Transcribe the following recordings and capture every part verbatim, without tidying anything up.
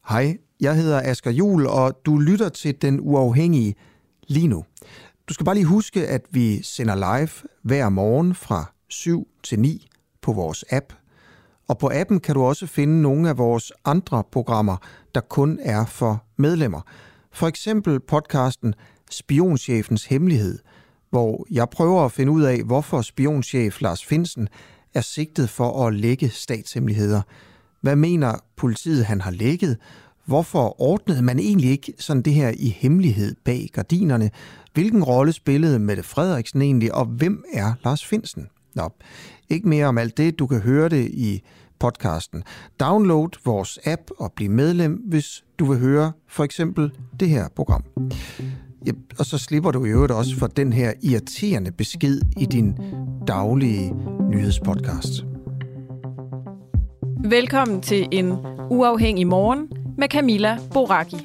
Hej, jeg hedder Asger Juhl, og du lytter til Den Uafhængige lige nu. Du skal bare lige huske, at vi sender live hver morgen fra syv til ni på vores app. Og på appen kan du også finde nogle af vores andre programmer, der kun er for medlemmer. For eksempel podcasten Spionchefens Hemmelighed, hvor jeg prøver at finde ud af, hvorfor spionchef Lars Findsen er sigtet for at lække statshemmeligheder. Hvad mener politiet, han har lækket? Hvorfor ordnede man egentlig ikke sådan det her i hemmelighed bag gardinerne? Hvilken rolle spillede Mette Frederiksen egentlig, og hvem er Lars Findsen? Nå, ikke mere om alt det. Du kan høre det i podcasten. Download vores app og bliv medlem, hvis du vil høre for eksempel det her program. Ja, og så slipper du i øvrigt også for den her irriterende besked i din daglige nyhedspodcast. Velkommen til en uafhængig morgen med Camilla Boracchi.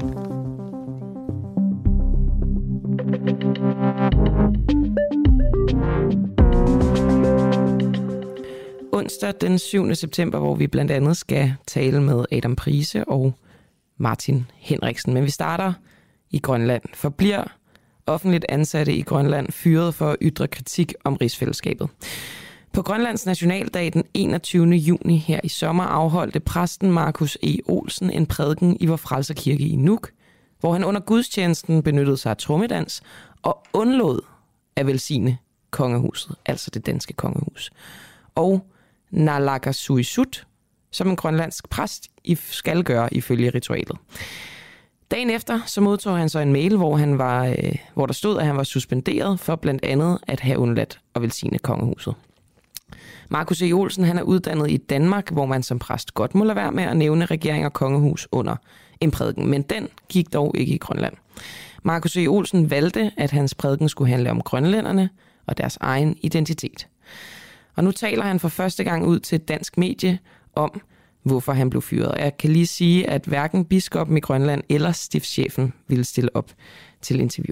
Onsdag den syvende september, hvor vi blandt andet skal tale med Adam Price og Martin Henriksen. Men vi starter i Grønland. For bliver offentligt ansatte i Grønland fyret for at ytre kritik om rigsfællesskabet. På Grønlands nationaldag den enogtyvende juni her i sommer afholdte præsten Markus E. Olsen en prædiken i Vor Frelser Kirke i Nuuk, hvor han under gudstjenesten benyttede sig af trommedans og undlod at velsigne kongehuset, altså det danske kongehus. Og Naalakkersuisut, som en grønlandsk præst skal gøre ifølge ritualet. Dagen efter så modtog han så en mail, hvor, han var, øh, hvor der stod, at han var suspenderet for blandt andet at have undladt at velsigne kongehuset. Markus E. Olsen han er uddannet i Danmark, hvor man som præst godt må lade være med at nævne regering og kongehus under en prædiken, men den gik dog ikke i Grønland. Markus E. Olsen valgte, at hans prædiken skulle handle om grønlænderne og deres egen identitet. Og nu taler han for første gang ud til et dansk medie om, hvorfor han blev fyret. Jeg kan lige sige, at hverken biskoppen i Grønland eller stiftschefen ville stille op til interview.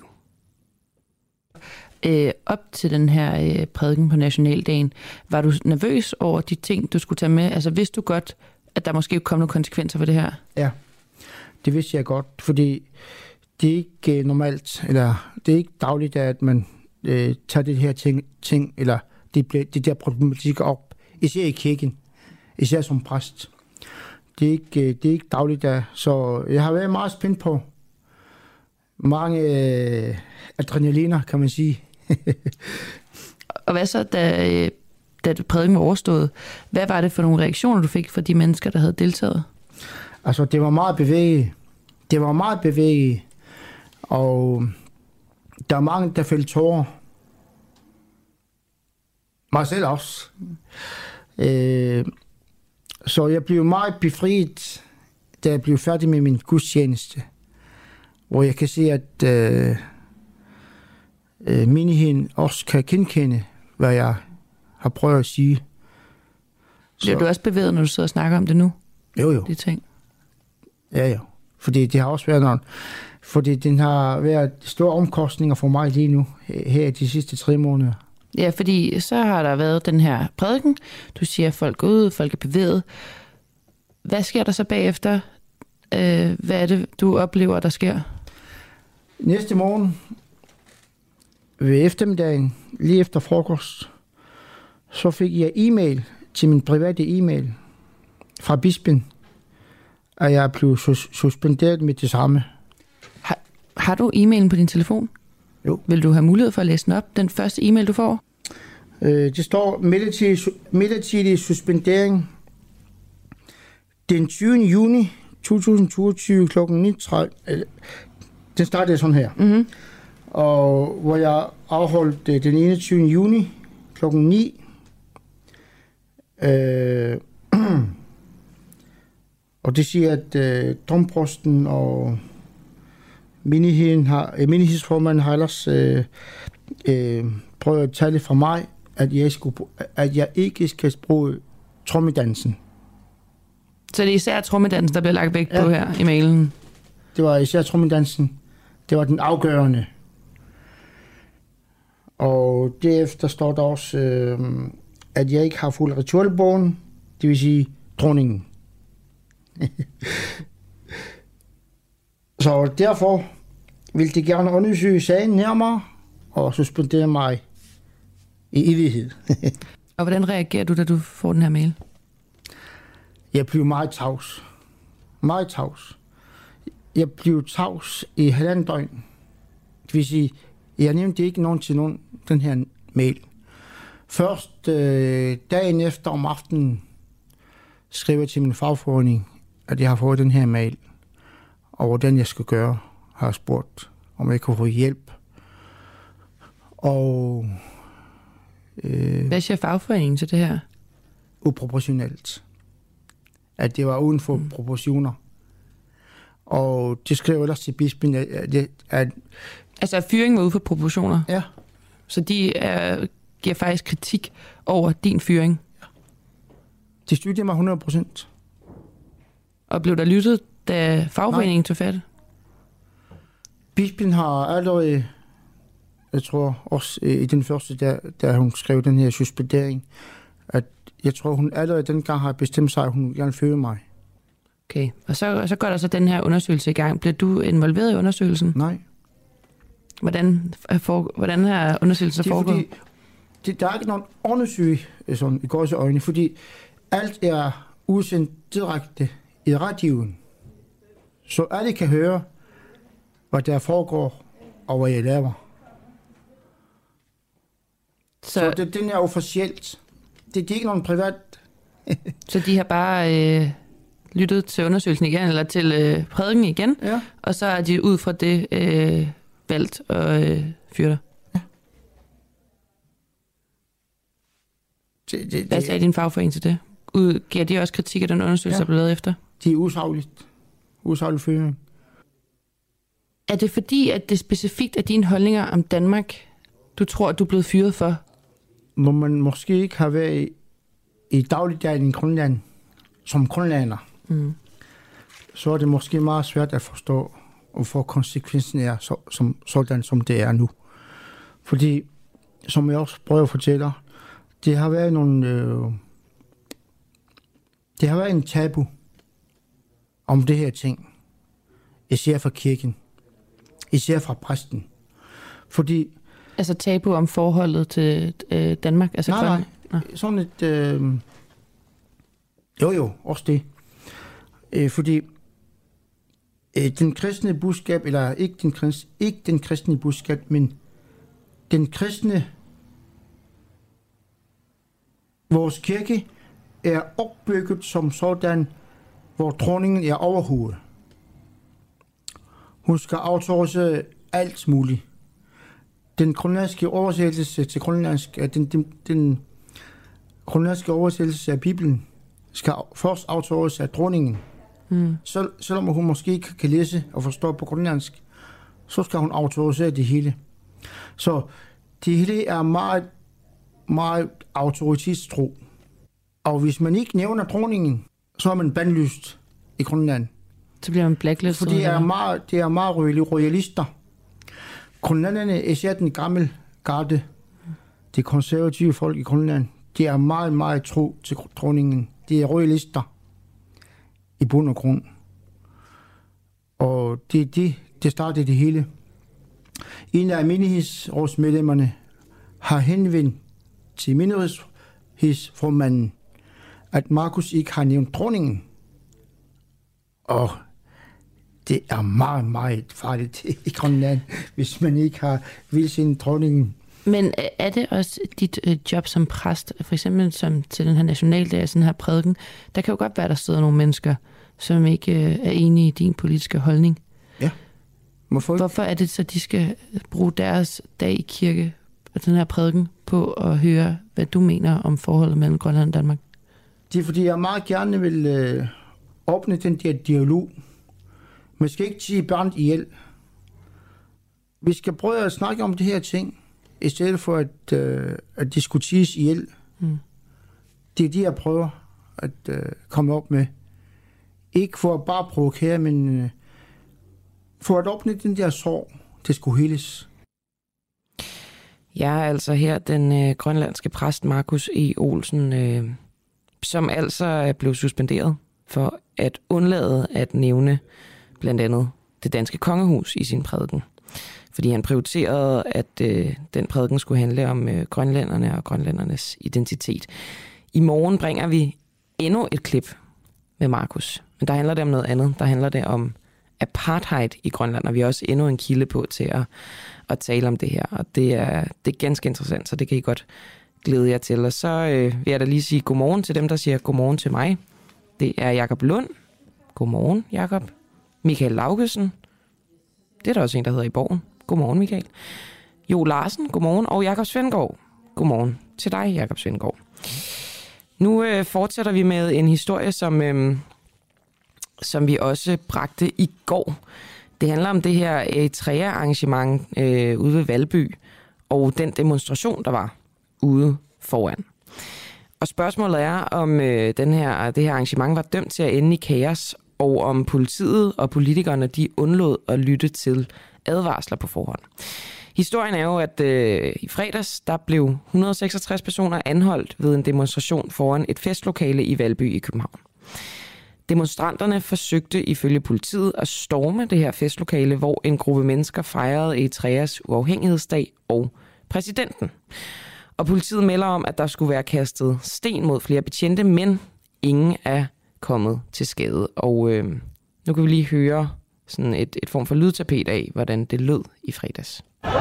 Øh, op til den her øh, prædiken på nationaldagen, var du nervøs over de ting, du skulle tage med? Altså vidste du godt, at der måske kom nogle konsekvenser for det her? Ja, det vidste jeg godt, fordi det er ikke øh, normalt, eller det er ikke dagligt, at man øh, tager det her ting, ting eller det, det der problematik op, især i kirken, især som præst. Det er ikke, øh, det er ikke dagligt, der, så jeg har været meget spændt på mange øh, adrenaliner, kan man sige. Og hvad så, da, da prædiken var overstået? Hvad var det for nogle reaktioner, du fik fra de mennesker, der havde deltaget? Altså, det var meget bevæget. Det var meget bevæget. Og der er mange, der fældte tårer. Mig selv også. Mm. Øh, så jeg blev meget befriet, da jeg blev færdig med min gudstjeneste. Hvor jeg kan se, at øh, øh, menigheden også kan genkende, hvad jeg har prøvet at sige. Bliver du også bevæget, når du sidder og snakker om det nu? Jo, jo. De ting. Ja, jo. Fordi det har også været noget. Fordi den har været store omkostninger for mig lige nu, her de sidste tre måneder. Ja, fordi så har der været den her prædiken. Du siger, at folk går ud, folk er bevæget. Hvad sker der så bagefter? Øh, hvad er det, du oplever, der sker? Næste morgen, ved eftermiddagen, lige efter frokost, så fik jeg e-mail til min private e-mail fra bispen, at jeg blev sus- suspenderet med det samme. Har, har du e-mailen på din telefon? Jo. Vil du have mulighed for at læse den op, den første e-mail, du får? Øh, det står midlertidig, midlertidig suspendering den tyvende juni to tusind toogtyve klokken ni tredive. Den startede sådan her. Mm-hmm. Og hvor jeg afholdt den enogtyvende juni klokken ni. Øh, og det siger, at øh, domprosten og menigheden har, øh, menighedsformanden har ellers øh, øh, prøvet at tale fra mig, at jeg, skulle, at jeg ikke skal bruge trommedansen. Så det er især trommedansen, der bliver lagt vægt ja. på her i mailen? Det var især trommedansen. Det var den afgørende. Og derefter står der også, øh, at jeg ikke har fuldt ritualbogen, det vil sige dronningen. Så derfor vil de gerne undersøge sagen nærmere og suspendere mig i evighed. Og hvordan reagerer du, da du får den her mail? Jeg blev meget tavs. Meget tavs. Jeg blev tavs i halvanden døgn. Det vil sige, jeg nævnte ikke nogen til nogen den her mail. Først øh, dagen efter om aftenen skrev jeg til min fagforening, at jeg har fået den her mail, og hvordan jeg skal gøre, har jeg spurgt, om jeg kunne få hjælp. Og øh, hvad siger fagforeningen til det her? Uproportionelt. At det var uden for mm. proportioner. Og det skrev ellers til bispen, at, at, at altså, fyringen var ude for proportioner? Ja. Så de er, giver faktisk kritik over din fyring? Ja. De støttede mig hundrede procent. Og blev der lyttet, da fagforeningen tog fat? Bispen har allerede, jeg tror også i den første, der, der hun skrev den her suspendering, at jeg tror, hun allerede dengang har bestemt sig, at hun gerne følge mig. Okay, og så, så går der så den her undersøgelse i gang. Bliver du involveret i undersøgelsen? Nej. Hvordan, for, hvordan er undersøgelsen foregået? Det, der er ikke nogen undersøgelse sådan, i gårs øjne, fordi alt er udsendt direkte i radioen. Så alle kan høre, hvad der foregår, og hvad jeg laver. Så, så det, den er officielt. Det, det er ikke nogen privat. Så de har bare øh, lyttet til undersøgelsen igen, eller til øh, prædiken igen, ja. Og så er de ud fra det øh, valgt og øh, fyre dig? Ja. Det, det, hvad sagde din fagforening til det? Ud, giver de også kritik af den undersøgelse, ja. Der blev lavet efter? De er usagligt. Usaglig fyring. Er det fordi, at det specifikt er dine holdninger om Danmark, du tror, at du er blevet fyret for? Når man måske ikke har været i, i dagligdagen i Grønland, som grønlander, mm. så er det måske meget svært at forstå, hvorfor konsekvensen er så, som, sådan, som det er nu. Fordi, som jeg også prøver at fortælle, det har været nogle... Øh, det har været en tabu om det her ting. Især fra kirken. Især fra præsten. Fordi... Altså tabu om forholdet til øh, Danmark? Altså nej, nej. nej. Sådan et... Øh, jo, jo, også det. Øh, fordi øh, den kristne budskab, eller ikke den, kristne, ikke den kristne budskab, men den kristne... Vores kirke er opbygget som sådan, hvor dronningen er overhovedet. Hun skal autorisere alt muligt. Den grønlandske oversættelse til grønlandsk, den, den, den grønlandske oversættelse af Bibelen skal først autoriseres af dronningen. Mm. Sel, selvom hun måske ikke kan læse og forstå på grønlandsk, så skal hun autorisere det hele. Så det hele er meget, meget autoritetstro. Og hvis man ikke nævner dronningen, så er man bandlyst i Grønland. Så bliver man blacklistet? For det er meget, det er meget royalister. Grønlanderne, især den gamle garde, de konservative folk i Grønland, de er meget, meget tro til dronningen. De er royalister i bund og grund. Og det er det, det startede det hele. En af menighedsrådsmedlemmerne har henvendt til menighedsrådsformanden, at Markus ikke har nævnt dronningen. Og det er meget, meget farligt i Grønland, hvis man ikke har vildt dronningen. Men er det også dit øh, job som præst, for eksempel som til den her nationaldag, sådan her prædiken, der kan jo godt være, der sidder nogle mennesker, som ikke øh, er enige i din politiske holdning. Ja. Hvorfor? Hvorfor er det så, de skal bruge deres dag i kirke, og den her prædiken, på at høre, hvad du mener om forholdet mellem Grønland og Danmark? Det er, fordi jeg meget gerne vil øh, åbne den der dialog. Man skal ikke sige børn ihjel. Vi skal prøve at snakke om det her ting, i stedet for at, øh, at diskuteres ihjel. Mm. Det er det, jeg prøver at øh, komme op med. Ikke for at bare provokere, men øh, for at åbne den der sorg, det skulle heles. Jeg er altså her den øh, grønlandske præst Markus E. Olsen, øh, som altså er blevet suspenderet for at undlade at nævne blandt andet det danske kongehus i sin prædiken. Fordi han prioriterede, at øh, den prædiken skulle handle om øh, grønlænderne og grønlændernes identitet. I morgen bringer vi endnu et klip med Markus. Men der handler det om noget andet. Der handler det om apartheid i Grønland, og vi har også endnu en kilde på til at, at tale om det her. Og det er, det er ganske interessant, så det kan I godt glæde jer til. Og så øh, vil jeg da lige sige godmorgen til dem, der siger godmorgen til mig. Det er Jakob Lund. Godmorgen, Jakob. Michael Laugesen. Det er der også en, der hedder i Borgen. Godmorgen, Michael. Jo Larsen, godmorgen. Og Jakob Svendgaard. Godmorgen til dig, Jakob Svendgaard. Nu øh, fortsætter vi med en historie, som, øh, som vi også bragte i går. Det handler om det her Eritrea-arrangement øh, ude ved Valby, og den demonstration, der var ude foran. Og spørgsmålet er, om øh, den her, det her arrangement var dømt til at ende i kaos, og om politiet og politikerne de undlod at lytte til advarsler på forhånd. Historien er jo, at øh, i fredags der blev et hundrede og seksogtres personer anholdt ved en demonstration foran et festlokale i Valby i København. Demonstranterne forsøgte ifølge politiet at storme det her festlokale, hvor en gruppe mennesker fejrede Eritreas uafhængighedsdag og præsidenten. Og politiet melder om, at der skulle være kastet sten mod flere betjente, men ingen er kommet til skade. Og øh, nu kan vi lige høre sådan et, et form for lydtapet af, hvordan det lød i fredags.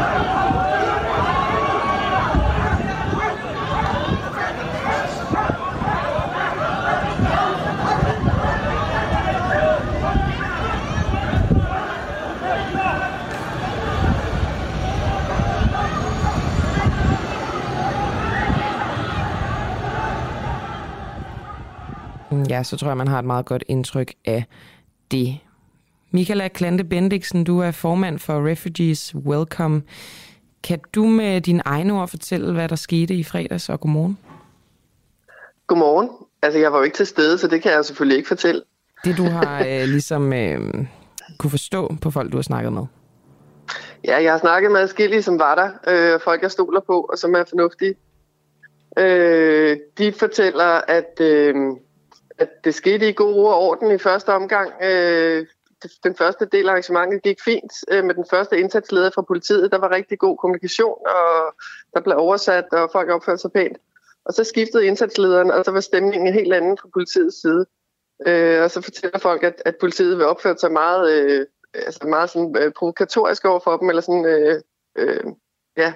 Ja, så tror jeg, man har et meget godt indtryk af det. Michaela Klante Bendiksen, du er formand for Refugees Welcome. Kan du med dine egne ord fortælle, hvad der skete i fredags, og godmorgen? Godmorgen. Altså, jeg var jo ikke til stede, så det kan jeg selvfølgelig ikke fortælle. Det, du har øh, ligesom øh, kunne forstå på folk, du har snakket med? Ja, jeg har snakket med adskillige, som var der. Øh, folk, jeg stoler på, og som er fornuftige. Øh, de fortæller, at, øh, at det skete i god ro og orden i første omgang. Øh, Den første del af arrangementet gik fint med den første indsatsleder fra politiet. Der var rigtig god kommunikation, og der blev oversat, og folk opførte sig pænt. Og så skiftede indsatslederen, og så var stemningen helt anden fra politiets side. Og så fortæller folk, at, at politiet vil opføre sig meget, øh, altså meget sådan, øh, provokatorisk over for dem, eller sådan, øh, øh, ja.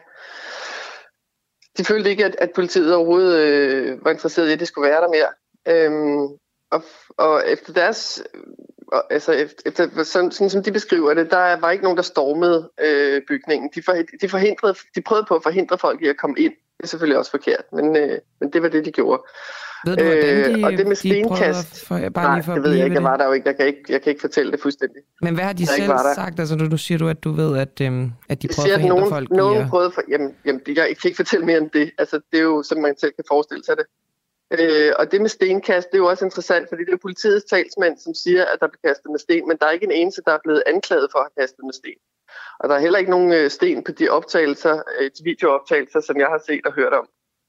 De følte ikke, at, at politiet overhovedet øh, var interesseret i, at det skulle være der mere. Øhm, og, og efter deres... Altså, efter, sådan, sådan som de beskriver det, der var ikke nogen, der stormede øh, bygningen. De, for, de, forhindrede, de prøvede på at forhindre folk i at komme ind. Det er selvfølgelig også forkert, men, øh, men det var det, de gjorde. Ved du, hvordan de, øh, og det med stenkast, for, bare nej, lige for det ved jeg ikke. Jeg var der jo ikke. Jeg kan ikke, jeg kan ikke fortælle det fuldstændig. Men hvad har de selv sagt? Altså, nu siger du, at du ved, at, øhm, at de jeg prøver at forhindre nogen, folk nogen i at... prøvede for, jamen, jamen, jeg kan ikke fortælle mere end det. Altså, det er jo, som man selv kan forestille sig det. Øh, og det med stenkast, det er jo også interessant, fordi det er politiets talsmænd, som siger, at der bliver kastet med sten, men der er ikke en eneste, der er blevet anklaget for at have kastet med sten. Og der er heller ikke nogen øh, sten på de optagelser, øh, de videooptagelser, som jeg har set og hørt om.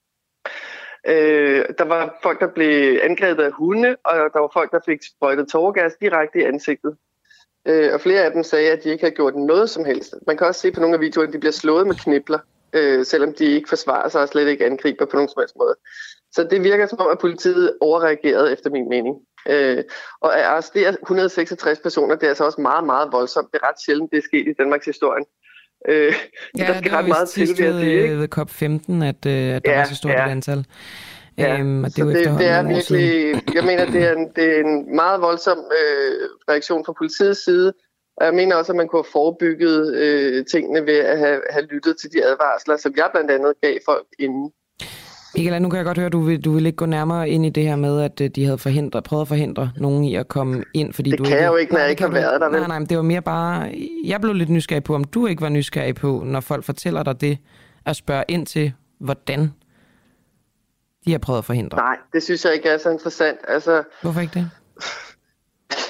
Øh, der var folk, der blev angrebet af hunde, og der var folk, der fik sprøjtet tåregas direkte i ansigtet. Øh, og flere af dem sagde, at de ikke havde gjort noget som helst. Man kan også se på nogle af videoerne, at de bliver slået med knibler, øh, selvom de ikke forsvarer sig og slet ikke angriber på nogen som helst måde. Så det virker som om, at politiet overreagerede efter min mening. Øh, og at arrestere et hundrede og seksogtres personer, det er altså også meget, meget voldsomt. Det er ret sjældent, det er sket i Danmarks historie. Øh, ja, der skal ret meget til, vil jeg sige, ikke? Ved C O P femten, at, øh, at der ja, var så stort ja. et antal. Ja, øhm, og det, er det, det er virkelig, jeg mener, det er en, det er en meget voldsom øh, reaktion fra politiets side. Og jeg mener også, at man kunne have forebygget øh, tingene ved at have, have lyttet til de advarsler, som jeg blandt andet gav folk inden. Michael, nu kan jeg godt høre, at du vil, du vil ikke gå nærmere ind i det her med, at de havde forhindret, prøvet at forhindre nogen i at komme ind. Fordi det du kan ikke, jeg jo ikke, når nej, jeg ikke har været der. Nej, nej, men det var mere bare... Jeg blev lidt nysgerrig på, om du ikke var nysgerrig på, når folk fortæller dig det, at spørge ind til, hvordan de har prøvet at forhindre. Nej, det synes jeg ikke er så interessant. Altså, hvorfor ikke det?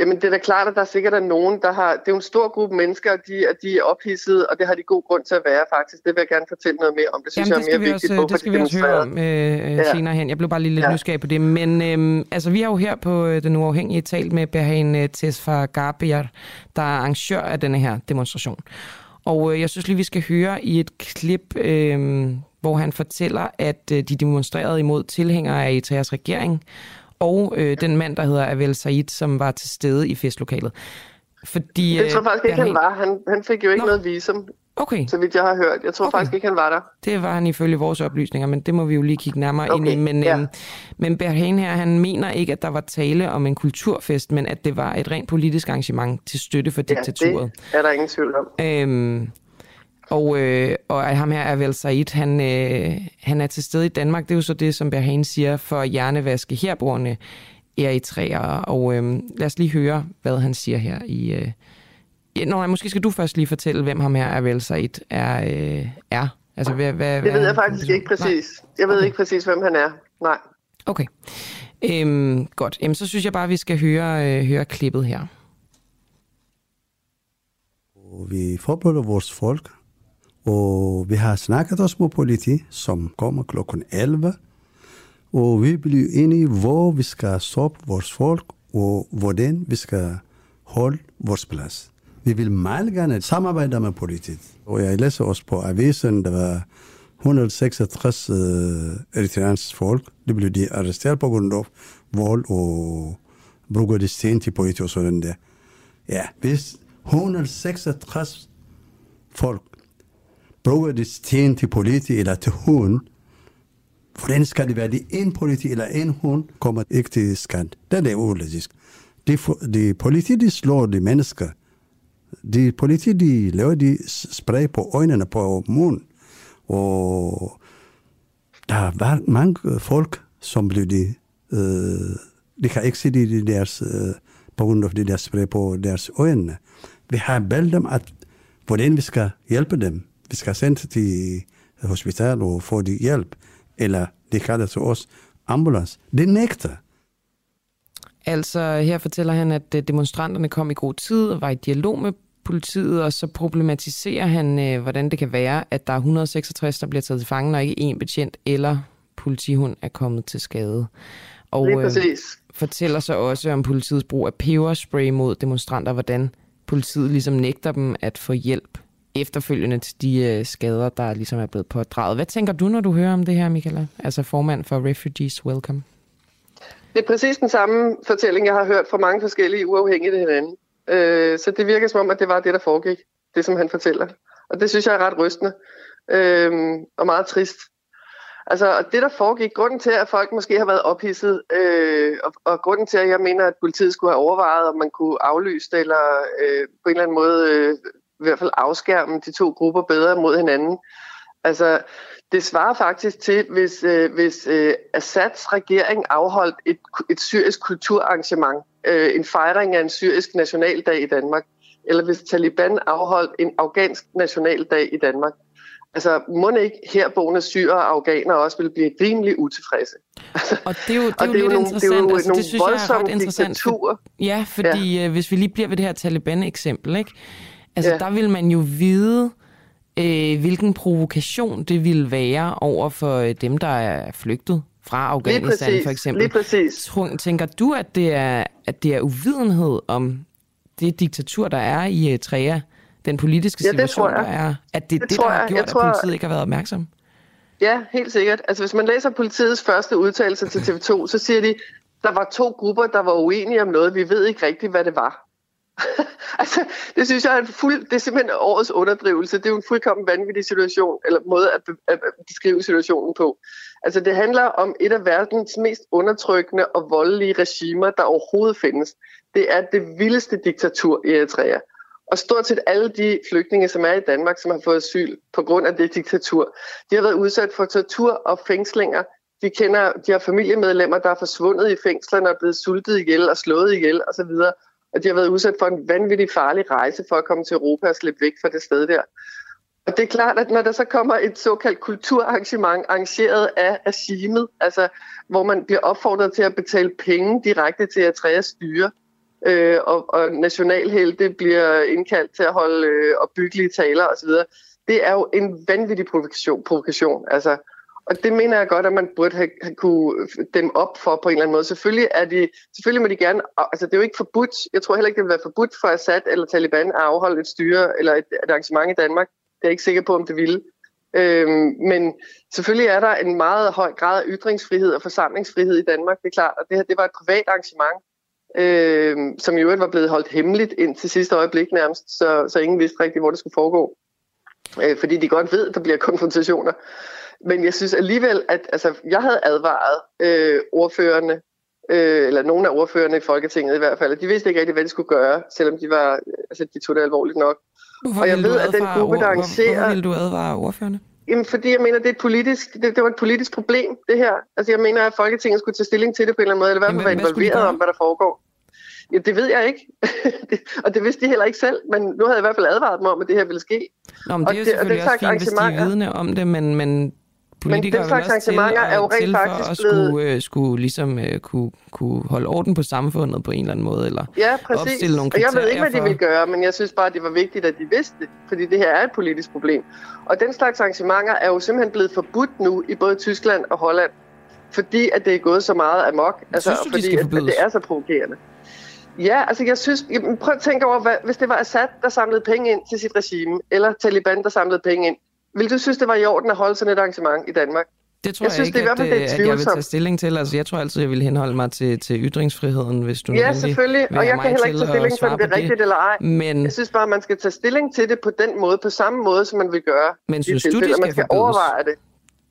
Jamen, det er da klart, at der sikkert er nogen, der har... Det er jo en stor gruppe mennesker, og de, og de er ophidsede, og det har de god grund til at være, faktisk. Det vil jeg gerne fortælle noget mere om. Det synes Jamen, jeg er mere vigtigt. Også, det skal vi også høre om øh, ja. senere hen. Jeg blev bare lige lidt ja. nysgerrig på det. Men øh, altså, vi har jo her på Den Uafhængige talt med Berhane Tesfagarpiyar, der er arrangør af denne her demonstration. Og øh, jeg synes lige, vi skal høre i et klip, øh, hvor han fortæller, at øh, de demonstrerede imod tilhængere af Eritreas regering, og øh, den mand, der hedder Avel Said, som var til stede i festlokalet. Fordi, det tror jeg faktisk ikke, han var. Han, han fik jo ikke Nå. noget visum, okay. så vidt jeg har hørt. Jeg tror okay. faktisk ikke, han var der. Det var han ifølge vores oplysninger, men det må vi jo lige kigge nærmere okay. ind i. Men, ja. øhm, men Berhane her, han mener ikke, at der var tale om en kulturfest, men at det var et rent politisk arrangement til støtte for diktaturet. Ja, det er der ingen tvivl om. Øhm, Og, øh, og ham her, Avel Said, han, øh, han er til stede i Danmark. Det er jo så det, som Berhane siger, for at hjernevaske herboende eritreere. Og øh, lad os lige høre, hvad han siger her i... Øh... Nå, nej, måske skal du først lige fortælle, hvem ham her, Avel Said, er. Øh, er. Altså, hvad, hvad, det ved jeg faktisk ikke præcis. Nej. Jeg ved okay. ikke præcis, hvem han er. Nej. Okay. Øhm, godt. Jamen, så synes jeg bare, vi skal høre, øh, høre klippet her. Vi forbereder vores folk. Og vi har snakket også med politi, som kommer klokken elleve. Og vi bliver enige, hvor vi skal stoppe vores folk, og hvordan vi skal holde vores plads. Vi vil meget gerne samarbejde med politiet. Og jeg læser også på avisen, der var et hundrede og seksogtres uh, eritreanske folk. Det blev de arresteret på grund af vold og bruger de sten til politi og sådan der. Ja, hvis et hundrede og seksogtres folk bruger de sten til politi eller til hund, hvordan skal det være? Det en politi eller en hund kommer ikke til skade. Det er ulogisk. De, de politi, de slår de mennesker. De politi, de laver de spray på øjnene, på munden. Og der var mange folk, som blev de, øh, de kan ikke se de deres, øh, på grund af de der spray på deres øjne. Vi har bedt dem, at hvordan vi skal hjælpe dem. Vi skal sende til hospital og få de hjælp. Eller de kalder til os ambulance. Det nægter. Altså her fortæller han, at demonstranterne kom i god tid og var i dialog med politiet, og så problematiserer han, hvordan det kan være, at der er et hundrede og seksogtres, der bliver taget til fange, og ikke en betjent eller politihund er kommet til skade. Og øh, fortæller så også om politiets brug af peberspray mod demonstranter, hvordan politiet ligesom nægter dem at få hjælp efterfølgende til de øh, skader, der ligesom er blevet pådraget. Hvad tænker du, når du hører om det her, Michaela? Altså formand for Refugees Welcome. Det er præcis den samme fortælling, jeg har hørt fra mange forskellige uafhængige hinanden. Øh, så det virker som om, at det var det, der foregik. Det, som han fortæller. Og det synes jeg er ret rystende. Øh, og meget trist. Altså, og det, der foregik, grunden til, at folk måske har været ophidset, øh, og, og grunden til, at jeg mener, at politiet skulle have overvejet, om man kunne aflyse det, eller øh, på en eller anden måde øh, i hvert fald afskærme de to grupper bedre mod hinanden. Altså, det svarer faktisk til, hvis, øh, hvis øh, Assads regering afholdt et, et syrisk kulturarrangement, øh, en fejring af en syrisk nationaldag i Danmark, eller hvis Taliban afholdt en afghansk nationaldag i Danmark. Altså, må ikke herboende syrer og afghanere også vil blive rimelig utilfredse. Og det er jo, det er jo, det er jo lidt nogle, interessant. Det, er jo altså, det synes jeg er ret interessant. For, ja, fordi ja. Øh, hvis vi lige bliver ved det her Taliban-eksempel, ikke? Altså, ja. Der vil man jo vide, øh, hvilken provokation det ville være over for øh, dem, der er flygtet fra Afghanistan, for eksempel. Lige præcis. Tænker du, at det er, at det er uvidenhed om det diktatur, der er i Eritrea, den politiske ja, situation, der er, at det er det, det der har gjort, tror, at politiet ikke har været opmærksom? Ja, helt sikkert. Altså, hvis man læser politiets første udtalelse til T V to, så siger de, der var to grupper, der var uenige om noget. Vi ved ikke rigtigt, hvad det var. Altså, det synes jeg er en fuld, det er simpelthen årets underdrivelse. Det er jo en fuldkommen vanvittig situation, eller måde at, at beskrive situationen på. Altså, det handler om et af verdens mest undertrykkende og voldelige regimer, der overhovedet findes. Det er det vildeste diktatur i Eritrea. Og stort set alle de flygtninge, som er i Danmark, som har fået asyl på grund af det diktatur, de har været udsat for tortur og fængslinger. De kender, de har familiemedlemmer, der er forsvundet i fængslerne og er blevet sultet ihjel og slået ihjel osv. Og de har været udsat for en vanvittig farlig rejse for at komme til Europa og slippe væk fra det sted der. Og det er klart, at når der så kommer et såkaldt kulturarrangement arrangeret af regimet, altså hvor man bliver opfordret til at betale penge direkte til Eritreas styre, øh, og, og nationalhelte bliver indkaldt til at holde øh, opbyggelige taler osv. Det er jo en vanvittig provokation. provokation altså. Og det mener jeg godt, at man burde have, have kunne dem op for på en eller anden måde. Selvfølgelig, er de, selvfølgelig må de gerne... Altså, det er jo ikke forbudt. Jeg tror heller ikke, det vil være forbudt for Assad eller Taliban at afholde et styre eller et, et arrangement i Danmark. Det er jeg ikke sikker på, om det ville. Øhm, men selvfølgelig er der en meget høj grad af ytringsfrihed og forsamlingsfrihed i Danmark. Det er klart, at det her det var et privat arrangement, øhm, som i øvrigt var blevet holdt hemmeligt ind til sidste øjeblik nærmest, så, så ingen vidste rigtigt, hvor det skulle foregå. Øh, fordi de godt ved, at der bliver konfrontationer. Men jeg synes alligevel, at altså, jeg havde advaret øh, ordførerne, øh, eller nogle af ordførerne i Folketinget i hvert fald, at de vidste ikke rigtig, hvad de skulle gøre, selvom de var, altså, de tog det alvorligt nok. Hvorfor og jeg ved, at den gruppe, der arrangerer... Hvorfor ville du advare ordførerne? Jamen, fordi jeg mener, det er et politisk, det, det var et politisk problem, det her. Altså, jeg mener, at Folketinget skulle tage stilling til det på en eller anden måde, eller i hvert fald være involveret om, hvad der foregår. Ja, det ved jeg ikke. Og det vidste de heller ikke selv, men nu havde jeg i hvert fald advaret dem om, at det her ville ske. Nå, men det er jo selvfølgelig også fint, hvis de er vidne om det, men... men politikere vil også til, er jo til for at skulle, øh, skulle ligesom, øh, kunne, kunne holde orden på samfundet på en eller anden måde, eller ja, opstille nogle kriterier. Og jeg ved ikke, hvad de for... vil gøre, men jeg synes bare, at det var vigtigt, at de vidste det, fordi det her er et politisk problem. Og den slags arrangementer er jo simpelthen blevet forbudt nu i både Tyskland og Holland, fordi at det er gået så meget amok, altså, synes du, fordi at, at det er så provokerende. Ja, altså jeg synes, jamen, prøv at tænke over, hvad, hvis det var Assad, der samlede penge ind til sit regime, eller Taliban, der samlede penge ind. Vil du synes, det var i orden at holde sådan et arrangement i Danmark? Det tror jeg, jeg synes, ikke, det er, at, at, det er at jeg vil tage stilling til. Altså, jeg tror altid, jeg vil henholde mig til, til ytringsfriheden, hvis du ja, selvfølgelig. Og jeg kan heller ikke tage stilling til, om det er rigtigt det. eller ej. Men... Jeg synes bare, at man skal tage stilling til det på den måde, på samme måde, som man vil gøre. Men synes du, det skal, man skal overveje det?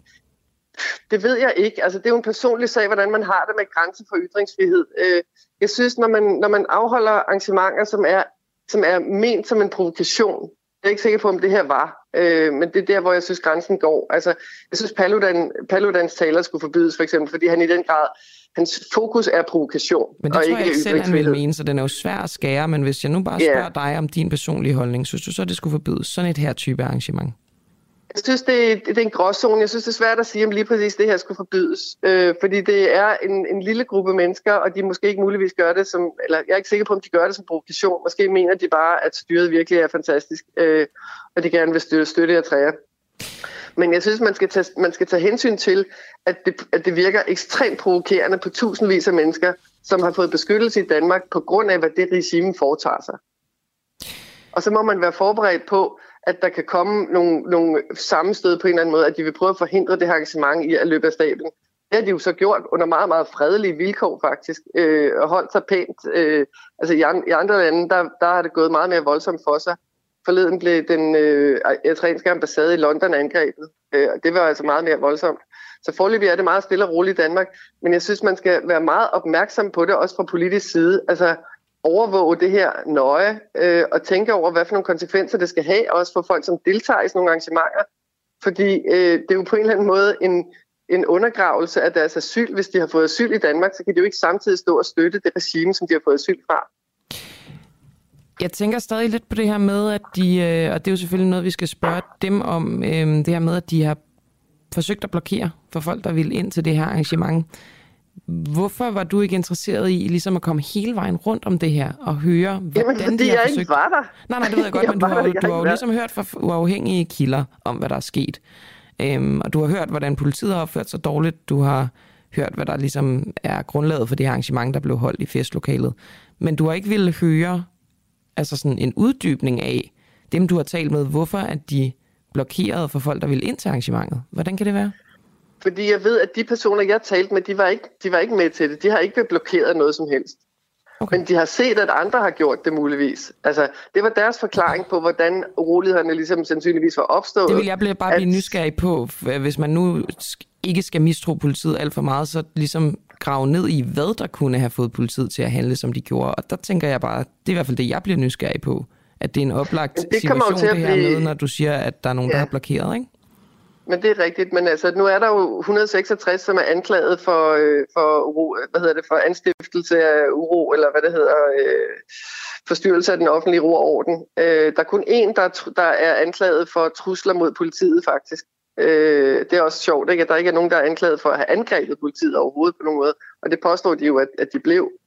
Det ved jeg ikke. Altså, det er jo en personlig sag, hvordan man har det med grænser for ytringsfrihed. Jeg synes, når man, når man afholder arrangementer, som er, som er ment som en provokation, jeg er ikke sikker på, om det her var, øh, men det er der, hvor jeg synes, grænsen går. Altså, jeg synes, Paludan, Paludans taler skulle forbydes, for eksempel, fordi han i den grad, hans fokus er provokation. Men det og tror ikke jeg ikke selv, han vil mene, så den er jo svær at skære, men hvis jeg nu bare spørger yeah. dig om din personlige holdning, synes du så, det skulle forbydes sådan et her type arrangement? Jeg synes, det er, det er en gråzone. Jeg synes, det er svært at sige, om lige præcis det her skulle forbydes. Øh, fordi det er en, en lille gruppe mennesker, og de måske ikke muligvis gør det som... Eller jeg er ikke sikker på, om de gør det som provokation. Måske mener de bare, at styret virkelig er fantastisk, øh, og de gerne vil støtte, støtte af træer. Men jeg synes, man skal tage, man skal tage hensyn til, at det, at det virker ekstremt provokerende på tusindvis af mennesker, som har fået beskyttelse i Danmark på grund af, hvad det regime foretager sig. Og så må man være forberedt på, at der kan komme nogle, nogle sammenstød på en eller anden måde, at de vil prøve at forhindre det her arrangement i at løbe af stablen. Det har de jo så gjort under meget, meget fredelige vilkår faktisk, øh, og holdt sig pænt. Øh, altså i, an, i andre lande, der, der har det gået meget mere voldsomt for sig. Forleden blev den øh, eritreanske ambassade i London angrebet, øh, og det var altså meget mere voldsomt. Så foreløbig er det meget stille og roligt i Danmark, men jeg synes, man skal være meget opmærksom på det, også fra politisk side. Altså overvåge det her nøje, øh, og tænke over, hvad for nogle konsekvenser det skal have, også for folk, som deltager i sådan nogle arrangementer. Fordi øh, det er jo på en eller anden måde en, en undergravelse af deres asyl. Hvis de har fået asyl i Danmark, så kan de jo ikke samtidig stå og støtte det regime, som de har fået asyl fra. Jeg tænker stadig lidt på det her med, at de, øh, og det er jo selvfølgelig noget, vi skal spørge dem om, øh, det her med, at de har forsøgt at blokere for folk, der vil ind til det her arrangement. Hvorfor var du ikke interesseret i ligesom at komme hele vejen rundt om det her og høre, hvordan Jamen, de har jeg forsøgt... ikke var der. Nej, nej, det ved jeg godt, jeg men du har, der, du har jo ligesom hørt fra uafhængige kilder om, hvad der er sket. Øhm, og du har hørt, hvordan politiet har opført sig dårligt. Du har hørt, hvad der ligesom er grundlaget for det her arrangement, der blev holdt i festlokalet. Men du har ikke ville høre altså sådan en uddybning af dem, du har talt med, hvorfor at de blokerede for folk, der ville ind til arrangementet. Hvordan kan det være? Fordi jeg ved, at de personer, jeg talte med, de var ikke, de var ikke med til det. De har ikke blevet blokeret noget som helst. Okay. Men de har set, at andre har gjort det muligvis. Altså, det var deres forklaring på, hvordan urolighederne ligesom sandsynligvis var opstået. Det vil jeg blive, bare at... blive nysgerrig på, hvis man nu ikke skal mistro politiet alt for meget, så ligesom grave ned i, hvad der kunne have fået politiet til at handle, som de gjorde. Og der tænker jeg bare, det er i hvert fald det, jeg bliver nysgerrig på, at det er en oplagt det situation, det her blive... med, når du siger, at der er nogen, ja. der har blokeret, ikke? Men det er rigtigt, men altså, nu er der jo et hundrede og seksogtres, som er anklaget for, øh, for, uro, hvad hedder det, for anstiftelse af uro, eller hvad det hedder, øh, forstyrrelse af den offentlige ro og orden. Øh, der er kun én, der, der er anklaget for trusler mod politiet, faktisk. Øh, det er også sjovt, ikke? At der ikke er nogen, der er anklaget for at have angrebet politiet overhovedet på nogen måde, og det påstår de jo, at, at de blev.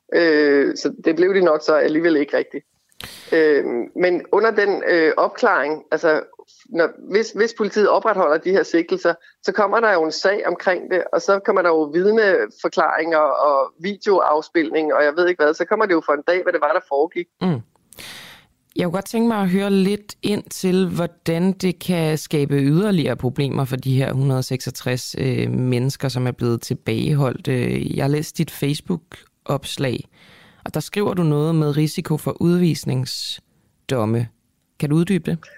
Øh, så det blev de nok så alligevel ikke rigtigt. Øh, men under den øh, opklaring, altså når, hvis, hvis politiet opretholder de her sigtelser, så kommer der jo en sag omkring det, og så kommer der jo vidneforklaringer og videoafspilning, og jeg ved ikke hvad, så kommer det jo for en dag, hvad det var, der foregik. Mm. Jeg kunne godt tænke mig at høre lidt ind til, hvordan det kan skabe yderligere problemer for de her et hundrede og seksogtres øh, mennesker, som er blevet tilbageholdt. Jeg har læst dit Facebook-opslag, og der skriver du noget med risiko for udvisningsdomme. Kan du uddybe det?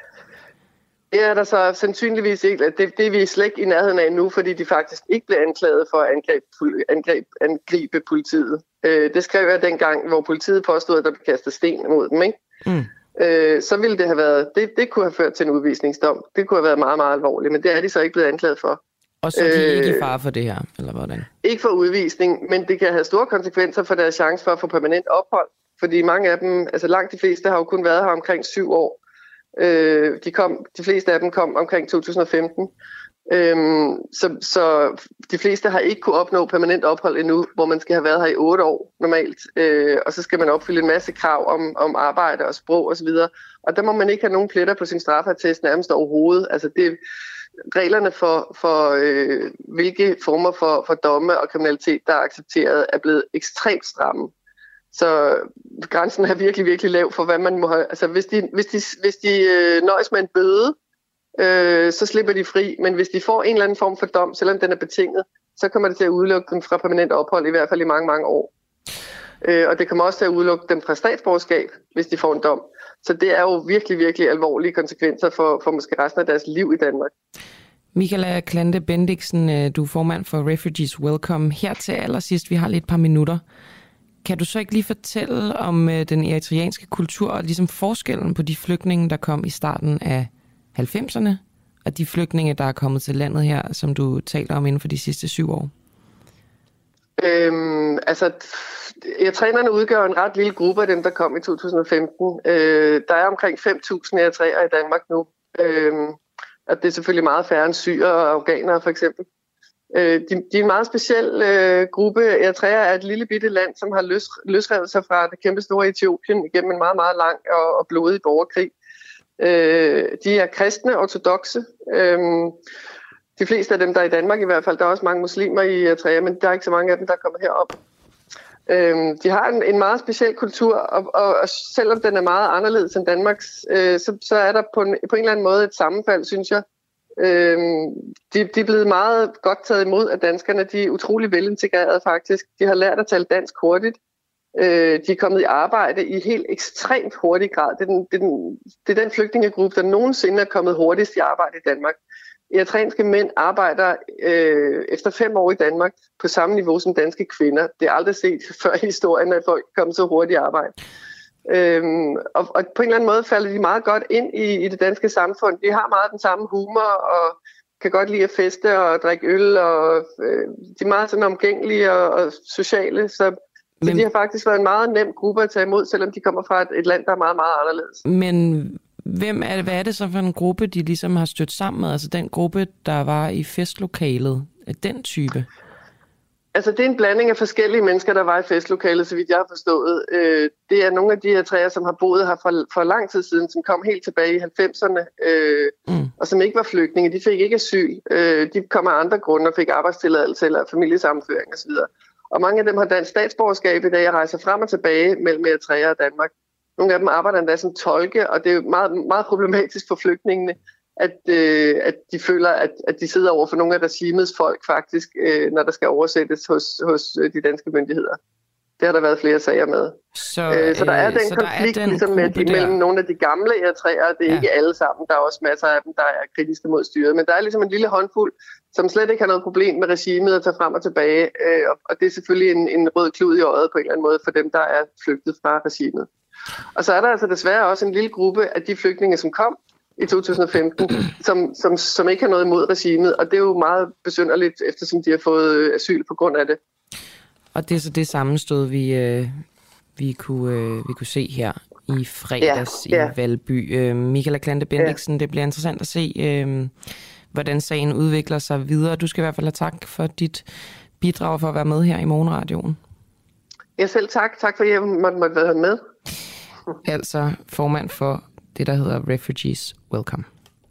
Det er der så sandsynligvis ikke. Det, det er vi slet ikke i nærheden af nu, fordi de faktisk ikke blev anklaget for at angreb, angreb, angribe politiet. Øh, det skrev jeg dengang, hvor politiet påstod, at der blev kastet sten mod dem, ikke? Mm. Øh, så ville det have været, det, det kunne have ført til en udvisningsdom. Det kunne have været meget, meget alvorligt, men det er de så ikke blevet anklaget for. Og så er de øh, ikke i fare for det her, eller hvordan? Ikke for udvisning, men det kan have store konsekvenser for deres chance for at få permanent ophold. Fordi mange af dem, altså langt de fleste, har jo kun været her omkring syv år. Øh, de, kom, de fleste af dem kom omkring to tusind og femten. Øhm, så, så de fleste har ikke kunne opnå permanent ophold endnu, hvor man skal have været her i otte år normalt, øh, og så skal man opfylde en masse krav om, om arbejde og sprog osv. Og, og der må man ikke have nogen pletter på sin straffeattest nærmest overhovedet. Altså det, reglerne for, for øh, hvilke former for, for domme og kriminalitet, der er accepteret, er blevet ekstremt stramme. Så grænsen er virkelig, virkelig lav for, hvad man må have. Altså hvis de, hvis de, hvis de øh, nøjes med en bøde, Øh, så slipper de fri, men hvis de får en eller anden form for dom, selvom den er betinget, så kommer det til at udelukke dem fra permanent ophold, i hvert fald i mange, mange år. Øh, og det kommer også til at udelukke dem fra statsborgerskab, hvis de får en dom. Så det er jo virkelig, virkelig alvorlige konsekvenser for, for måske resten af deres liv i Danmark. Michaela Klante Bendixen, du er formand for Refugees Welcome. Her til allersidst, vi har lidt par minutter. Kan du så ikke lige fortælle om den eritreanske kultur og ligesom forskellen på de flygtninge, der kom i starten af halvfemserne, og de flygtninge, der er kommet til landet her, som du taler om inden for de sidste syv år? Øhm, altså, eritreanerne udgør en ret lille gruppe af dem, der kom i to tusind og femten. Øh, der er omkring fem tusind eritreere i Danmark nu. Øh, og det er selvfølgelig meget færre end syrer og afghanere, for eksempel. Øh, de, de er en meget speciel øh, gruppe. Eritrea er et lille bitte land, som har løs, løsrevet sig fra det kæmpe store Etiopien igennem en meget, meget lang og, og blodig borgerkrig. Øh, de er kristne, ortodokse. Øh, de fleste af dem, der er i Danmark i hvert fald, der er også mange muslimer i Eritrea, men der er ikke så mange af dem, der er kommet herop. Øh, de har en, en meget speciel kultur, og, og, og selvom den er meget anderledes end Danmarks, øh, så, så er der på en, på en eller anden måde et sammenfald, synes jeg. Øh, de, de er blevet meget godt taget imod af danskerne. De er utrolig velintegrerede faktisk. De har lært at tale dansk hurtigt. Øh, de er kommet i arbejde i helt ekstremt hurtig grad. Det er den, det er den, det er den flygtningegruppe, der nogensinde er kommet hurtigst i arbejde i Danmark. Eritreanske mænd arbejder øh, efter fem år i Danmark på samme niveau som danske kvinder. Det er aldrig set før i historien, at folk kommer så hurtigt i arbejde. Øhm, og, og på en eller anden måde falder de meget godt ind i, i det danske samfund. De har meget den samme humor og kan godt lide at feste og drikke øl. Og, øh, de er meget sådan omgængelige og, og sociale, så Men, så de har faktisk været en meget nem gruppe at tage imod, selvom de kommer fra et, et land, der er meget, meget anderledes. Men hvem er det, hvad er det så for en gruppe, de ligesom har stødt sammen med? Altså den gruppe, der var i festlokalet, er den type? Altså det er en blanding af forskellige mennesker, der var i festlokalet, så vidt jeg har forstået. Øh, det er nogle af de her træer, som har boet her for, for lang tid siden, som kom helt tilbage i halvfemserne, øh, mm. og som ikke var flygtninge. De fik ikke asyl. Øh, de kom af andre grunde og fik arbejdstilladelse eller familiesammenføring osv. Og mange af dem har dansk statsborgerskab i dag og rejser frem og tilbage mellem Eritrea og Danmark. Nogle af dem arbejder endda som tolke, og det er jo meget, meget problematisk for flygtningene, at, øh, at de føler, at, at de sidder over for nogle af regimets folk faktisk, øh, når der skal oversættes hos, hos de danske myndigheder. Det har der været flere sager med. Så, øh, så der er den konflikt den ligesom med, mellem nogle af de gamle eritreere. Det er ja. ikke alle sammen. Der er også masser af dem, der er kritiske mod styret. Men der er ligesom en lille håndfuld, som slet ikke har noget problem med regimet at tage frem og tilbage. Øh, og det er selvfølgelig en, en rød klud i øjet på en eller anden måde for dem, der er flygtet fra regimet. Og så er der altså desværre også en lille gruppe af de flygtninge, som kom i to tusind og femten, som, som, som ikke har noget imod regimet. Og det er jo meget besynderligt, eftersom de har fået asyl på grund af det. Og det er så det sammenstød, vi, øh, vi, kunne, øh, vi kunne se her i fredags ja, ja. i Valby. Øh, Michaela Klante Bendixen, ja. Det bliver interessant at se, øh, hvordan sagen udvikler sig videre. Du skal i hvert fald have tak for dit bidrag for at være med her i Morgenradioen. Ja, selv tak. Tak for, at jeg måtte, måtte være med. Altså formand for det, der hedder Refugees Welcome.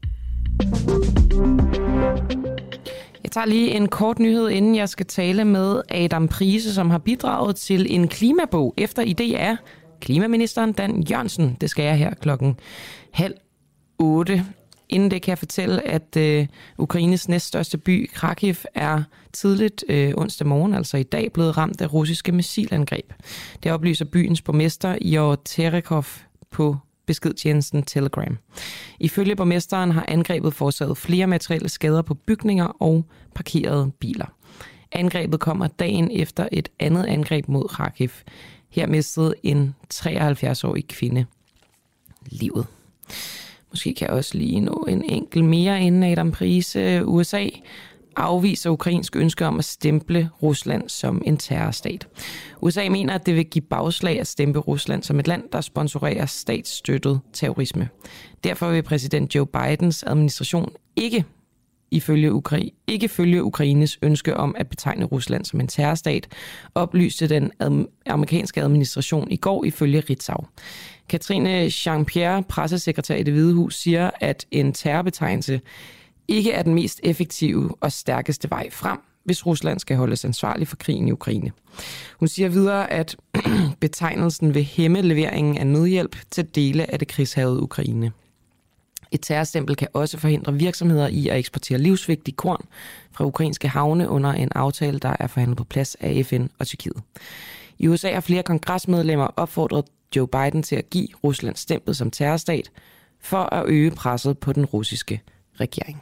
Jeg tager lige en kort nyhed, inden jeg skal tale med Adam Price, som har bidraget til en klimabog efter idé af klimaministeren Dan Jørgensen. Det skal jeg her klokken halv otte. Inden det kan jeg fortælle, at øh, Ukraines næststørste by, Kharkiv, er tidligt øh, onsdag morgen, altså i dag, blevet ramt af russiske missilangreb. Det oplyser byens borgmester Igor Terikov på beskedtjenesten Telegram. Ifølge borgmesteren har angrebet forårsaget flere materielle skader på bygninger og parkerede biler. Angrebet kommer dagen efter et andet angreb mod Kharkiv. Her mistede en treoghalvfjerds-årig kvinde livet. Måske kan jeg også lige nå en enkelt mere inden Adam Price. U S A afviser ukrainsk ønske om at stemple Rusland som en terrorstat. U S A mener, at det vil give bagslag at stemple Rusland som et land, der sponsorerer statsstøttet terrorisme. Derfor vil præsident Joe Bidens administration ikke ifølge Ukra- ikke følge Ukraines ønske om at betegne Rusland som en terrorstat, oplyste den ad- amerikanske administration i går ifølge Ritzau. Katrine Jean-Pierre, pressesekretær i Det Hvide Hus, siger, at en terrorbetegnelse ikke er den mest effektive og stærkeste vej frem, hvis Rusland skal holdes ansvarlig for krigen i Ukraine. Hun siger videre, at betegnelsen vil hæmme leveringen af nødhjælp til dele af det krigshærgede Ukraine. Et terrorstempel kan også forhindre virksomheder i at eksportere livsvigtig korn fra ukrainske havne under en aftale, der er forhandlet på plads af F N og Tyrkiet. I U S A har flere kongresmedlemmer opfordret Joe Biden til at give Rusland stemplet som terrorstat for at øge presset på den russiske regering.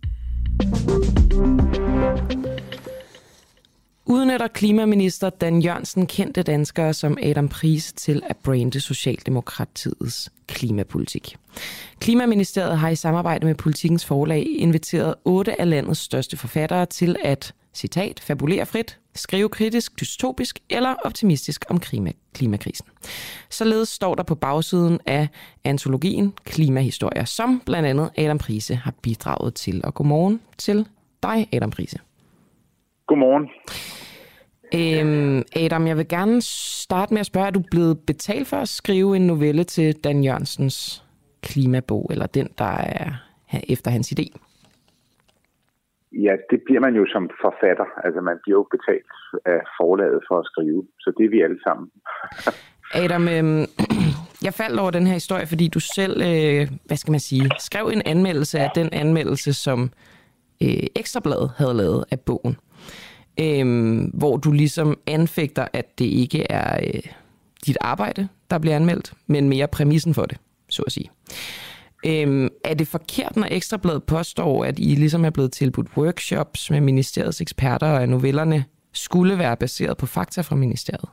Udnytter klimaminister Dan Jørgensen kendte danskere som Adam Price til at brande Socialdemokratiets klimapolitik. Klimaministeriet har i samarbejde med Politikens Forlag inviteret otte af landets største forfattere til at, citat, fabulere frit, skrive kritisk, dystopisk eller optimistisk om klima- klimakrisen. Således står der på bagsiden af antologien Klimahistorier, som blandt andet Adam Price har bidraget til. Og godmorgen til dig, Adam Price. Godmorgen. Øhm, Adam, jeg vil gerne starte med at spørge, er du blevet betalt for at skrive en novelle til Dan Jørgensens klimabog, eller den, der er efter hans idé? Ja, det bliver man jo som forfatter. Altså, man bliver jo betalt af forlaget for at skrive, så det er vi alle sammen. Adam, øhm, jeg faldt over den her historie, fordi du selv, øh, hvad skal man sige, skrev en anmeldelse af den anmeldelse, som øh, Ekstra Bladet havde lavet af bogen. Øhm, hvor du ligesom anfægter, at det ikke er øh, dit arbejde, der bliver anmeldt, men mere præmissen for det, så at sige. Øhm, er det forkert, når Ekstra Bladet påstår, at I ligesom er blevet tilbudt workshops med ministeriets eksperter, og at novellerne skulle være baseret på fakta fra ministeriet?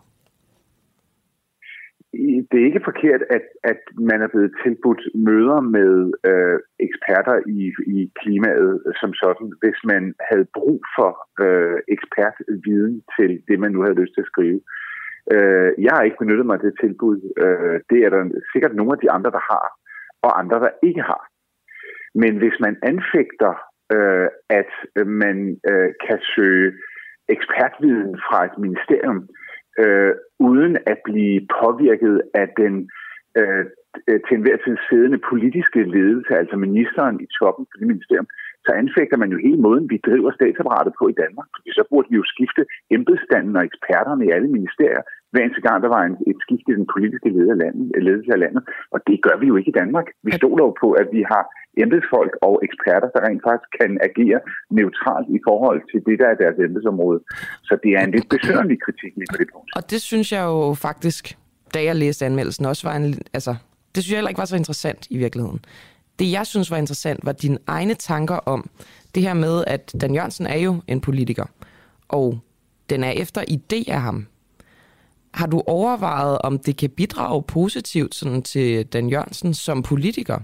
Det er ikke forkert, at, at man er blevet tilbudt møder med øh, eksperter i, i klimaet som sådan, hvis man havde brug for øh, ekspertviden til det, man nu havde lyst til at skrive. Øh, jeg har ikke benyttet mig af det tilbud. Øh, det er der sikkert nogle af de andre, der har, og andre, der ikke har. Men hvis man anfægter, øh, at man øh, kan søge ekspertviden fra et ministerium, Øh, uden at blive påvirket af den øh, til enhver tid siddende politiske ledelse, altså ministeren i toppen for det ministerium, så anfægter man jo hele måden, vi driver statsapparatet på i Danmark. Fordi så burde vi jo skifte embedsstanden og eksperterne i alle ministerier, hver eneste gang der var en, et skift i den politiske ledelse af, landet, ledelse af landet. Og det gør vi jo ikke i Danmark. Vi stoler jo på, at vi har embedsfolk og eksperter, der rent faktisk kan agere neutralt i forhold til det, der er deres embedsområde. Så det er en lidt besynderlig kritik lige på det punkt. Og det synes jeg jo faktisk, da jeg læste anmeldelsen, også var en... Altså, det synes jeg heller ikke var så interessant i virkeligheden. Det, jeg synes var interessant, var dine egne tanker om det her med, at Dan Jørgensen er jo en politiker, og den er efter idé af ham. Har du overvejet, om det kan bidrage positivt sådan, til Dan Jørgensen som politiker?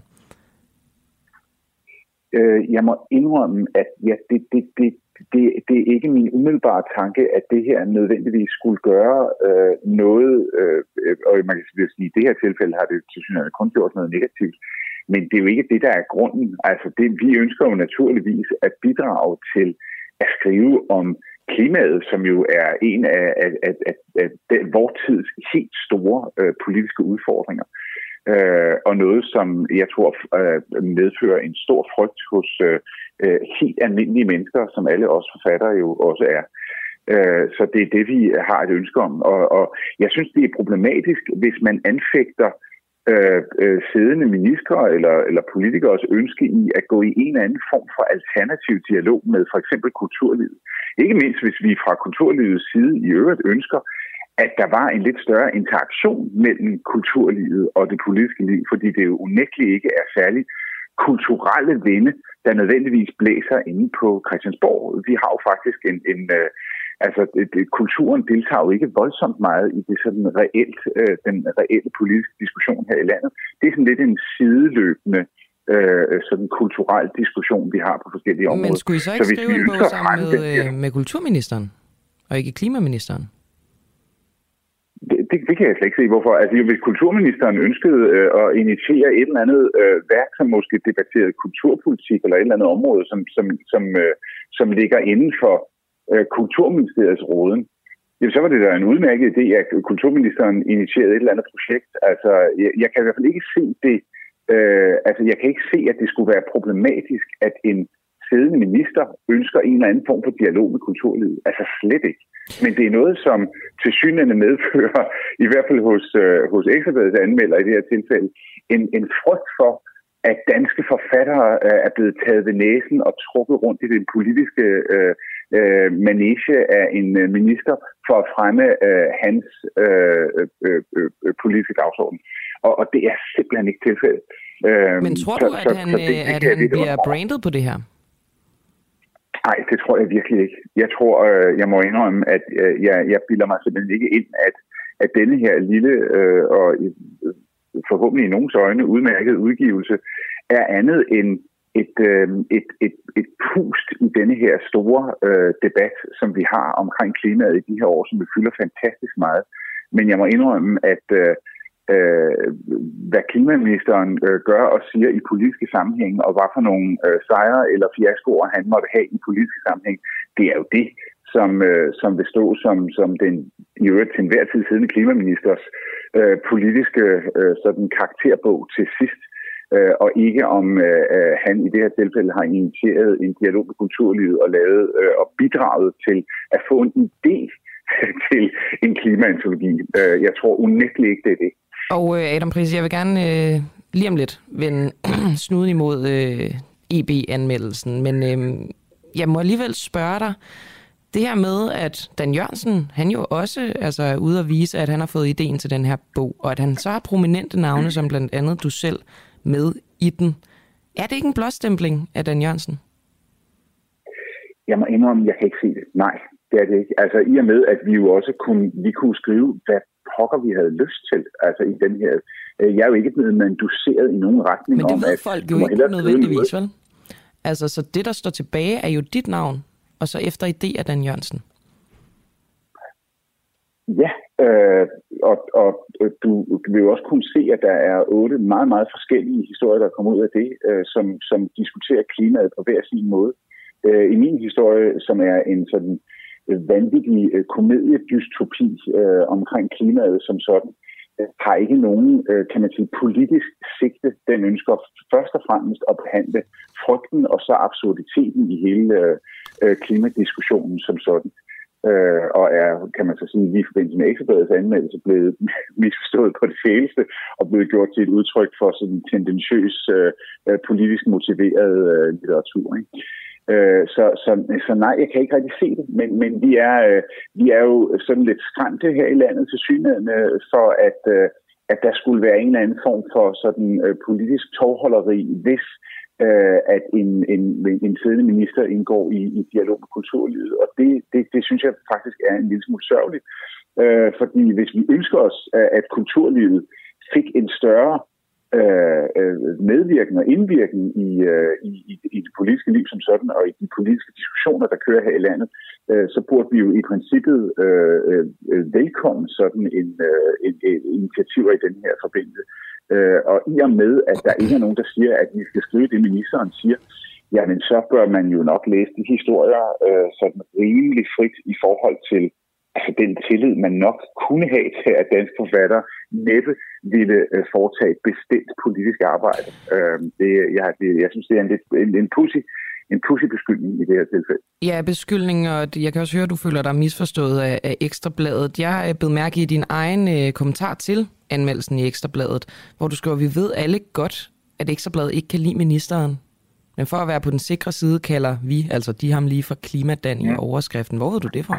Øh, jeg må indrømme, at ja, det, det, det, det, det er ikke min umiddelbare tanke, at det her nødvendigvis skulle gøre øh, noget, øh, og man kan sige, at i det her tilfælde har det til synligheden kun gjort noget negativt. Men det er jo ikke det, der er grunden. Altså, det, vi ønsker jo naturligvis at bidrage til at skrive om klimaet, som jo er en af, af, af, af, af den, vores tids helt store øh, politiske udfordringer. Øh, og noget, som jeg tror øh, medfører en stor frygt hos øh, helt almindelige mennesker, som alle os forfattere jo også er. Øh, så det er det, vi har et ønske om. Og, og jeg synes, det er problematisk, hvis man anfægter øh, øh, siddende ministre eller, eller politikers ønske i at gå i en eller anden form for alternativ dialog med for eksempel kulturlivet. Ikke mindst, hvis vi fra kulturlivets side i øvrigt ønsker, at der var en lidt større interaktion mellem kulturlivet og det politiske liv, fordi det jo unægteligt ikke er særlig kulturelle vinde, der nødvendigvis blæser inde på Christiansborg. Vi har jo faktisk en, en øh, altså det, det, kulturen deltager jo ikke voldsomt meget i det sådan reelt, øh, den reelle politiske diskussion her i landet. Det er sådan lidt en sideløbende øh, sådan kulturel diskussion, vi har på forskellige områder. Men skulle I så ikke så skrive en bog sammen med, øh, med kulturministeren, og ikke klimaministeren? Det, det, det kan jeg slet ikke se, hvorfor. Altså, hvis kulturministeren ønskede øh, at initiere et eller andet øh, værk, som måske debatterede kulturpolitik eller et eller andet område, som, som, som, øh, som ligger inden for øh, Kulturministeriets råden, jamen, så var det da en udmærket idé, at kulturministeren initierede et eller andet projekt. Altså, jeg, jeg kan i hvert fald ikke se det. Øh, altså, jeg kan ikke se, at det skulle være problematisk, at en siddende minister ønsker en eller anden form for dialog med kulturlivet. Altså slet ikke. Men det er noget, som tilsyneladende medfører, i hvert fald hos, øh, hos Ekstrabladets anmelder i det her tilfælde, en, en frygt for, at danske forfattere øh, er blevet taget ved næsen og trukket rundt i den politiske øh, øh, manege af en øh, minister for at fremme øh, hans øh, øh, øh, politiske dagsorden. Og, og det er simpelthen ikke tilfældet. Øh, Men tror så, du, at så, han, så det, det at han bliver brandet på det her? Nej, det tror jeg virkelig ikke. Jeg tror, øh, jeg må indrømme, at øh, jeg, jeg bilder mig simpelthen ikke ind, at, at denne her lille øh, og øh, forhåbentlig i nogens øjne udmærket udgivelse er andet end et, øh, et, et, et pust i denne her store øh, debat, som vi har omkring klimaet i de her år, som vi fylder fantastisk meget. Men jeg må indrømme, at øh, øh, hvad klimaministeren øh, gør og siger i politiske sammenhæng, og hvad for nogle øh, sejre eller fiaskoer han måtte have i politiske sammenhæng, det er jo det, som, øh, som vil stå som, som den i øvrigt til enhver tid siddende klimaministers øh, politiske øh, sådan karakterbog til sidst. Øh, og ikke om øh, han i det her tilfælde har initieret en dialog med kulturlivet og lavet øh, og bidraget til at få en idé til en klimaantologi. Øh, jeg tror unægteligt ikke, det er det. Og øh, Adam Prise, jeg vil gerne øh, lige om lidt vende snuden imod øh, E B-anmeldelsen, men øh, jeg må alligevel spørge dig, det her med, at Dan Jørgensen, han jo også altså, er ude at vise, at han har fået ideen til den her bog, og at han så har prominente navne, som blandt andet du selv, med i den. Er det ikke en blåstempling af Dan Jørgensen? Jeg må indrømme, jeg kan ikke se det. Nej, det er det ikke. Altså i og med, at vi jo også kunne, vi kunne skrive, hvad pokker vi havde lyst til. Altså i den her. Jeg er jo ikke blevet manduceret i nogen retning. Men det om, ved at folk jo ikke nødvendigvis, vel? Altså, så det, der står tilbage, er jo dit navn, og så efter idé af Dan Jørgensen. Ja, øh, og, og du vil jo også kunne se, at der er otte meget, meget forskellige historier, der kommer ud af det, øh, som, som diskuterer klimaet på hver sin måde. Øh, I min historie, som er en sådan vanvittig øh, komediedystopi øh, omkring klimaet som sådan, øh, har ikke nogen, øh, kan man sige, politisk sigte. Den ønsker først og fremmest at behandle frygten og så absurditeten i hele øh, klimadiskussionen som sådan. Øh, og er, kan man så sige, lige i forbindelse med Ekstrabladets anmeldelse blevet misforstået på det fæleste og blevet gjort til et udtryk for sådan en tendentiøs, øh, politisk motiveret øh, litteratur. Ikke? Øh, så, så, så nej, jeg kan ikke rigtig se det, men, men vi, er, øh, vi er jo sådan lidt skræmte her i landet til synligheden for, at, øh, at der skulle være en eller anden form for sådan øh, politisk tovholderi, hvis at en, en, en siddende minister indgår i, i dialog med kulturlivet. Og det, det, det synes jeg faktisk er en lille smule sørgeligt. Øh, fordi hvis vi ønsker os, at kulturlivet fik en større øh, medvirken og indvirken i, øh, i, i det politiske liv som sådan, og i de politiske diskussioner, der kører her i landet, øh, så burde vi jo i princippet øh, øh, velkommen sådan en, øh, en, en initiativer i den her forbindelse. Uh, og i og med, at der ikke er nogen, der siger, at vi skal skrive det, ministeren siger, jamen så bør man jo nok læse de historier øh, sådan rimelig frit i forhold til altså, den tillid, man nok kunne have til, at danske forfattere næppe ville øh, foretage bestemt politisk arbejde. Øh, det, jeg, det, jeg synes, det er en, en, en pudsig en pudsig beskyldning i det her tilfælde. Ja, beskyldning, og jeg kan også høre, at du føler dig misforstået af, af Ekstrabladet. Jeg er blevet mærke i din egen øh, kommentar til anmeldelsen i Ekstrabladet, hvor du skriver, at vi ved alle godt, at Ekstrabladet ikke kan lide ministeren. Men for at være på den sikre side, kalder vi, altså de ham lige fra klimadan i overskriften. Hvor ved du det fra?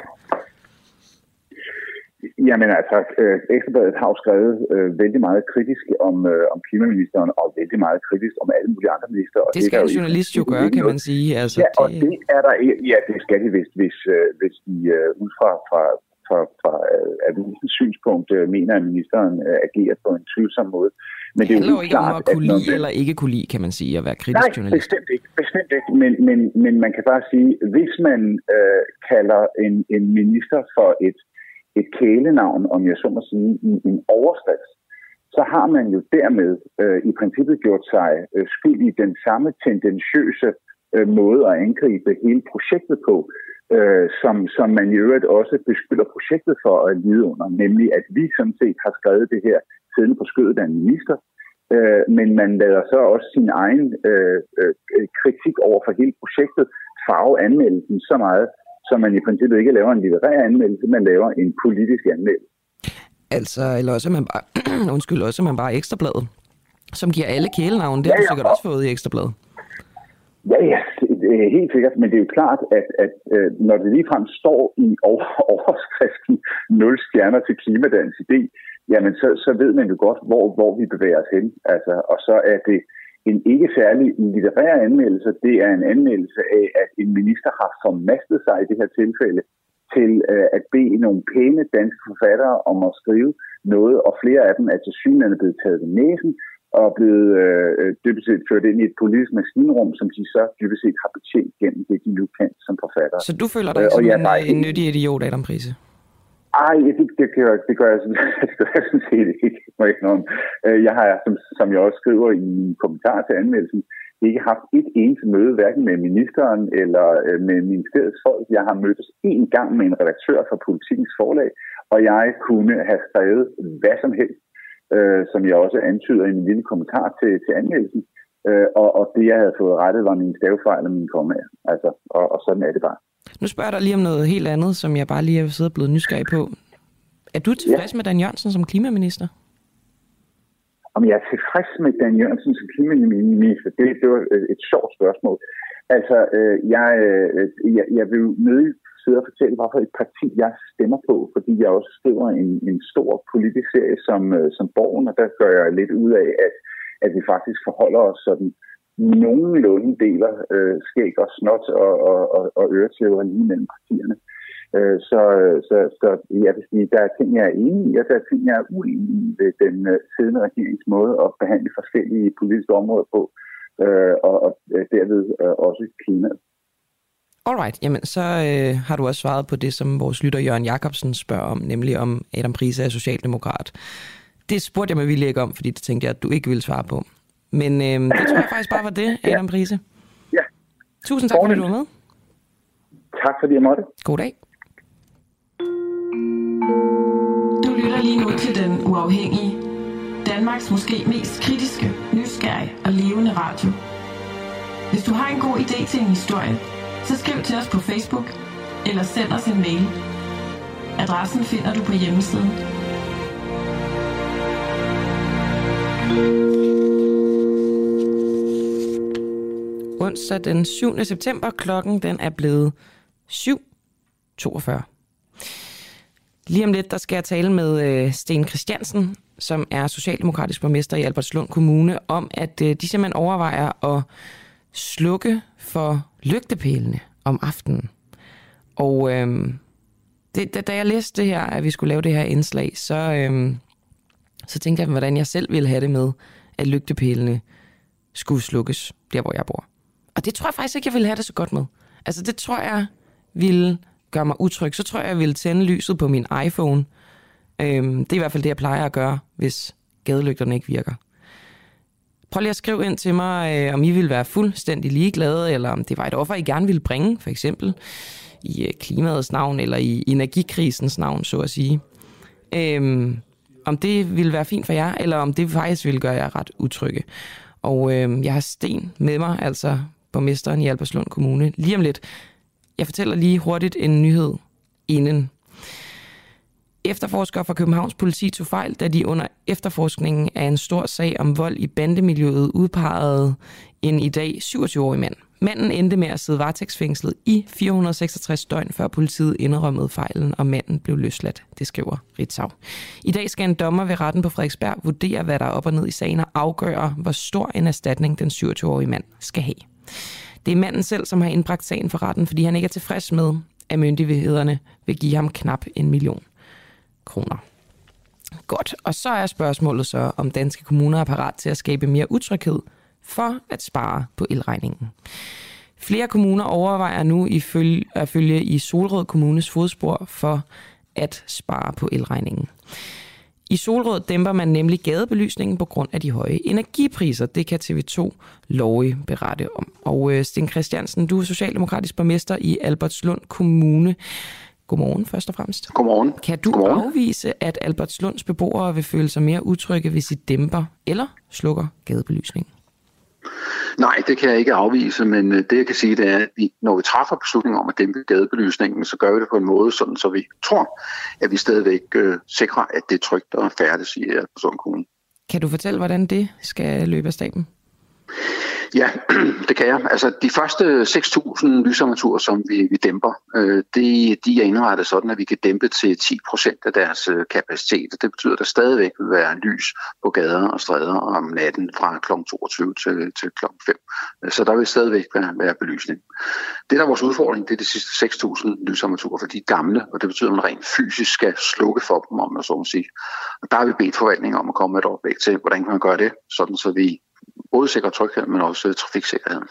Jamen altså, øh, Ekstrabladet har jo skrevet øh, vældig meget kritisk om, øh, om klimaministeren, og vældig meget kritisk om alle mulige andre minister. Og det skal det en journalist jo gøre, kan man sige. Altså, ja, og det... det er der ja, det skal de, hvis, hvis, øh, hvis de øh, ud fra, fra, fra, fra øh, avisens synspunkt øh, mener, at ministeren øh, agerer på en tvivlsom måde. Men det handler jo ikke klart, om at kunne lide at, eller ikke kunne lide, kan man sige, at være kritisk nej, journalist. Bestemt ikke, bestemt ikke. Men, men, men man kan bare sige, hvis man øh, kalder en, en minister for et et kælenavn, om jeg så må sige, i en overskrift, så har man jo dermed øh, i princippet gjort sig øh, skyld i den samme tendentiøse øh, måde at angribe hele projektet på, øh, som, som man i øvrigt også beskylder projektet for at lide under, nemlig at vi sådan set har skrevet det her siddende på skødet af en minister, øh, men man lader så også sin egen øh, øh, kritik over for hele projektet farve anmeldelsen så meget, så man i princippet ikke laver en litterær anmeldelse, man laver en politisk anmeldelse. Altså, eller også er man bare, undskyld, også er man bare Ekstrabladet, som giver alle kælenavn. Det har ja, du sikkert ja. også fået i Ekstrabladet. Ja, ja, det er helt sikkert, men det er jo klart, at, at, at når det ligefrem står i overskriften nul stjerner til klimadans idé, jamen så, så ved man jo godt, hvor, hvor vi bevæger os hen. Altså, og så er det en ikke særlig litterær anmeldelse, det er en anmeldelse af, at en minister har formastet sig i det her tilfælde til øh, at bede nogle pæne danske forfattere om at skrive noget, og flere af dem er til synligheden blevet taget ved næsen og blevet øh, dybest set ført ind i et politisk maskinrum, som de så dybest set har betjent gennem det, de nu kan som forfattere. Så du føler dig øh, som en, en nyttig idiot, Adam Price? Ej, det, det, gør, det gør jeg sådan, det gør jeg sådan set ikke. Jeg har, som, som jeg også skriver i en kommentar til anmeldelsen, ikke haft et eneste møde, hverken med ministeren eller med ministeriets folk. Jeg har mødtes en gang med en redaktør fra Politikens Forlag, og jeg kunne have skrevet hvad som helst, øh, som jeg også antyder i min lille kommentar til, til anmeldelsen. Øh, og, og det, jeg havde fået rettet, var mine stavefejl og mine kommaer. Altså, og, og sådan er det bare. Nu spørger jeg dig lige om noget helt andet, som jeg bare lige er siddet blevet nysgerrig på. Er du tilfreds ja. med Dan Jørgensen som klimaminister? Om jeg er tilfreds med Dan Jørgensen som klimaminister, det, det var et sjovt spørgsmål. Altså, øh, jeg, jeg, jeg vil nødig sidde og fortælle, hvorfor et parti jeg stemmer på, fordi jeg også skriver en, en stor politisk serie som, som Borgen, og der gør jeg lidt ud af, at, at vi faktisk forholder os sådan nogenlunde deler øh, skæg og snot og, og, og, og øretæver lige mellem partierne. Øh, så, så, så jeg vil sige, der er ting, jeg er enig i, og der er ting, jeg er uenig i ved den uh, siddende regerings måde at behandle forskellige politiske områder på, øh, og, og derved øh, også klimaet. Alright, jamen så øh, har du også svaret på det, som vores lytter Jørgen Jacobsen spørger om, nemlig om Adam Price er socialdemokrat. Det spurgte jeg mig vildt ikke om, fordi det tænkte jeg, at du ikke ville svare på. Men øh, det tror jeg faktisk bare var det, Adam Price. Ja. Tusind tak, fordi du var med. Tak, fordi jeg måtte. God dag. Du lytter lige nu til Den Uafhængige. Danmarks måske mest kritiske, nysgerrige og levende radio. Hvis du har en god idé til en historie, så skriv til os på Facebook eller send os en mail. Adressen finder du på hjemmesiden. Onsdag den syvende september, klokken den er blevet syv toogfyrre. Lige om lidt, der skal jeg tale med øh, Sten Christiansen, som er socialdemokratisk borgmester i Albertslund Kommune, om at øh, de simpelthen overvejer at slukke for lygtepælene om aftenen. Og øh, det, da, da jeg læste det her, at vi skulle lave det her indslag, så, øh, så tænkte jeg, hvordan jeg selv ville have det med, at lygtepælene skulle slukkes, der hvor jeg bor. Og det tror jeg faktisk ikke, jeg ville have det så godt med. Altså det tror jeg ville gøre mig utryg. Så tror jeg, jeg ville tænde lyset på min iPhone. Øhm, det er i hvert fald det, jeg plejer at gøre, hvis gadelygterne ikke virker. Prøv lige at skrive ind til mig, øh, om I vil være fuldstændig ligeglade, eller om det var et offer, I gerne ville bringe, for eksempel i øh, klimaets navn, eller i energikrisens navn, så at sige. Øhm, om det ville være fint for jer, eller om det faktisk ville gøre jer ret utrygge. Og øh, jeg har Sten med mig, altså borgmesteren i Albertslund Kommune, lige om lidt. Jeg fortæller lige hurtigt en nyhed inden. Efterforskere fra Københavns politi tog fejl, da de under efterforskningen af en stor sag om vold i bandemiljøet udpegede en i dag syvogtyve-årig mand. Manden endte med at sidde varetægtsfængslet i fire hundrede og seksogtres døgn, før politiet indrømmede fejlen, og manden blev løsladt. Det skriver Ritzau. I dag skal en dommer ved retten på Frederiksberg vurdere, hvad der er op og ned i sagen, og afgøre, hvor stor en erstatning den syvogtyve-årige mand skal have. Det er manden selv, som har indbragt sagen for retten, fordi han ikke er tilfreds med, at myndighederne vil give ham knap en million kroner. Godt. Og så er spørgsmålet så, om danske kommuner er parat til at skabe mere utryghed for at spare på elregningen. Flere kommuner overvejer nu ifølge, at følge i Solrød Kommunes fodspor for at spare på elregningen. I Solrød dæmper man nemlig gadebelysningen på grund af de høje energipriser. Det kan T V to Lorge berette om. Og Sten Christiansen, du er socialdemokratisk borgmester i Albertslund Kommune. Godmorgen først og fremmest. Godmorgen. Kan du Godmorgen. afvise, at Albertslunds beboere vil føle sig mere utrygge, hvis de dæmper eller slukker gadebelysningen? Nej, det kan jeg ikke afvise, men det jeg kan sige, det er, at vi, når vi træffer beslutningen om at dæmpe gadebelysningen, så gør vi det på en måde, sådan, så vi tror, at vi stadigvæk øh, sikrer, at det er trygt og færdes i Albertslund Kommune. Kan du fortælle, hvordan det skal løbe af staben? Ja, det kan jeg. Altså, de første seks tusind lysarmaturer, som vi, vi dæmper, øh, de, de er indrettet sådan, at vi kan dæmpe til ti procent af deres øh, kapacitet. Det betyder, at der stadigvæk vil være lys på gader og stræder om natten fra klokken toogtyve til, til klokken fem. Så der vil stadigvæk være, være belysning. Det, der er vores udfordring, det er de sidste seks tusind lysarmaturer, for de er gamle, og det betyder, at man rent fysisk skal slukke for dem, om man så må sige. Og der har vi bedt forvaltningen om at komme med et oplæg til, hvordan kan man gøre det, sådan så vi både sikrer tryghed, men også trafiksikkerhed.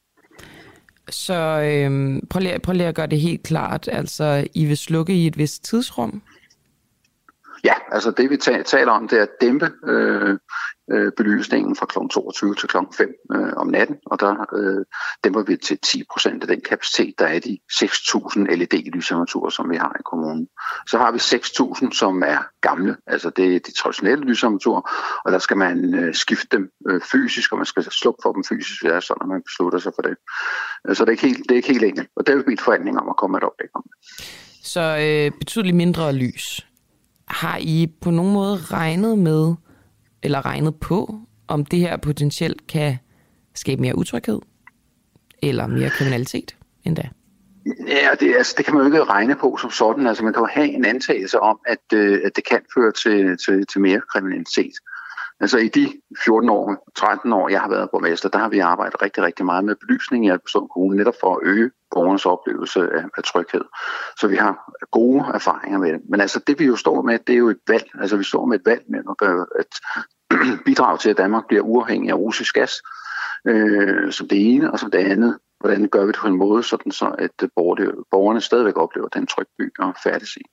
Så øh, prøv, lige, prøv lige at gøre det helt klart. Altså, I vil slukke i et vist tidsrum? Ja, altså det vi taler om, det er at dæmpe øh, øh, belysningen fra klokken toogtyve til klokken fem øh, om natten, og der øh, dæmper vi til ti procent af den kapacitet, der er de seks tusind L E D-lysarmaturer, som vi har i kommunen. Så har vi seks tusind, som er gamle, altså det er de traditionelle lysarmaturer, og der skal man øh, skifte dem øh, fysisk, og man skal slukke for dem fysisk, det er sådan, at man beslutter sig for det. Så det er ikke helt, det er ikke helt enkelt, og der vil vi bedt forhandling om at komme med et oplæg om det. Så øh, betydeligt mindre lys. Har I på nogen måde regnet med, eller regnet på, om det her potentielt kan skabe mere utryghed, eller mere kriminalitet endda? Ja, det, altså, det kan man jo ikke regne på som sådan. Altså, man kan jo have en antagelse om, at, øh, at det kan føre til, til, til mere kriminalitet. Altså i de fjorten år, tretten år, jeg har været borgmester, der har vi arbejdet rigtig, rigtig meget med belysning i Albertslund Kommune, netop for at øge borgernes oplevelse af, af tryghed. Så vi har gode erfaringer med det. Men altså det vi jo står med, det er jo et valg. Altså vi står med et valg med at, gøre, at bidrage til, at Danmark bliver uafhængig af russisk gas, øh, som det ene, og som det andet. Hvordan gør vi det på en måde, sådan så at borgerne stadigvæk oplever den tryg by og færdes i.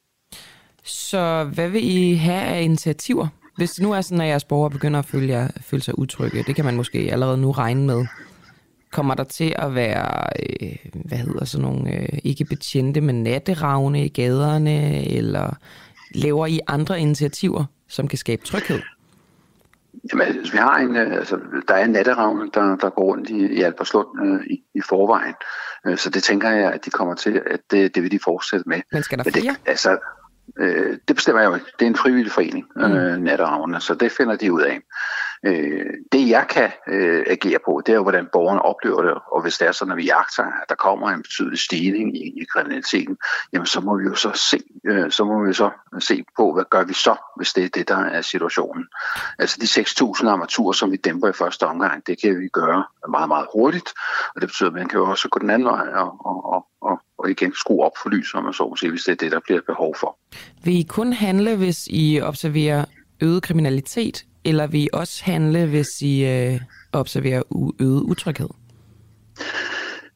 Så hvad vil I have af initiativer? Hvis det nu er sådan, at jeres borgere begynder at føle, jer, føle sig utrygge, det kan man måske allerede nu regne med. Kommer der til at være, øh, hvad hedder sådan nogle, øh, ikke betjente med natteravne i gaderne, eller laver I andre initiativer, som kan skabe tryghed? Jamen, vi har en, altså, der er en natteravne, der, der går rundt i, i Albertslund øh, i, i forvejen. Øh, så det tænker jeg, at de kommer til, at det, det vil de fortsætte med. Men skal der Men flere? Det, altså, øh, det bestemmer jeg jo ikke. Det er en frivillig forening, øh, mm. natteravne, så det finder de ud af. Øh, det jeg kan øh, agere på, det er jo, hvordan borgerne oplever det, og hvis det er sådan, at vi jagter, at der kommer en betydelig stigning i, i kriminaliteten, jamen så må vi jo så se, øh, så må vi så se på, hvad gør vi så, hvis det er det, der er situationen. Altså de seks tusind armaturer, som vi dæmper i første omgang, det kan vi gøre meget, meget hurtigt, og det betyder, at man kan jo også gå den anden vej og, og, og, og, og igen skrue op for lys, om man så må sige, hvis det er det, der bliver behov for. Vil I kun handle, hvis I observerer øget kriminalitet, eller vil I også handle, hvis I øh, observerer u- øget utryghed?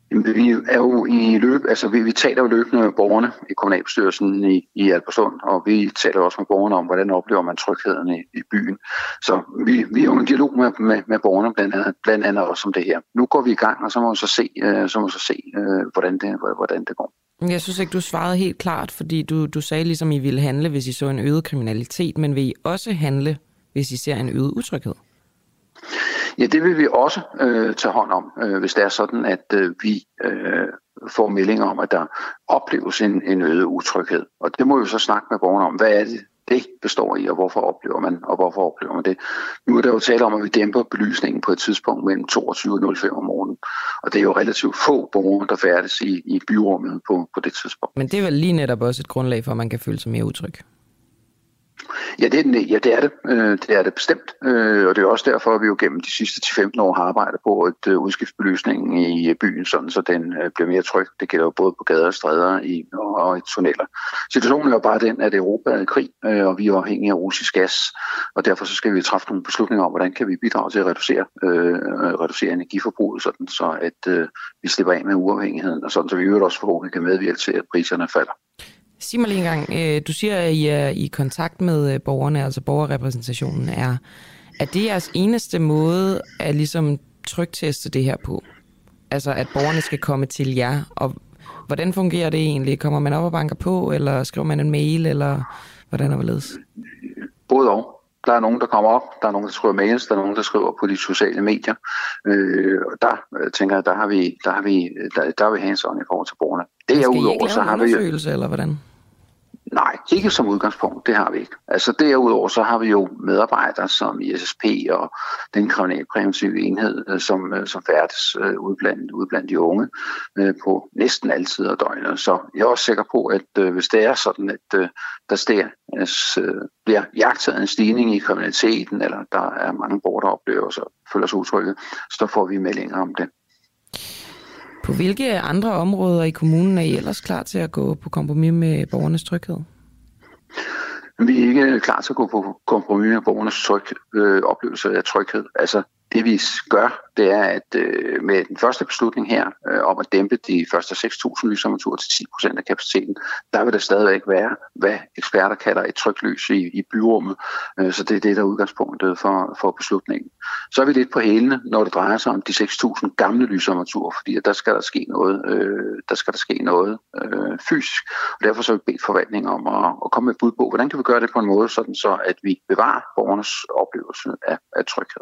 Vi er jo i løb, altså vi, vi taler jo løbende med borgerne i kommunalbestyrelsen i, i Albertslund, og vi taler også med borgerne om, hvordan oplever man trygheden i, i byen. Så vi, vi er jo i en dialog med, med, med borgerne, blandt andet, blandt andet også om det her. Nu går vi i gang, og så må vi så se, uh, så må vi så se uh, hvordan, det, hvordan det går. Jeg synes ikke, du svarede helt klart, fordi du, du sagde ligesom, I ville handle, hvis I så en øget kriminalitet, men vil I også handle, hvis I ser en øget utryghed? Ja, det vil vi også øh, tage hånd om, øh, hvis det er sådan, at øh, vi øh, får meldinger om, at der opleves en, en øget utryghed. Og det må vi så snakke med borgerne om. Hvad er det, det består i, og hvorfor oplever man, og hvorfor oplever man det? Nu er der jo tale om, at vi dæmper belysningen på et tidspunkt mellem toogtyve og nul fem om morgenen. Og det er jo relativt få borgere, der færdes i, i byrummet på, på det tidspunkt. Men det er vel lige netop også et grundlag for, at man kan føle sig mere utryg? Ja, det er, den, ja, det er det. Det er det bestemt. Og det er også derfor, at vi jo gennem de sidste ti til femten år har arbejdet på at udskifte belysningen i byen, sådan så den bliver mere tryg. Det gælder jo både på gader og stræder i, og i tunneller. Situationen er jo bare den, at Europa er i krig, og vi er afhængige af russisk gas. Og derfor så skal vi træffe nogle beslutninger om, hvordan kan vi bidrage til at reducere, øh, reducere energiforbruget, sådan så at øh, vi slipper af med uafhængigheden, og sådan så vi jo også forhåbentlig kan medvirke til, at priserne falder. Sig mig lige en gang, du siger, at I er i kontakt med borgerne, altså borgerrepræsentationen er. Er det jeres eneste måde at ligesom trygteste det her på? Altså at borgerne skal komme til jer, og hvordan fungerer det egentlig? Kommer man op og banker på, eller skriver man en mail, eller hvordan er hvorledes? Både og. Der er nogen, der kommer op, der er nogen, der skriver mails, der er nogen, der skriver på de sociale medier. Øh, og der øh, tænker jeg, der har vi, der har vi, der, der har vi hands-on i forhold til borgerne. Det er udover, så har vi undersøgelse, eller hvordan? Nej, ikke som udgangspunkt, det har vi ikke. Altså derudover så har vi jo medarbejdere som I S S P og den kriminalpræventive enhed, som, som færdes ude blandt, ude blandt de unge på næsten alle tider af døgnet. Så jeg er også sikker på, at hvis det er sådan, at der ster, bliver jagtet en stigning i kriminaliteten, eller der er mange borgere, der oplever sig føler sig utrygge, så får vi meldinger om det. På hvilke andre områder i kommunen er I ellers klar til at gå på kompromis med borgernes tryghed? Vi er ikke klar til at gå på kompromis med borgernes tryg, øh, oplevelse af tryghed. Altså det vi gør, det er, at øh, med den første beslutning her øh, om at dæmpe de første seks tusind lysarmaturer til ti procent af kapaciteten, der vil der stadigvæk være, hvad eksperter kalder et tryklys i, i byrummet. Øh, så det er det, der er udgangspunktet for, for beslutningen. Så er vi lidt på hælene, når det drejer sig om de seks tusind gamle lysarmaturer, fordi der skal der ske noget, øh, der skal der ske noget øh, fysisk. Og derfor så har vi bedt forvaltningen om at, at komme med et bud på, hvordan kan vi gøre det på en måde, sådan så at vi bevarer borgernes oplevelse af, af tryghed.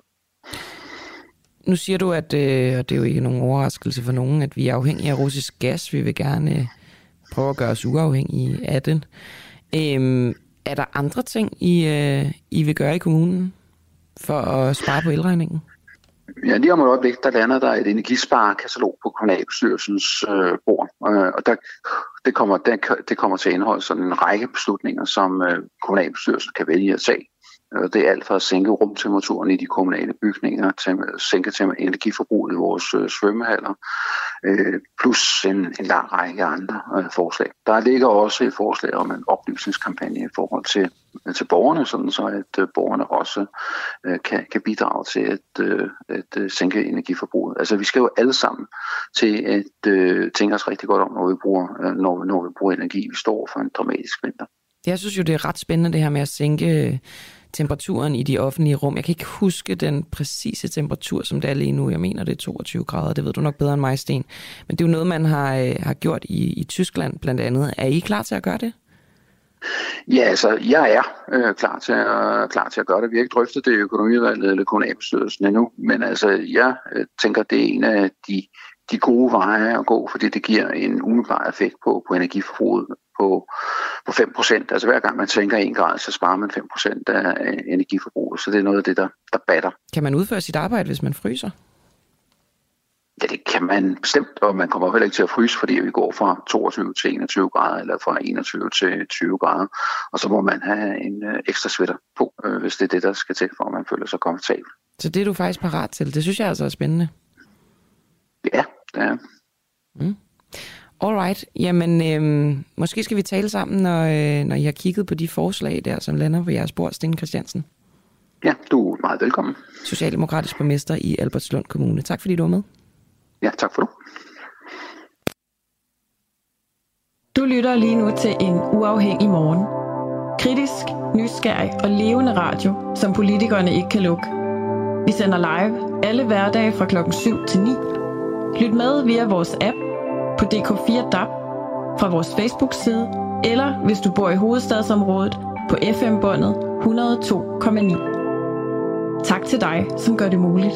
Nu siger du, at øh, og det er jo ikke nogen overraskelse for nogen, at vi er afhængige af russisk gas. Vi vil gerne øh, prøve at gøre os uafhængige af den. Øhm, er der andre ting, I, øh, I vil gøre i kommunen for at spare på elregningen? Ja, lige om et øjeblik, der lander der et energisparekatalog på kommunalbestyrelsens øh, bord, øh, og der, det, kommer, det, det kommer til at indeholde sådan en række beslutninger, som øh, kommunalbestyrelsen kan vælge at tage. Det er alt fra at sænke rumtemperaturen i de kommunale bygninger, til at sænke til energiforbruget i vores øh, svømmehaller, øh, plus en, en lang række andre øh, forslag. Der ligger også et forslag om en oplysningskampagne i forhold til, øh, til borgerne, sådan så at øh, borgerne også øh, kan, kan bidrage til at, øh, at øh, sænke energiforbruget. Altså vi skal jo alle sammen til at øh, tænke os rigtig godt om, når vi bruger, øh, når, når vi bruger energi. Vi står for en dramatisk vinter. Jeg synes jo, det er ret spændende det her med at sænke temperaturen i de offentlige rum. Jeg kan ikke huske den præcise temperatur, som det er lige nu. Jeg mener, det er toogtyve grader. Det ved du nok bedre end mig, Sten. Men det er jo noget, man har, har gjort i, i Tyskland blandt andet. Er I klar til at gøre det? Ja, altså, jeg er øh, klar, til at, klar til at gøre det. Vi har ikke drøftet det i økonomiudvalget eller kommunalbestyrelsen endnu, men altså, jeg øh, tænker, det er en af de, de gode veje at gå, fordi det giver en umiddelbar effekt på, på energiforbruget på, på fem procent. Altså hver gang man tænker en grad, så sparer man fem procent af energiforbruget, så det er noget af det, der, der batter. Kan man udføre sit arbejde, hvis man fryser? Ja, det kan man bestemt, og man kommer heller ikke til at fryse, fordi vi går fra toogtyve til enogtyve grader, eller fra enogtyve til tyve grader, og så må man have en øh, ekstra sweater på, øh, hvis det er det, der skal til, for at man føler sig komfortabel. Så det er du faktisk parat til. Det synes jeg altså er spændende. Ja, det er. Mm. Alright, jamen øh, måske skal vi tale sammen, når, øh, når I har kigget på de forslag der, som lander på jeres bord, Sten Christiansen. Ja, du er meget velkommen. Socialdemokratisk borgmester i Albertslund Kommune. Tak fordi du var med. Ja, tak for det. Du lytter lige nu til en uafhængig morgen. Kritisk, nysgerrig og levende radio, som politikerne ikke kan lukke. Vi sender live alle hverdage fra klokken syv til ni. Lyt med via vores app på D K fire D A B, fra vores Facebook-side, eller hvis du bor i hovedstadsområdet på F M-båndet et hundrede og to komma ni. Tak til dig, som gør det muligt.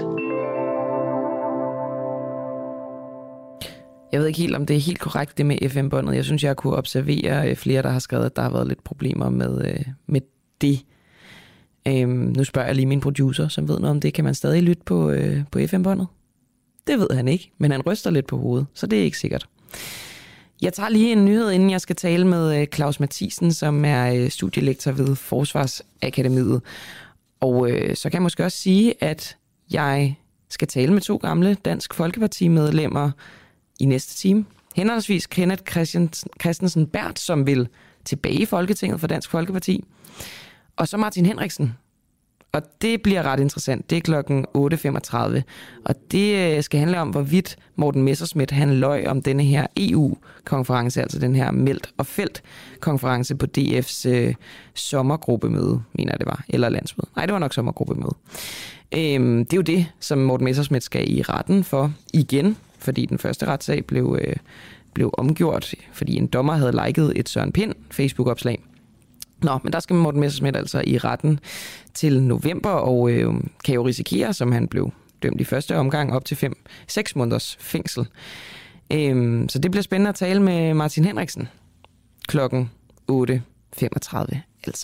Jeg ved ikke helt, om det er helt korrekt, det med F M-båndet. Jeg synes, jeg kunne observere flere, der har skrevet, at der har været lidt problemer med, med det. Øhm, nu spørger jeg lige min producer, som ved noget om det. Kan man stadig lytte på, øh, på F M-båndet? Det ved han ikke, men han ryster lidt på hovedet, så det er ikke sikkert. Jeg tager lige en nyhed, inden jeg skal tale med Claus Mathisen, som er studielektor ved Forsvarsakademiet. Og øh, så kan jeg måske også sige, at jeg skal tale med to gamle Dansk Folkeparti-medlemmer i næste time. Henholdsvis Kenneth Kristensen Berth, som vil tilbage i Folketinget for Dansk Folkeparti, og så Martin Henriksen. Og det bliver ret interessant. Det er klokken otte femogtredive. Og det skal handle om, hvorvidt Morten Messerschmidt han løj om denne her E U-konference, altså den her Meldt og Felt-konference på D F's øh, sommergruppemøde, mener jeg det var, eller landsmøde. Nej, det var nok sommergruppemøde. Øhm, det er jo det, som Morten Messerschmidt skal i retten for igen, fordi den første retssag blev, øh, blev omgjort, fordi en dommer havde liket et Søren Pind Facebook-opslag. Nå, men der skal Morten Messerschmidt altså i retten til november, og øh, kan jo risikere, som han blev dømt i første omgang, op til fem, seks måneders fængsel. Øhm, så det bliver spændende at tale med Martin Henriksen klokken otte femogtredive, altså.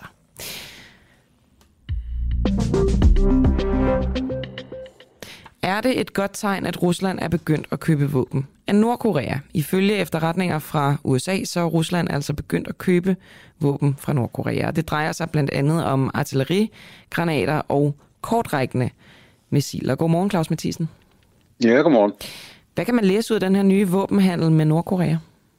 Er det et godt tegn, at Rusland er begyndt at købe våben af Nordkorea? Ifølge efterretninger fra U S A, så er Rusland altså begyndt at købe våben fra Nordkorea. Det drejer sig blandt andet om artillerigranater og kortrækkende missiler. Godmorgen, Claus Mathisen. Ja, godmorgen. Hvad kan man læse ud af den her nye våbenhandel med Nordkorea?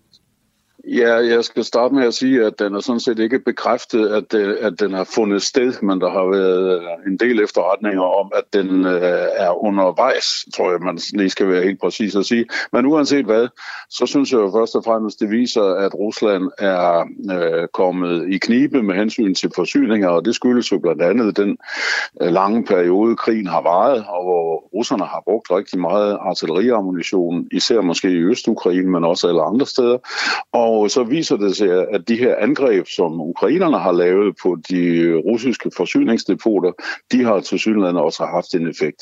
Ja, jeg skal starte med at sige, at den er sådan set ikke bekræftet, at, at den har fundet sted, men der har været en del efterretninger om, at den er undervejs, tror jeg, man lige skal være helt præcis at sige. Men uanset hvad, så synes jeg jo først og fremmest, det viser, at Rusland er øh, kommet i knibe med hensyn til forsyninger, og det skyldes jo blandt andet den lange periode, krigen har varet, og hvor russerne har brugt rigtig meget artilleriammunition, især måske i Øst-Ukraine, men også alle andre steder. Og Og så viser det sig, at de her angreb, som ukrainerne har lavet på de russiske forsyningsdepoter, de har tilsyneladende også haft en effekt.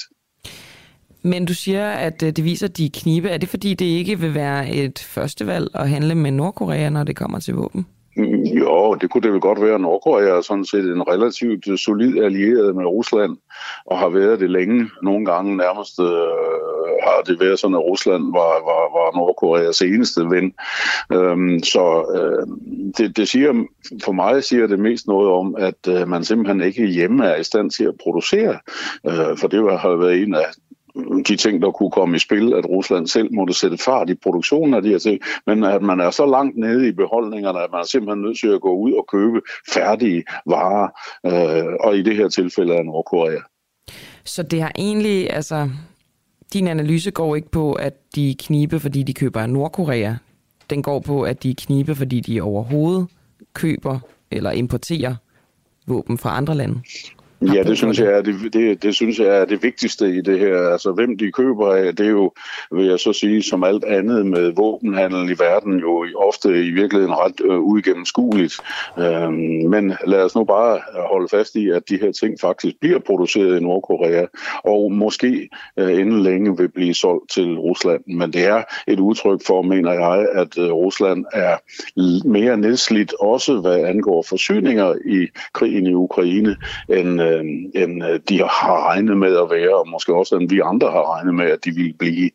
Men du siger, at det viser de knibe. Er det fordi, det ikke vil være et førstevalg at handle med Nordkorea, når det kommer til våben? Jo, det kunne det vel godt være. Nordkorea er sådan set en relativt solid allieret med Rusland, og har været det længe. Nogle gange nærmest øh, har det været sådan, at Rusland var, var, var Nordkoreas eneste ven. Øhm, så øh, det, det siger, for mig siger det mest noget om, at øh, man simpelthen ikke hjemme er i stand til at producere. Øh, for det har været en af de ting, der kunne komme i spil, at Rusland selv måtte sætte fart i produktionen af de her ting, men at man er så langt nede i beholdningerne, at man er simpelthen nødt til at gå ud og købe færdige varer, øh, og i det her tilfælde af Nordkorea. Så det har egentlig, altså, din analyse går ikke på, at de knibe, fordi de køber af Nordkorea. Den går på, at de knibe, fordi de overhovedet køber eller importerer våben fra andre lande. Ja, det synes jeg er det, det, det synes jeg er det vigtigste i det her. Altså, hvem de køber af, det er jo, vil jeg så sige, som alt andet med våbenhandel i verden, jo ofte i virkeligheden ret øh, uigennemskueligt. Øhm, men lad os nu bare holde fast i, at de her ting faktisk bliver produceret i Nordkorea, og måske øh, inden længe vil blive solgt til Rusland. Men det er et udtryk for, mener jeg, at øh, Rusland er mere nedslidt, også hvad angår forsyninger i krigen i Ukraine, end øh, end de har regnet med at være, og måske også end vi andre har regnet med, at de vil blive.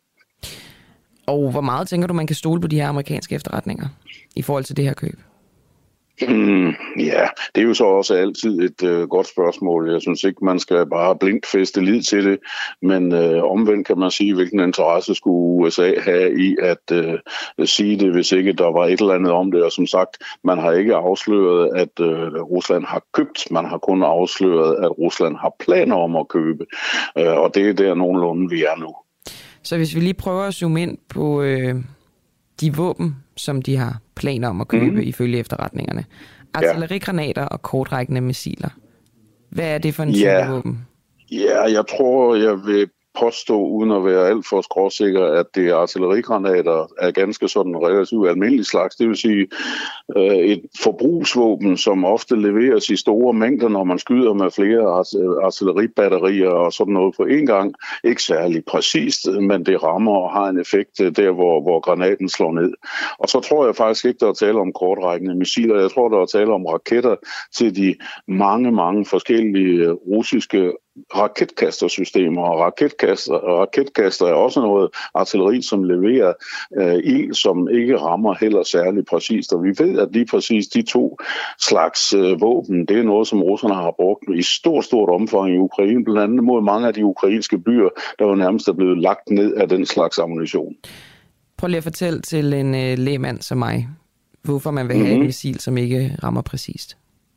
Og hvor meget tænker du, man kan stole på de her amerikanske efterretninger i forhold til det her køb? Mm, ja, det er jo så også altid et øh, godt spørgsmål. Jeg synes ikke, man skal bare blindt fæste lid til det, men øh, omvendt kan man sige, hvilken interesse skulle U S A have i at øh, sige det, hvis ikke der var et eller andet om det. Og som sagt, man har ikke afsløret, at øh, Rusland har købt, man har kun afsløret, at Rusland har planer om at købe, øh, og det er der nogenlunde, vi er nu. Så hvis vi lige prøver at zoome ind på... Øh de våben, som de har planer om at købe mm. ifølge efterretningerne. Artillerigranater og kortrækkende missiler. Hvad er det for en type ja. våben? Ja, jeg tror, jeg vil påstå, uden at være alt for skråsikker, at det er artillerigranater af ganske sådan relativt almindelig slags. Det vil sige øh, et forbrugsvåben, som ofte leveres i store mængder, når man skyder med flere artilleribatterier og sådan noget på en gang. Ikke særlig præcist, men det rammer og har en effekt der, hvor, hvor granaten slår ned. Og så tror jeg faktisk ikke, der er tale om kortrækkende missiler. Jeg tror, der er tale om raketter til de mange, mange forskellige russiske raketkastersystemer, og raketkaster, raketkaster er også noget artilleri, som leverer øh, ild, som ikke rammer heller særlig præcist. Og vi ved, at lige præcis de to slags øh, våben, det er noget, som russerne har brugt i stort, stort omfang i Ukraine, blandt andet mod mange af de ukrainske byer, der var nærmest er blevet lagt ned af den slags ammunition. Prøv lige at fortælle til en øh, lægmand som mig, hvorfor man vil have mm-hmm. et missil, som ikke rammer præcist.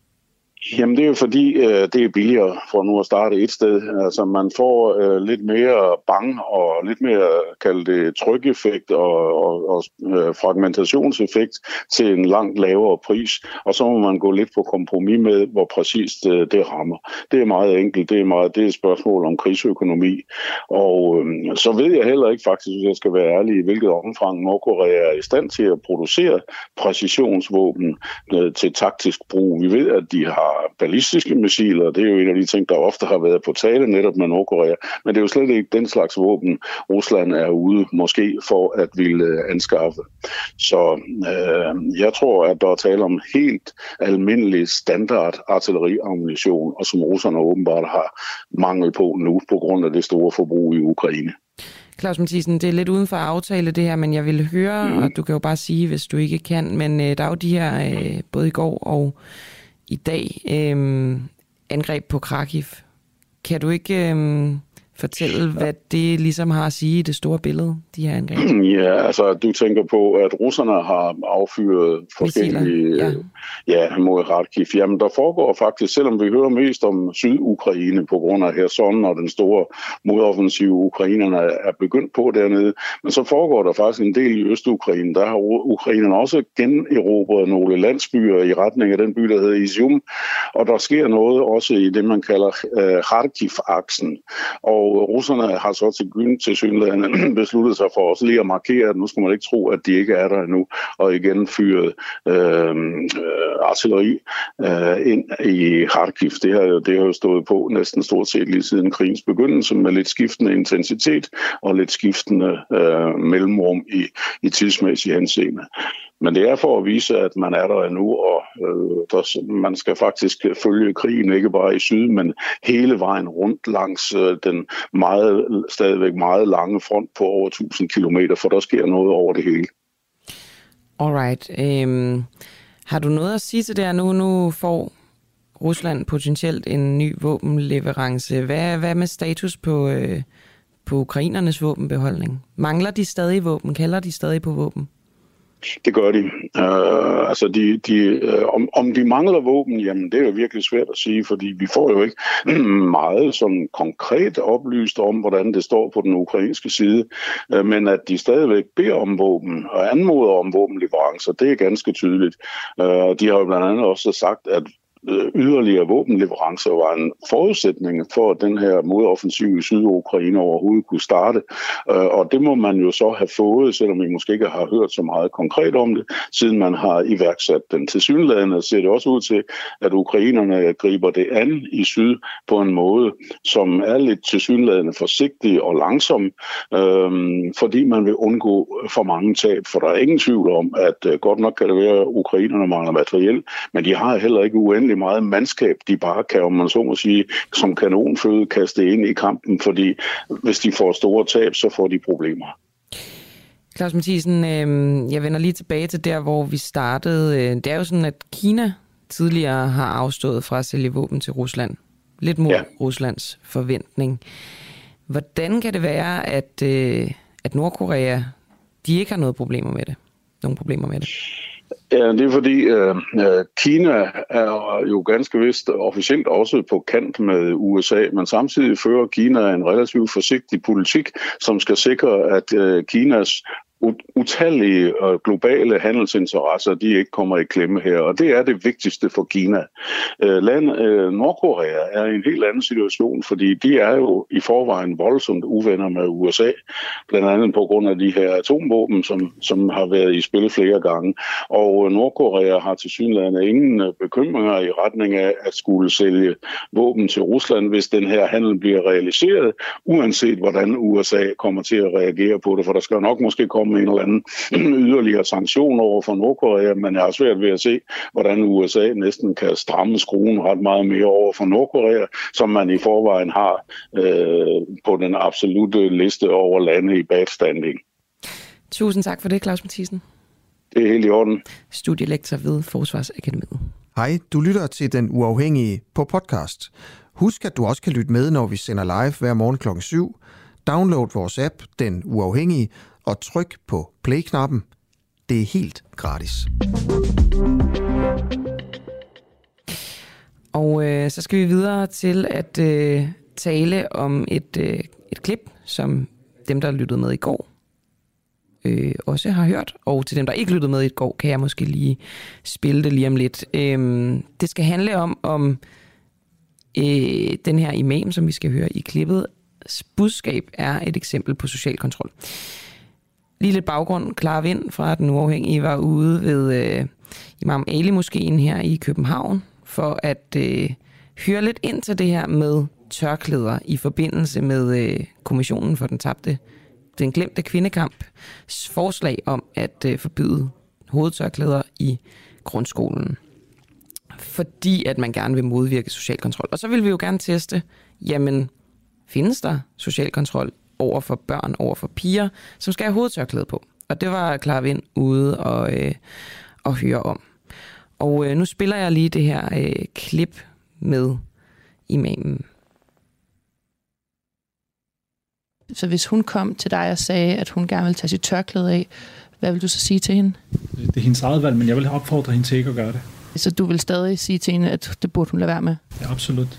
Jamen det er jo fordi, øh, det er billigere for nu at starte et sted. Altså man får øh, lidt mere bang og lidt mere, kalde det, trykeffekt og, og, og øh, fragmentationseffekt til en langt lavere pris. Og så må man gå lidt på kompromis med, hvor præcist øh, det rammer. Det er meget enkelt. Det er, meget, det er et spørgsmål om krigsøkonomi. Og øh, så ved jeg heller ikke faktisk, hvis jeg skal være ærlig, i hvilket omfang Nordkorea er i stand til at producere præcisionsvåben øh, til taktisk brug. Vi ved, at de har ballistiske missiler, det er jo en af de ting, der ofte har været på tale netop med Nordkorea, men det er jo slet ikke den slags våben, Rusland er ude måske for at ville anskaffe. Så øh, jeg tror, at der er tale om helt almindelig standard artilleriammunition, og som russerne åbenbart har mangel på nu, på grund af det store forbrug i Ukraine. Claus Mathisen, det er lidt uden for aftale det her, men jeg vil høre, mm. og du kan jo bare sige, hvis du ikke kan, men øh, der er jo de her, øh, både i går og i dag, øh, angreb på Kharkiv. Kan du ikke øh, fortælle, hvad det ligesom har at sige i det store billede, de her angreb? Ja, altså du tænker på, at russerne har affyret forskellige ja. ja, mod Kharkiv. Jamen der foregår faktisk, selvom vi hører mest om Syd-Ukraine på grund af Kherson og den store modoffensiv, ukrainerne er begyndt på dernede, men så foregår der faktisk en del i Øst-Ukraine. Der har ukrainerne også generobret nogle landsbyer i retning af den by, der hedder Izium, og der sker noget også i det, man kalder uh, Kharkiv-aksen. Og russerne har så til gyn til synligheden besluttet sig for også lige at markere, at nu skal man ikke tro, at de ikke er der endnu, og igen fyret øh, artilleri øh, ind i Kharkiv. Det har, det har jo stået på næsten stort set lige siden krigens begyndelse, med lidt skiftende intensitet og lidt skiftende øh, mellemrum i, i tidsmæssig henseende. Men det er for at vise, at man er der endnu, og øh, der, man skal faktisk følge krigen, ikke bare i syd, men hele vejen rundt langs øh, den meget, stadigvæk meget lange front på over tusind kilometer, for der sker noget over det hele. Alright. Øhm, har du noget at sige til det her nu? Nu får Rusland potentielt en ny våbenleverance. Hvad, hvad med status på, øh, på ukrainernes våbenbeholdning? Mangler de stadig våben? Kalder de stadig på våben? Det gør de. Uh, altså de, de, uh, om, om de mangler våben, jamen det er jo virkelig svært at sige, fordi vi får jo ikke meget sådan konkret oplyst om, hvordan det står på den ukrainske side, uh, men at de stadigvæk beder om våben og anmoder om våbenleverancer, det er ganske tydeligt. Uh, de har jo blandt andet også sagt, at yderligere våbenleverancer var en forudsætning for, at den her modoffensiv i Syd-Ukraine overhovedet kunne starte. Og det må man jo så have fået, selvom vi måske ikke har hørt så meget konkret om det, siden man har iværksat den. Tilsyneladende ser det også ud til, at ukrainerne griber det an i syd på en måde, som er lidt tilsyneladende forsigtig og langsom, øhm, fordi man vil undgå for mange tab. For der er ingen tvivl om, at godt nok kan det være, at ukrainerne mangler materiel, men de har heller ikke uendelig meget mandskab, de bare kan, om man så må sige, som kanonføde kaste ind i kampen, fordi hvis de får store tab, så får de problemer. Claus Mathisen, øh, jeg vender lige tilbage til der, hvor vi startede. Det er jo sådan, at Kina tidligere har afstået fra at sælge våben til Rusland. Lidt mod ja. Ruslands forventning. Hvordan kan det være, at, øh, at Nordkorea, de ikke har noget problemer med det? Nogle problemer med det? Ja, det er fordi øh, Kina er jo ganske vist officielt også på kant med U S A, men samtidig fører Kina en relativt forsigtig politik, som skal sikre, at øh, Kinas utallige globale handelsinteresser, de ikke kommer i klemme her, og det er det vigtigste for Kina. Land, Nordkorea er i en helt anden situation, fordi de er jo i forvejen voldsomt uvenner med U S A, blandt andet på grund af de her atomvåben, som, som har været i spil flere gange. Og Nordkorea har tilsyneladende ingen bekymringer i retning af at skulle sælge våben til Rusland, hvis den her handel bliver realiseret, uanset hvordan U S A kommer til at reagere på det, for der skal nok måske komme en eller anden yderligere sanktion over for Nordkorea, men jeg har svært ved at se, hvordan U S A næsten kan stramme skruen ret meget mere over for Nordkorea, som man i forvejen har øh, på den absolute liste over lande i bad standing. Tusind tak for det, Claus Mathisen. Det er helt i orden. Studielektor ved Forsvarsakademiet. Hej, du lytter til Den Uafhængige på podcast. Husk, at du også kan lytte med, når vi sender live hver morgen klokken syv. Download vores app, Den Uafhængige, og tryk på play-knappen. Det er helt gratis. Og øh, så skal vi videre til at øh, tale om et, øh, et klip, som dem, der lyttede med i går, øh, også har hørt. Og til dem, der ikke lyttede med i går, kan jeg måske lige spille det lige om lidt. Øh, det skal handle om, om øh, den her imam, som vi skal høre i klippet. Budskab er et eksempel på social kontrol. Lige lidt baggrund. Clara Vind fra Den Uafhængige var ude ved øh, Imam Ali-moskeen her i København for at øh, høre lidt ind til det her med tørklæder i forbindelse med øh, Kommissionen for den tabte, den glemte kvindekamps forslag om at øh, forbyde hovedtørklæder i grundskolen. Fordi at man gerne vil modvirke social kontrol. Og så vil vi jo gerne teste, jamen, findes der social kontrol over for børn, over for piger, som skal have hovedtørklæde på? Og det var Clara Vind ude og, øh, og høre om. Og øh, nu spiller jeg lige det her øh, klip med imamen. Så hvis hun kom til dig og sagde, at hun gerne vil tage sit tørklæde af, hvad vil du så sige til hende? Det er hendes eget valg, men jeg vil opfordre hende til ikke at gøre det. Så du vil stadig sige til hende, at det burde hun lade være med? Ja, absolut.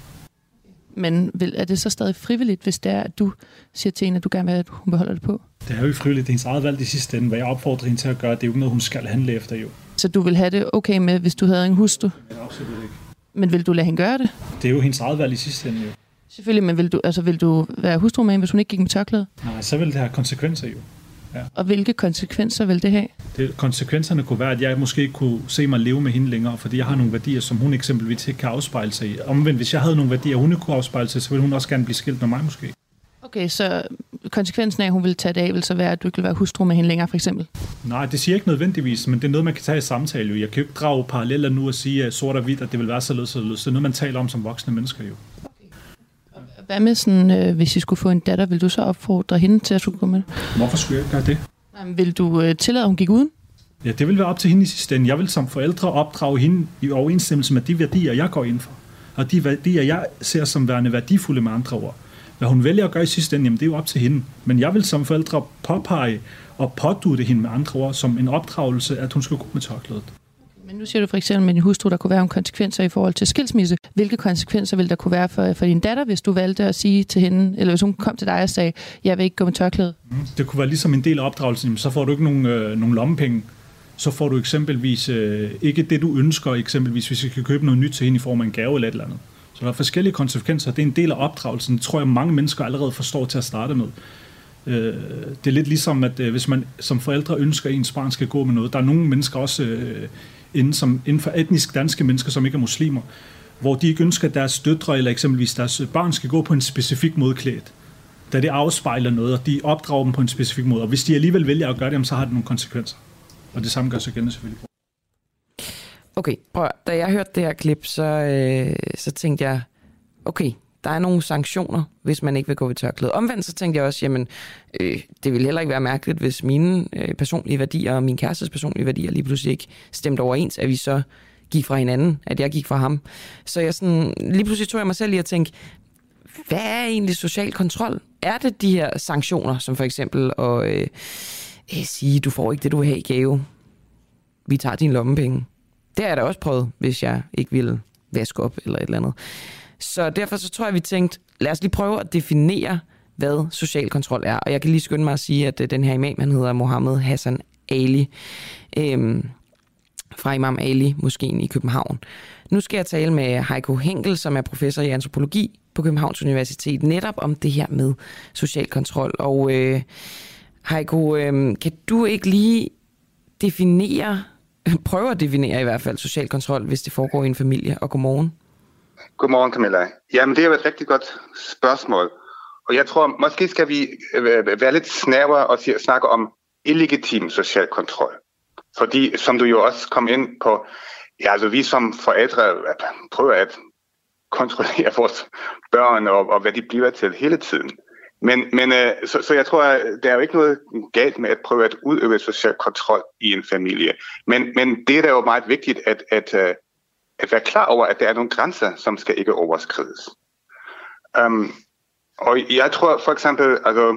Men vil, er det så stadig frivilligt, hvis det er, at du siger til hende, at du gerne vil have, at hun beholder det på? Det er jo frivilligt. Det er hendes eget valg i sidste ende. Hvad jeg opfordrer hende til at gøre, det er jo ikke noget, hun skal handle efter, jo. Så du vil have det okay med, hvis du havde en hustru? Ja, absolut ikke. Men vil du lade hende gøre det? Det er jo hendes eget valg i sidste ende, jo. Selvfølgelig, men vil du, altså, vil du være hustru med hende, hvis hun ikke gik med tørklæde? Nej, så vil det have konsekvenser, jo. Ja. Og hvilke konsekvenser vil det have? Det, konsekvenserne kunne være, at jeg måske ikke kunne se mig leve med hende længere, fordi jeg har nogle værdier, som hun eksempelvis ikke kan afspejle sig i. Omvendt, hvis jeg havde nogle værdier, hun ikke kunne afspejle sig, så ville hun også gerne blive skilt med mig måske. Okay, så konsekvensen af, at hun ville tage det af, vil så være, at du ikke vil være hustru med hende længere, for eksempel? Nej, det siger jeg ikke nødvendigvis, men det er noget, man kan tage i samtale. Jo. Jeg kan jo ikke drage paralleller nu og sige, at sort og hvidt, at det vil være således så således. Det er noget, man taler om som voksne mennesker, jo. Hvad med sådan, øh, hvis I skulle få en datter, vil du så opfordre hende til at skulle gå med? Hvorfor skulle jeg gøre det? Jamen, vil du øh, tillade, at hun gik uden? Ja, det vil være op til hende i sidste ende. Jeg vil som forældre opdrage hende i overensstemmelse med de værdier, jeg går ind for. Og de værdier, jeg ser som værende værdifulde med andre ord. Hvad hun vælger at gøre i sidste ende, jamen, det er jo op til hende. Men jeg vil som forældre påpege og pådute hende med andre ord som en opdragelse, at hun skal gå med tørklædet. Men nu siger du for eksempel med din hustru, der kunne være nogle konsekvenser i forhold til skilsmisse. Hvilke konsekvenser ville der kunne være for, for din datter, hvis du valgte at sige til hende, eller hvis hun kom til dig og sagde, jeg vil ikke gå med tørklæde? Mm, det kunne være ligesom en del af opdragelsen. Så får du ikke nogen, øh, nogen lommepenge. Så får du eksempelvis øh, ikke det, du ønsker, eksempelvis hvis vi kan købe noget nyt til hende i form af en gave eller et eller andet. Så der er forskellige konsekvenser. Det er en del af opdragelsen, tror jeg mange mennesker allerede forstår til at starte med. Øh, det er lidt ligesom, at øh, hvis man som forældre ønsker, at ens barn skal gå med noget. Der er nogle mennesker også øh, inden, som, inden for etnisk danske mennesker, som ikke er muslimer, hvor de ikke ønsker, at deres døtre eller eksempelvis deres børn skal gå på en specifik måde klædt. Da det afspejler noget, og de opdrager dem på en specifik måde. Og hvis de alligevel vælger at gøre det, så har det nogle konsekvenser. Og det samme gør sig igen selvfølgelig. Okay, prøv, da jeg hørte det her klip, så, øh, så tænkte jeg, okay, der er nogle sanktioner, hvis man ikke vil gå ved tørklæde. Omvendt så tænkte jeg også, jamen, øh, det ville heller ikke være mærkeligt, hvis mine øh, personlige værdier og min kærestes personlige værdier lige pludselig ikke stemte overens, at vi så gik fra hinanden, at jeg gik fra ham. Så jeg sådan, lige pludselig tog jeg mig selv i at tænke, hvad er egentlig social kontrol? Er det de her sanktioner, som for eksempel at øh, øh, sige, du får ikke det, du vil have i gave. Vi tager dine lommepenge. Det har jeg da også prøvet, hvis jeg ikke ville vaske op eller et eller andet. Så derfor så tror jeg, vi tænkte, lad os lige prøve at definere, hvad social kontrol er. Og jeg kan lige skynde mig at sige, at den her imam, han hedder Mohammed Hassan Ali, øhm, fra Imam Ali Moskeen i København. Nu skal jeg tale med Heiko Henkel, som er professor i antropologi på Københavns Universitet, netop om det her med social kontrol. Og øh, Heiko, øh, kan du ikke lige definere, prøve at definere i hvert fald social kontrol, hvis det foregår i en familie? Og godmorgen. Godmorgen, Camilla. Jamen, det er jo et rigtig godt spørgsmål. Og jeg tror, måske skal vi være lidt snævere og snakke om illegitim social kontrol. Fordi, som du jo også kom ind på, ja, altså vi som forældre prøver at kontrollere vores børn og, og hvad de bliver til hele tiden. Men, men så, så jeg tror, der er jo ikke noget galt med at prøve at udøve social kontrol i en familie. Men, men det er da jo meget vigtigt at, at, at være klar over, at der er nogle grænser, som skal ikke overskrides. Um, og jeg tror for eksempel, altså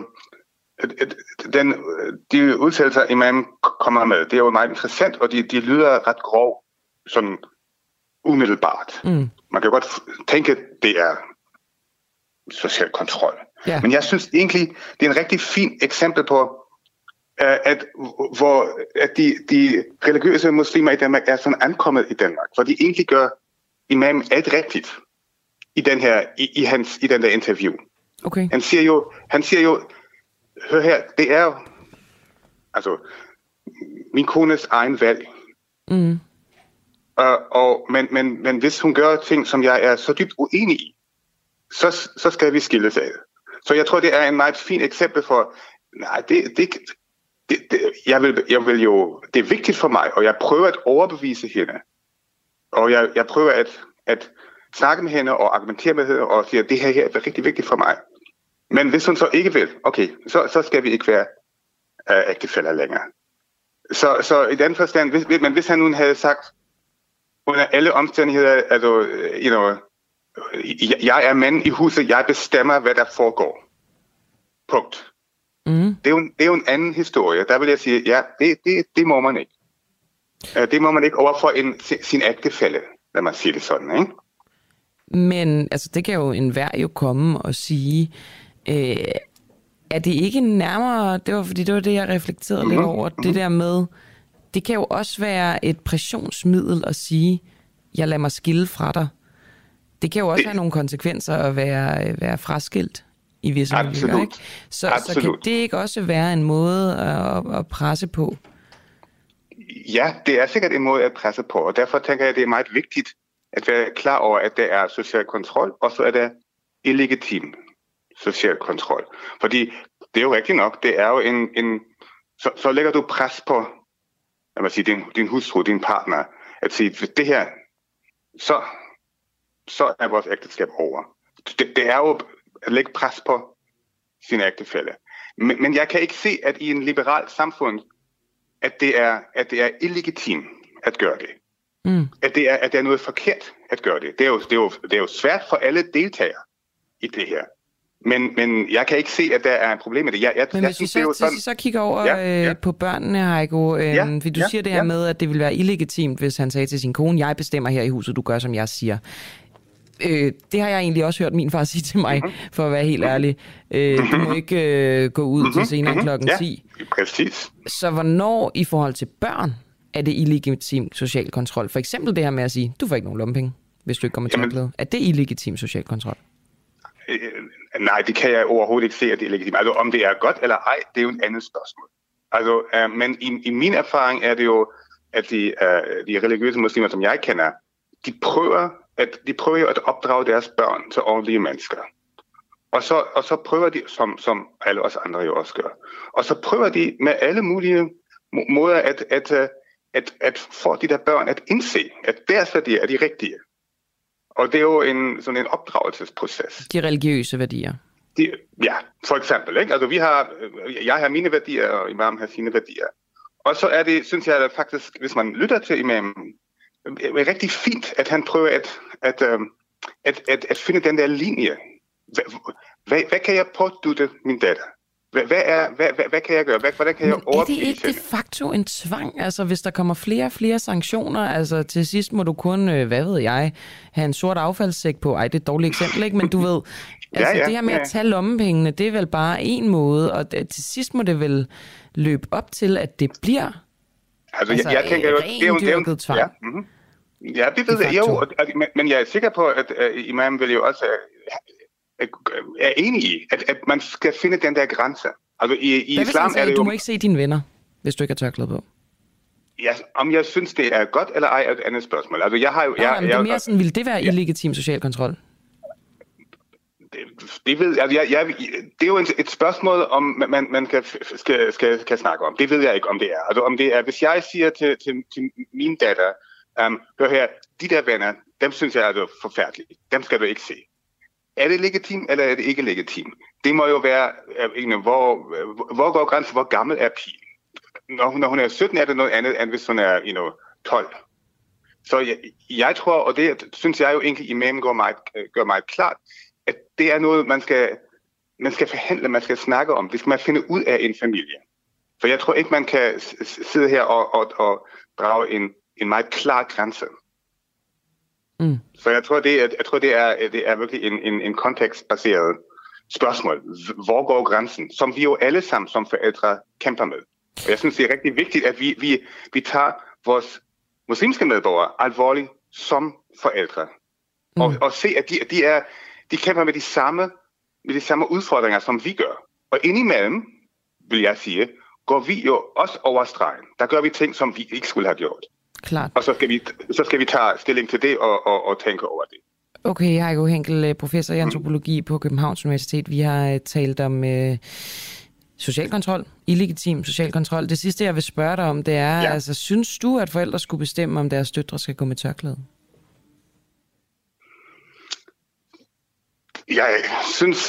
den, de udtalelser, imam kommer med, det er jo meget interessant, og de, de lyder ret grov, sådan umiddelbart. Mm. Man kan godt tænke, det er social kontrol. Yeah. Men jeg synes egentlig, det er en rigtig fin eksempel på, at, hvor, at de, de religiøse muslimer i Danmark er sådan ankommet i Danmark, for de egentlig gør imam alt rigtigt i den her, i, i, hans, i den der interview. Okay. Han siger jo, han siger jo, hør her, det er jo altså min kones egen valg. Mm. Uh, og, men, men, men hvis hun gør ting, som jeg er så dybt uenig i, så, så skal vi skilles ad. Så jeg tror, det er en meget fin eksempel for, nej, det, det, det, det, jeg, vil, jeg vil jo, det er vigtigt for mig, og jeg prøver at overbevise hende. Og jeg, jeg prøver at, at snakke med hende og argumentere med hende og sige, at det her, her er rigtig vigtigt for mig. Men hvis hun så ikke vil, okay, så, så skal vi ikke være uh, ægtefæller længere. Så, så i den forstand, hvis, men hvis han nu havde sagt, under alle omstændigheder, altså, you know, jeg er mand i huset, jeg bestemmer, hvad der foregår. Punkt. Mm. Det, er jo, det er jo en anden historie. Der vil jeg sige, ja, det, det, det må man ikke. Det må man ikke overfor en, sin ægtefælle, lad mig sige det sådan, ikke? Men altså, det kan jo enhver jo komme og sige, øh, er det ikke nærmere, det var fordi det var det, jeg reflekterede mm-hmm. lidt over, det der med, det kan jo også være et pressionsmiddel at sige, jeg lader mig skille fra dig. Det kan jo også det, have nogle konsekvenser at være, være fraskilt i visse miljøer, ikke? Så, så kan det ikke også være en måde at, at presse på? Ja, det er sikkert en måde at presse på, og derfor tænker jeg, at det er meget vigtigt at være klar over, at der er social kontrol, og så er der illegitim social kontrol. Fordi det er jo rigtigt nok, det er jo en... en så, så lægger du pres på, lad mig sige, din, din hustru, din partner, at sige, det her, så... så er vores ægteskab over. Det, det er jo at lægge pres på sin ægtefælle. Men, men jeg kan ikke se, at i en liberalt samfund, at det er, at det er illegitim at gøre det. Mm. At, det er, at det er noget forkert at gøre det. Det er jo, det er jo, det er jo svært for alle deltagere i det her. Men, men jeg kan ikke se, at der er et problem med det. Jeg, jeg, men jeg hvis synes, vi så, det er jo sådan... så kigger over ja, ja. Øh, på børnene, Heiko, øh, ja, for du ja, siger det her ja. med, at det vil være illegitimt, hvis han sagde til sin kone, jeg bestemmer her i huset, du gør, som jeg siger. Øh, det har jeg egentlig også hørt min far sige til mig, mm-hmm. for at være helt ærlig. Øh, du må ikke øh, gå ud mm-hmm. til senere mm-hmm. klokken ja, ti. Præcis. Så hvornår i forhold til børn er det illegitim social kontrol? For eksempel det her med at sige, du får ikke nogen lommepenge, hvis du ikke kommer til at glæde. Er det illegitim social kontrol? Øh, nej, det kan jeg overhovedet ikke se, at det er illegitim. Altså om det er godt eller ej, det er jo et andet spørgsmål. Altså, øh, men i, i min erfaring er det jo, at de, øh, de religiøse muslimer, som jeg kender, de prøver at de prøver jo at opdrage deres børn til ordentlige mennesker. Og så, og så prøver de, som, som alle os andre jo også gør, og så prøver de med alle mulige måder at, at, at, at få de der børn at indse, at deres værdier er de rigtige. Og det er jo en, sådan en opdragelsesproces. De religiøse værdier. De, ja, for eksempel. Ikke? Altså, vi har, jeg har mine værdier, og imam har sine værdier. Og så er det, synes jeg, at faktisk, hvis man lytter til imamen, er rigtig fint, at han prøver at, at, at, at, at finde den der linje. Hvad, hvad, hvad kan jeg pådutte min datter? Hvad, hvad, er, hvad, hvad, hvad kan jeg gøre? Hvad, hvordan kan jeg overbevise hende? Er det ikke de facto en tvang? Altså, hvis der kommer flere og flere sanktioner, altså til sidst må du kun, hvad ved jeg, have en sort affaldssæk på. Ej, det er et dårligt eksempel, ikke? Men du ved, Altså ja, ja, det her med ja. at tage lommepengene, det er vel bare en måde, og det, til sidst må det vel løbe op til, at det bliver altså, altså, jeg, jeg tænker jo, det er jo, det er jo, tvang. Ja, mm-hmm. ja, det ved jeg jo, og, men, men jeg er sikker på, at uh, imam vil jo også uh, er enig i, at, at man skal finde den der grænse. Altså i, i islam sagde, er det jo... Du må ikke se dine venner, hvis du ikke har tørklæde på. Ja, om jeg synes, det er godt eller ej, er et andet spørgsmål. Altså, jeg har jo... Nå, jeg, men det er mere jeg, sådan, vil det være ja. illegitim social kontrol? Det, det, ved, altså, jeg, jeg, det er jo et, et spørgsmål, om man, man kan, skal, skal, skal snakke om. Det ved jeg ikke, om det er. Altså, om det er, hvis jeg siger til, til, til min datter, um, hør her, de der venner, dem synes jeg er altså forfærdelige. Dem skal du ikke se. Er det legitim, eller er det ikke legitim? Det må jo være, uh, hvor, hvor går grænsen, hvor gammel er pigen? Når, når hun er sytten, er det noget andet, end hvis hun er you know, tolv. Så jeg, jeg tror, og det synes jeg jo egentlig, imamen gør meget, gør meget klart, at det er noget, man skal, man skal forhandle, man skal snakke om. Det skal man finde ud af en familie. For jeg tror ikke, man kan sidde her og, og, og drage en, en meget klar grænse. Mm. Så jeg tror, det er, jeg tror, det er, det er virkelig en, en, en kontekstbaseret spørgsmål. Hvor går grænsen? Som vi jo alle sammen som forældre kæmper med. Og jeg synes, det er rigtig vigtigt, at vi, vi, vi tager vores muslimske medborgere alvorligt som forældre. Mm. Og, og se, at de, de, er, de kæmper med de, samme, med de samme udfordringer, som vi gør. Og indimellem, vil jeg sige, går vi jo også over stregen. Der gør vi ting, som vi ikke skulle have gjort. Klart. Og så skal vi, så skal vi tage stilling til det og, og, og tænke over det. Okay, Heiko Henkel, professor i antropologi mm. på Københavns Universitet. Vi har talt om øh, social kontrol, illegitim social kontrol. Det sidste, jeg vil spørge dig om, det er, ja. altså, synes du, at forældre skulle bestemme, om deres døtre skal gå med tørklæde? Jeg synes,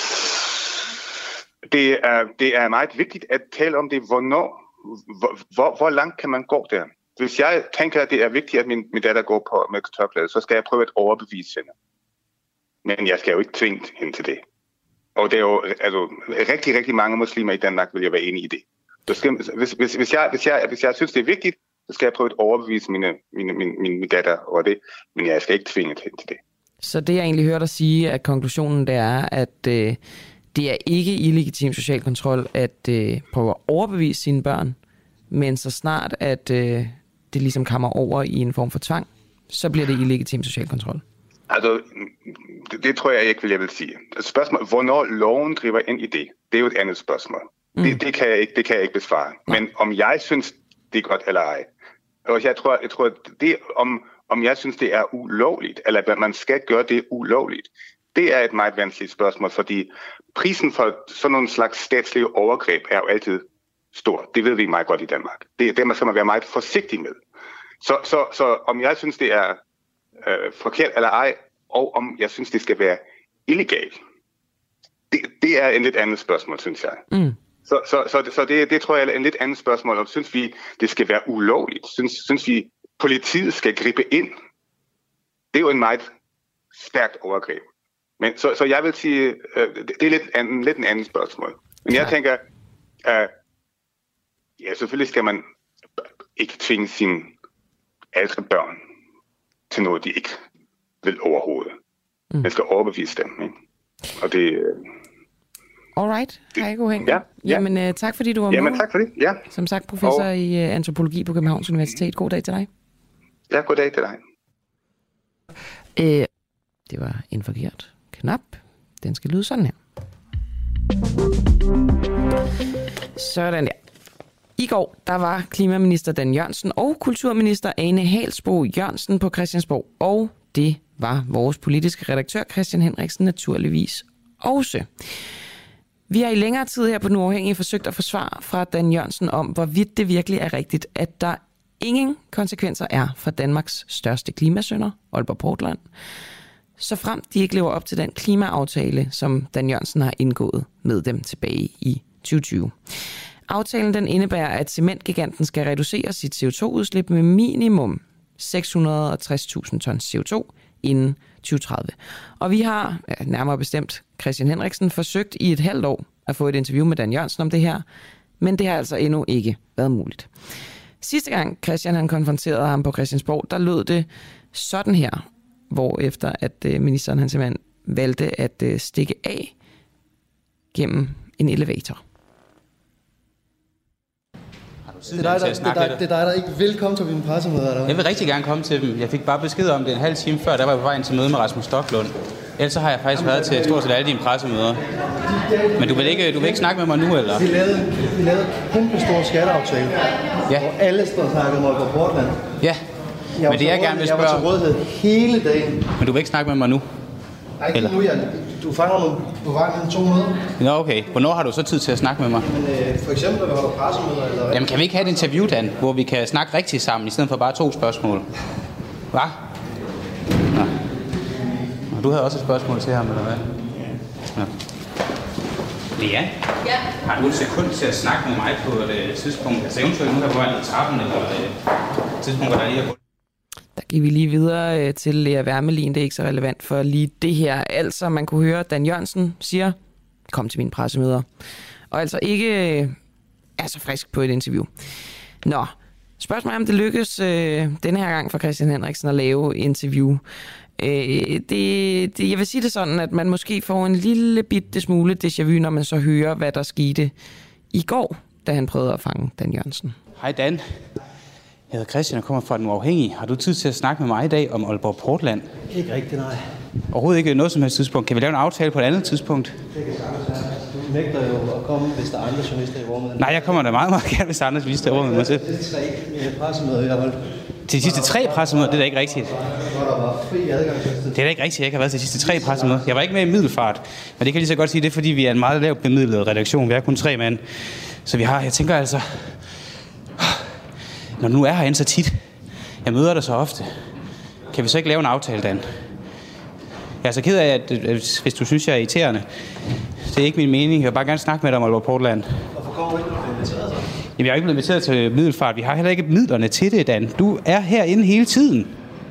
det er, det er meget vigtigt at tale om det, hvornår, hvor, hvor, hvor langt kan man gå der? Hvis jeg tænker, at det er vigtigt, at min, min datter går på med tørklæde, så skal jeg prøve at overbevise hende. Men jeg skal jo ikke tvinge hende til det. Og det er jo altså, rigtig, rigtig mange muslimer i Danmark, vil jeg være enige i det. Så skal, hvis, hvis, hvis, jeg, hvis, jeg, hvis jeg synes, det er vigtigt, så skal jeg prøve at overbevise mine, mine, mine, mine datter over det. Men jeg skal ikke tvinge hende til det. Så det, jeg egentlig hørte dig sige, at konklusionen det er, at øh, det er ikke illegitim social kontrol at øh, prøve at overbevise sine børn, men så snart, at øh, det ligesom kommer over i en form for tvang, så bliver det illegitim social kontrol. Altså, det, det tror jeg ikke, vil jeg vil sige. Spørgsmålet, hvornår loven driver ind i det, det er jo et andet spørgsmål. Mm. Det, det, kan jeg ikke, det kan jeg ikke besvare. Ja. Men om jeg synes, det er godt eller ej. Og jeg tror, jeg tror det om, om jeg synes, det er ulovligt, eller at man skal gøre det ulovligt, det er et meget vanskeligt spørgsmål, fordi prisen for sådan nogle slags statslige overgreb er jo altid stor. Det ved vi meget godt i Danmark. Det er det, man skal være meget forsigtig med. Så, så, så om jeg synes, det er øh, forkert eller ej, og om jeg synes, det skal være illegalt, det, det er en lidt andet spørgsmål, synes jeg. Mm. Så, så, så, så det, det tror jeg er en lidt andet spørgsmål. Om synes vi, det skal være ulovligt? Synes, synes vi, politiet skal gribe ind? Det er jo en meget stærkt overgreb. Men, så, så jeg vil sige, øh, det er lidt, an, lidt en anden spørgsmål. Men jeg tænker, øh, ja, selvfølgelig skal man ikke tvinge sine ældre børn til noget, de ikke vil overhovedet. Mm. Man skal overbevise dem, ikke? Og det... Øh, Alright, Heiko Henkel. Ja, ja. Jamen, uh, tak fordi du var med. Jamen, tak for det, ja. Som sagt, professor og... i uh, antropologi på Københavns Universitet. God dag til dig. Ja, god dag til dig. Uh, det var en forkert knap. Den skal lyde sådan her. Sådan der. I går, der var klimaminister Dan Jørgensen og kulturminister Ane Halsboe Jørgensen på Christiansborg. Og det var vores politiske redaktør Christian Henriksen naturligvis også. Vi har i længere tid her på Den Uafhængige forsøgt at få svar fra Dan Jørgensen om, hvorvidt det virkelig er rigtigt, at der ingen konsekvenser er for Danmarks største klimasynder, Aalborg Portland, så frem de ikke lever op til den klimaaftale, som Dan Jørgensen har indgået med dem tilbage i tyve tyve. Aftalen den indebærer, at cementgiganten skal reducere sit C O to udslip med minimum seks hundrede og tres tusind tons C O to inden tyve tredive. Og vi har, ja, nærmere bestemt Christian Henriksen, forsøgt i et halvt år at få et interview med Dan Jørgensen om det her, men det har altså endnu ikke været muligt. Sidste gang Christian han konfronterede ham på Christiansborg, der lød det sådan her, hvor efter at ministeren han simpelthen valgte at øh, stikke af gennem en elevator. Det er, dig, der, det, er dig, det er dig, der ikke vil komme til mine pressemøder, eller hvad? Jeg vil rigtig gerne komme til dem. Jeg fik bare besked om det en halv time før, der var jeg på vej ind til møde med Rasmus Stoklund. Ellers så har jeg faktisk været til stort set alle dine pressemøder. Men du vil ikke, du vil ikke snakke med mig nu, eller? Vi lavede, vi lavede en kæmpe stor skatteaftale, ja. Hvor alle stod og snakkede om Aalborg Portland. Ja, jeg men det jeg gerne vil spørge... Jeg var til rådighed hele dagen. Men du vil ikke snakke med mig nu? Nej, ikke nu. Jeg, du fanger mig på vej mellem to møder. Nå, okay. Hvornår har du så tid til at snakke med mig? Men, øh, for eksempel, når vi holder pressemøder, eller hvad? Jamen, kan vi ikke have et interview, Dan, hvor vi kan snakke rigtigt sammen, i stedet for bare to spørgsmål? Hvad? Nå. Nå, du havde også et spørgsmål til ham, eller hvad? Ja. Lea? Ja? Har du et sekund til at snakke med mig på et tidspunkt? Altså eventuelt nu her på vej ned trappen, eller et tidspunkt, hvor der lige er... Der gik vi lige videre til Lea Wermelin. Det er ikke så relevant for lige det her. Altså, man kunne høre, Dan Jørgensen siger, kom til mine pressemøder. Og altså ikke er så frisk på et interview. Nå, spørgsmålet er, om det lykkes øh, denne her gang for Christian Henriksen at lave interview. Øh, det, det, jeg vil sige det sådan, at man måske får en lille bitte smule déjà vu, når man så hører, hvad der skete i går, da han prøvede at fange Dan Jørgensen. Hej Dan. Jeg hedder Christian og kommer fra Den Uafhængige. Har du tid til at snakke med mig i dag om Aalborg Portland? Ikke rigtigt, nej. Overhovedet ikke noget som helst tidspunkt. Kan vi lave en aftale på et andet tidspunkt? Det kan sagtens være. Du nægter jo at komme, hvis der er andre journalister i rummet. Nej, jeg kommer da meget, meget gerne, hvis der er andre journalister i rummet med mig selv. Det er tre pressemøder, jeg har holdt. Til de sidste tre pressemøder, det er da ikke rigtigt. Hvor der var fri adgang til det. Det er da ikke rigtigt, jeg ikke har været til de sidste tre pressemøder. Jeg var ikke med i Middelfart, men det kan lige så godt sige, det er fordi, vi er en meget lavt bemidlet redaktion. Vi er kun tre mand. Så vi har, jeg tænker altså, når du nu er herinde så tit, jeg møder dig så ofte, kan vi så ikke lave en aftale, Dan? Jeg er så ked af, at, at hvis du synes, jeg er irriterende, det er ikke min mening. Jeg vil bare gerne snakke med dig om Aalborg Portland. Hvorfor kommer du ikke, når du bliver inviteret så? Jamen, jeg er ikke blevet inviteret til Middelfart. Vi har heller ikke midlerne til det, Dan. Du er herinde hele tiden.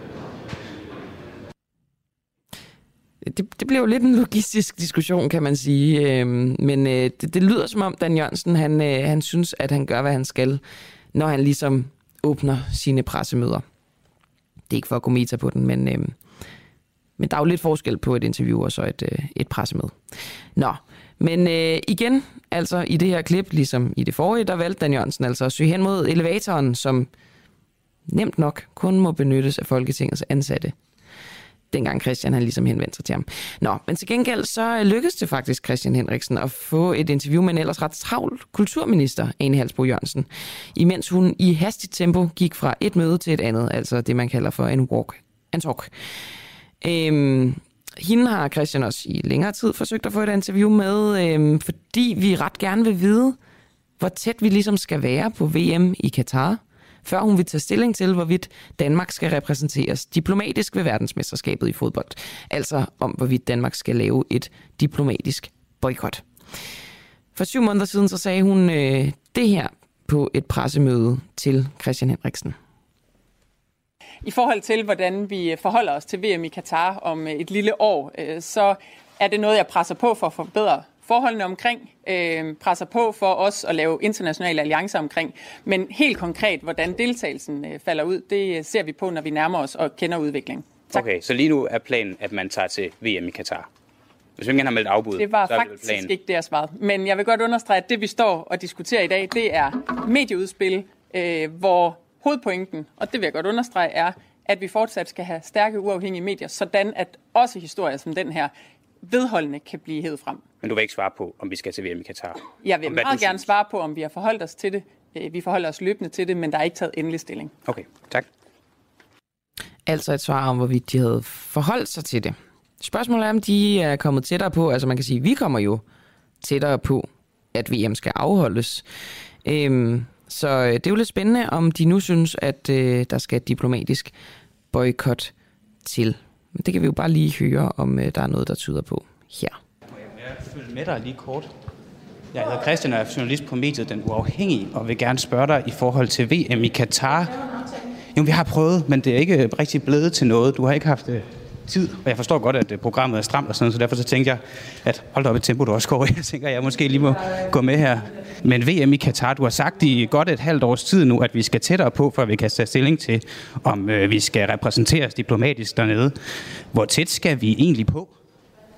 Det, det bliver jo lidt en logistisk diskussion, kan man sige. Men det, det lyder som om Dan Jørgensen, han, han synes, at han gør, hvad han skal, når han ligesom åbner sine pressemøder. Det er ikke for at gå meta på den, men, øh, men der er jo lidt forskel på et interview og så et, øh, et pressemøde. Nå, men øh, igen, altså i det her klip, ligesom i det forrige, der valgte Dan Jørgensen altså at søge hen mod elevatoren, som nemt nok kun må benyttes af Folketingets ansatte. Dengang Christian han ligesom henvendte sig til ham. Nå, men til gengæld så lykkedes det faktisk Christian Henriksen at få et interview med en ellers ret travl kulturminister, Ane Halsboe Jørgensen, imens hun i hastigt tempo gik fra et møde til et andet, altså det man kalder for en walk and talk. Øhm, hende har Christian også i længere tid forsøgt at få et interview med, øhm, fordi vi ret gerne vil vide, hvor tæt vi ligesom skal være på V M i Katar, før hun vil tage stilling til, hvorvidt Danmark skal repræsenteres diplomatisk ved verdensmesterskabet i fodbold. Altså om, hvorvidt Danmark skal lave et diplomatisk boykot. For syv måneder siden så sagde hun øh, det her på et pressemøde til Christian Henriksen. I forhold til, hvordan vi forholder os til V M i Katar om et lille år, øh, så er det noget, jeg presser på for at forbedre forholdene omkring, øh, presser på for os at lave internationale alliancer omkring. Men helt konkret, hvordan deltagelsen øh, falder ud, det ser vi på, når vi nærmer os og kender udviklingen. Tak. Okay, så lige nu er planen, at man tager til V M i Katar. Hvis vi ikke har meldt afbud, det var så er faktisk det planen. Ikke det, jeg svarede. Men jeg vil godt understrege, at det, vi står og diskuterer i dag, det er medieudspil, øh, hvor hovedpointen, og det vil jeg godt understrege, er, at vi fortsat skal have stærke, uafhængige medier, sådan at også historier som den her vedholdende kan blive hævet frem. Men du vil ikke svare på, om vi skal til V M i Katar? Jeg vil meget gerne svare på, om vi har forholdt os til det. Vi forholder os løbende til det, men der er ikke taget endelig stilling. Okay, tak. Altså et svar om, hvorvidt de havde forholdt sig til det. Spørgsmålet er, om de er kommet tættere på. Altså man kan sige, at vi kommer jo tættere på, at V M skal afholdes. Øhm, så det er jo lidt spændende, om de nu synes, at øh, der skal et diplomatisk boykot til. Men det kan vi jo bare lige høre, om øh, der er noget, der tyder på her. Jeg følger med dig lige kort. Jeg hedder Christian, og jeg er journalist på mediet Den Uafhængige, og vil gerne spørge dig i forhold til V M i Katar. Jo, vi har prøvet, men det er ikke rigtig blevet til noget. Du har ikke haft øh, tid, og jeg forstår godt, at programmet er stramt og sådan, så derfor så tænkte jeg, at hold da op et tempo, du også går i. Jeg tænker, at jeg måske lige må gå med her. Men V M i Katar, du har sagt i godt et halvt års tid nu, at vi skal tættere på, før vi kan tage stilling til, om øh, vi skal repræsenteres diplomatisk dernede. Hvor tæt skal vi egentlig på?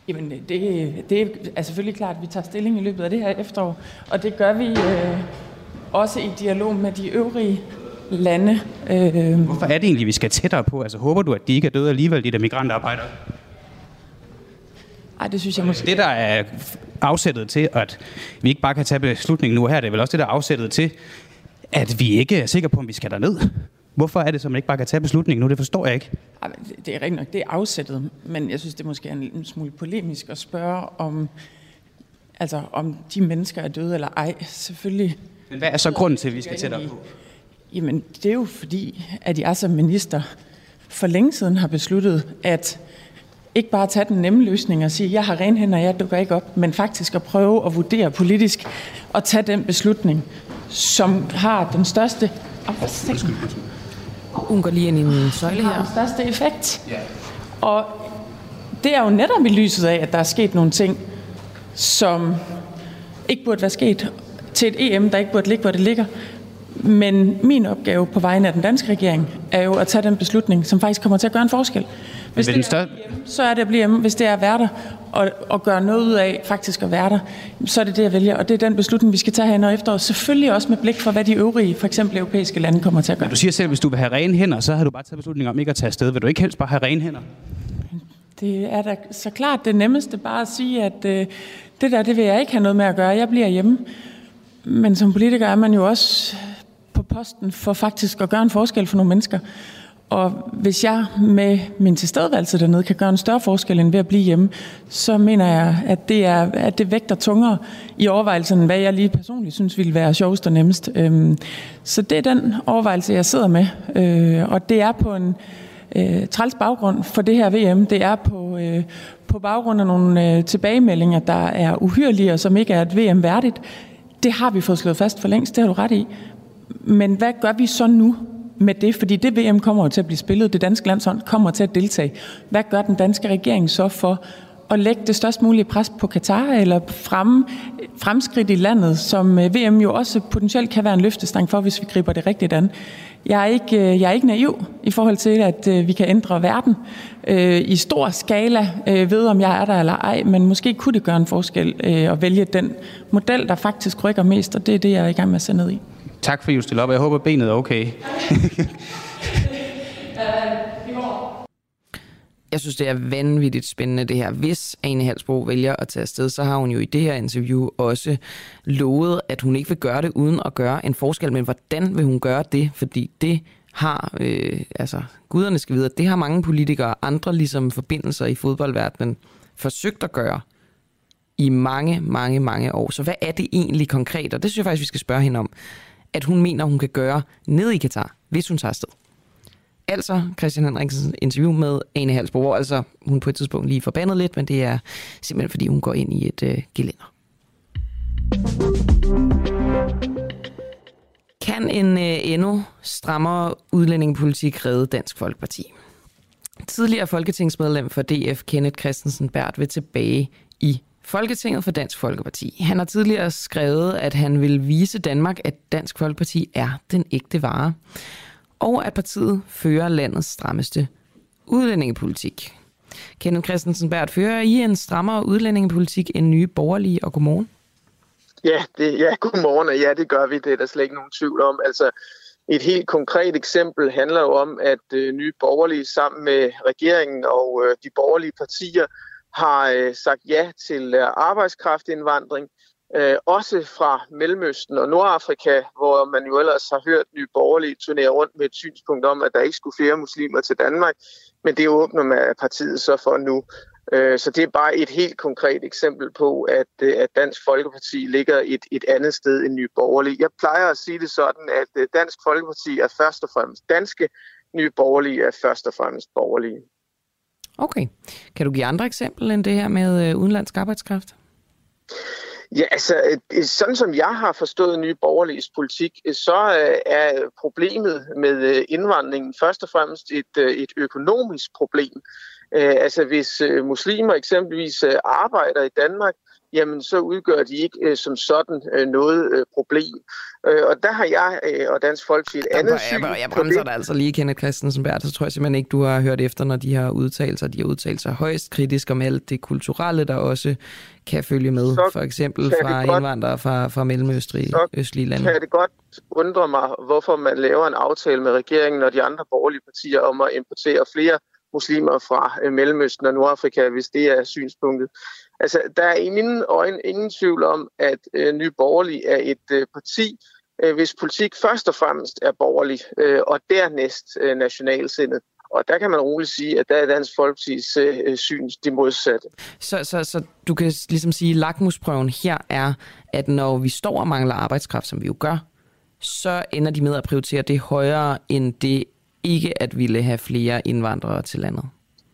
Jamen, det, det er selvfølgelig klart, at vi tager stilling i løbet af det her efterår, og det gør vi øh, også i dialog med de øvrige lande. Øh. Hvorfor er det egentlig, vi skal tættere på? Altså, håber du, at de ikke er døde alligevel, de der migrantarbejdere? Ej, det synes jeg måske. Det, der er afsættet til, at vi ikke bare kan tage beslutningen nu her, det er vel også det, der er afsættet til, at vi ikke er sikre på, om vi skal derned. Hvorfor er det, så man ikke bare kan tage beslutningen nu? Det forstår jeg ikke. Ej, det er rigtigt nok, det er afsættet, men jeg synes, det måske er en smule polemisk at spørge om, altså, om de mennesker er døde eller ej. Selvfølgelig. Men hvad er så grunden til, at vi skal tættere på? Jamen, det er jo fordi, at jeg som minister for længe siden har besluttet, at ikke bare tage den nemme løsning og sige, jeg har rene hænder, jeg dukker ikke op, men faktisk at prøve at vurdere politisk og tage den beslutning, som har den største... Hun går lige ind i en søjle her. Den største effekt. Yeah. Og det er jo netop i lyset af, at der er sket nogle ting, som ikke burde være sket til et E M, der ikke burde ligge, hvor det ligger. Men min opgave på vegne af den danske regering er jo at tage den beslutning, som faktisk kommer til at gøre en forskel. Hvis det er større... hjemme, så er det at blive hjemme. Hvis det er at være der og, og gøre noget ud af faktisk at være der, så er det det, jeg vælger. Og det er den beslutning, vi skal tage herinde efter. Og selvfølgelig også med blik for, hvad de øvrige, for eksempel europæiske lande, kommer til at gøre. Men du siger selv, at hvis du vil have rene hænder, så har du bare taget beslutning om ikke at tage afsted. Vil du ikke helst bare have rene hænder? Det er da så klart det nemmeste bare at sige, at øh, det der, det vil jeg ikke have noget med at gøre. Jeg bliver hjemme. Men som politiker er man jo også på posten for faktisk at gøre en forskel for nogle mennesker. Og hvis jeg med min tilstedeværelse dernede kan gøre en større forskel end ved at blive hjemme, så mener jeg, at det, er, at det vægter tungere i overvejelsen, hvad jeg lige personligt synes ville være sjovest og nemmest. Så det er den overvejelse, jeg sidder med. Og det er på en øh, træls baggrund for det her V M. Det er på, øh, på baggrund af nogle øh, tilbagemeldinger, der er uhyrlige og som ikke er et V M værdigt. Det har vi fået slået fast for længst, det har du ret i. Men hvad gør vi så nu med det? Fordi det V M kommer jo til at blive spillet, det danske landshold kommer til at deltage. Hvad gør den danske regering så for at lægge det størst mulige pres på Katar eller frem, fremskridt i landet, som V M jo også potentielt kan være en løftestang for, hvis vi griber det rigtigt an? Jeg er ikke, jeg er ikke naiv i forhold til, at vi kan ændre verden øh, i stor skala øh, ved, om jeg er der eller ej, men måske kunne det gøre en forskel øh, at vælge den model, der faktisk rykker mest, og det er det, jeg er i gang med at sende ned i. Tak for at I stille op, jeg håber, benet er okay. Jeg synes, det er vanvittigt spændende det her. Hvis Ane Halsbro vælger at tage afsted, så har hun jo i det her interview også lovet, at hun ikke vil gøre det uden at gøre en forskel. Men hvordan vil hun gøre det? Fordi det har, øh, altså guderne skal vide, det har mange politikere og andre ligesom forbindelser i fodboldverdenen forsøgt at gøre i mange, mange, mange år. Så hvad er det egentlig konkret? Og det synes jeg faktisk, vi skal spørge hende om, at hun mener, hun kan gøre ned i Katar, hvis hun tager afsted. Altså Christian Henriksens interview med Ane Halsbro, hvor altså hun på et tidspunkt lige forbandet lidt, men det er simpelthen fordi, hun går ind i et øh, gelænder. Kan en øh, endnu strammere udlændingepolitik redde Dansk Folkeparti? Tidligere folketingsmedlem for D F, Kenneth Kristensen Berth, vil tilbage i Folketinget for Dansk Folkeparti. Han har tidligere skrevet, at han vil vise Danmark, at Dansk Folkeparti er den ægte vare, og at partiet fører landets strammeste udlændingepolitik. Kenneth Kristensen Berth, fører I en strammere udlændingepolitik end Nye Borgerlige, og godmorgen? Ja, det, ja, godmorgen, og ja, det gør vi. Det er der slet ikke nogen tvivl om. Altså, et helt konkret eksempel handler jo om, at øh, Nye Borgerlige sammen med regeringen og øh, de borgerlige partier har øh, sagt ja til øh, arbejdskraftindvandring, øh, også fra Mellemøsten og Nordafrika, hvor man jo ellers har hørt Nye Borgerlige turnere rundt med et synspunkt om, at der ikke skulle flere muslimer til Danmark, men det åbner med partiet så for nu. Øh, så det er bare et helt konkret eksempel på, at, øh, at Dansk Folkeparti ligger et, et andet sted end Nye Borgerlige. Jeg plejer at sige det sådan, at øh, Dansk Folkeparti er først og fremmest danske, Nye Borgerlige er først og fremmest borgerlige. Okay. Kan du give andre eksempler end det her med øh, udenlandsk arbejdskraft? Ja, altså, sådan som jeg har forstået Nye Borgerliges politik, så er problemet med indvandringen først og fremmest et, et økonomisk problem. Øh, altså hvis øh, muslimer eksempelvis øh, arbejder i Danmark, jamen så udgør de ikke øh, som sådan øh, noget øh, problem. Øh, og der har jeg øh, og Dansk Folkeparti et andet syn. Jeg, jeg bremser dig altså lige, Kenneth Kristensen Berth, så tror jeg simpelthen ikke, du har hørt efter, når de har udtalt sig. De har udtalt sig højst kritisk om alt det kulturelle, der også kan følge med. Så for eksempel fra godt, indvandrere fra, fra mellemøstlige østlige lande. Kan det godt undre mig, hvorfor man laver en aftale med regeringen og de andre borgerlige partier om at importere flere muslimer fra øh, Mellemøsten og Nordafrika, hvis det er synspunktet. Altså, der er i mine øjne ingen tvivl om, at øh, Nye Borgerlige er et øh, parti, øh, hvis politik først og fremmest er borgerlig, øh, og dernæst øh, nationalsindet. Og der kan man roligt sige, at der er Dansk Folkepartis øh, syn det modsatte. Så, så, så du kan ligesom sige, at lakmusprøven her er, at når vi står og mangler arbejdskraft, som vi jo gør, så ender de med at prioritere det højere end det ikke at ville have flere indvandrere til landet.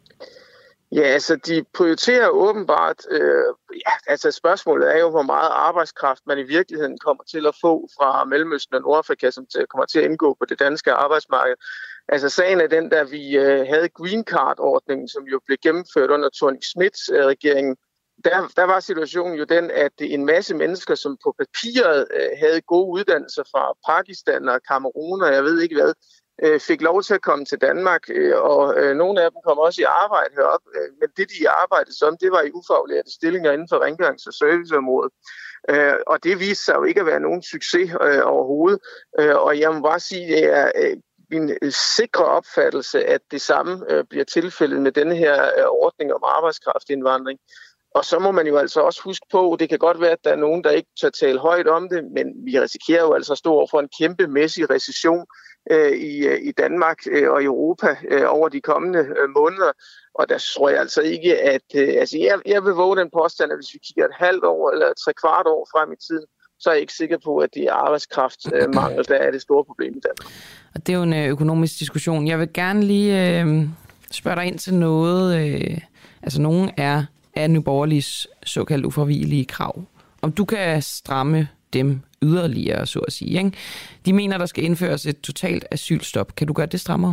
Ja, altså de prioriterer åbenbart, øh, ja, altså spørgsmålet er jo, hvor meget arbejdskraft man i virkeligheden kommer til at få fra Mellemøsten og Nordafrika, som til, kommer til at indgå på det danske arbejdsmarked. Altså sagen er den, der vi øh, havde Green Card-ordningen, som jo blev gennemført under Thorning-Schmidt-regeringen. Der, der var situationen jo den, at en masse mennesker, som på papiret øh, havde gode uddannelser fra Pakistan og Cameroon og jeg ved ikke hvad, fik lov til at komme til Danmark, og nogle af dem kom også i arbejde herop. Men det, de arbejdede som, det var i ufaglærte stillinger inden for rengørings- og serviceområdet. Og det viste sig jo ikke at være nogen succes overhovedet. Og jeg må bare sige, at det er min sikre opfattelse, at det samme bliver tilfældet med denne her ordning om arbejdskraftindvandring. Og så må man jo altså også huske på, det kan godt være, at der er nogen, der ikke tør tale højt om det, men vi risikerer jo altså at stå over for en kæmpemæssig recession I, i Danmark og i Europa over de kommende måneder. Og der tror jeg altså ikke, at altså jeg, jeg vil våge den påstand, at hvis vi kigger et halvt år eller tre kvart år frem i tiden, så er jeg ikke sikker på, at det er arbejdskraftmangel, der er det store problem i Danmark. Og det er jo en økonomisk diskussion. Jeg vil gerne lige øh, spørge dig ind til noget. Øh, altså nogen er af Nye Borgerliges såkaldt ufravigelige krav. Om du kan stramme dem yderligere, så at sige. Ikke? De mener, der skal indføres et totalt asylstop. Kan du gøre det strammere?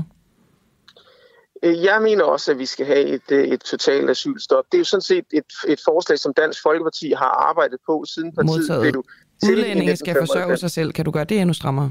Jeg mener også, at vi skal have et, et totalt asylstop. Det er jo sådan set et, et forslag, som Dansk Folkeparti har arbejdet på siden partiet blev til. Udlændinge skal forsørge sig selv. Kan du gøre det endnu strammere?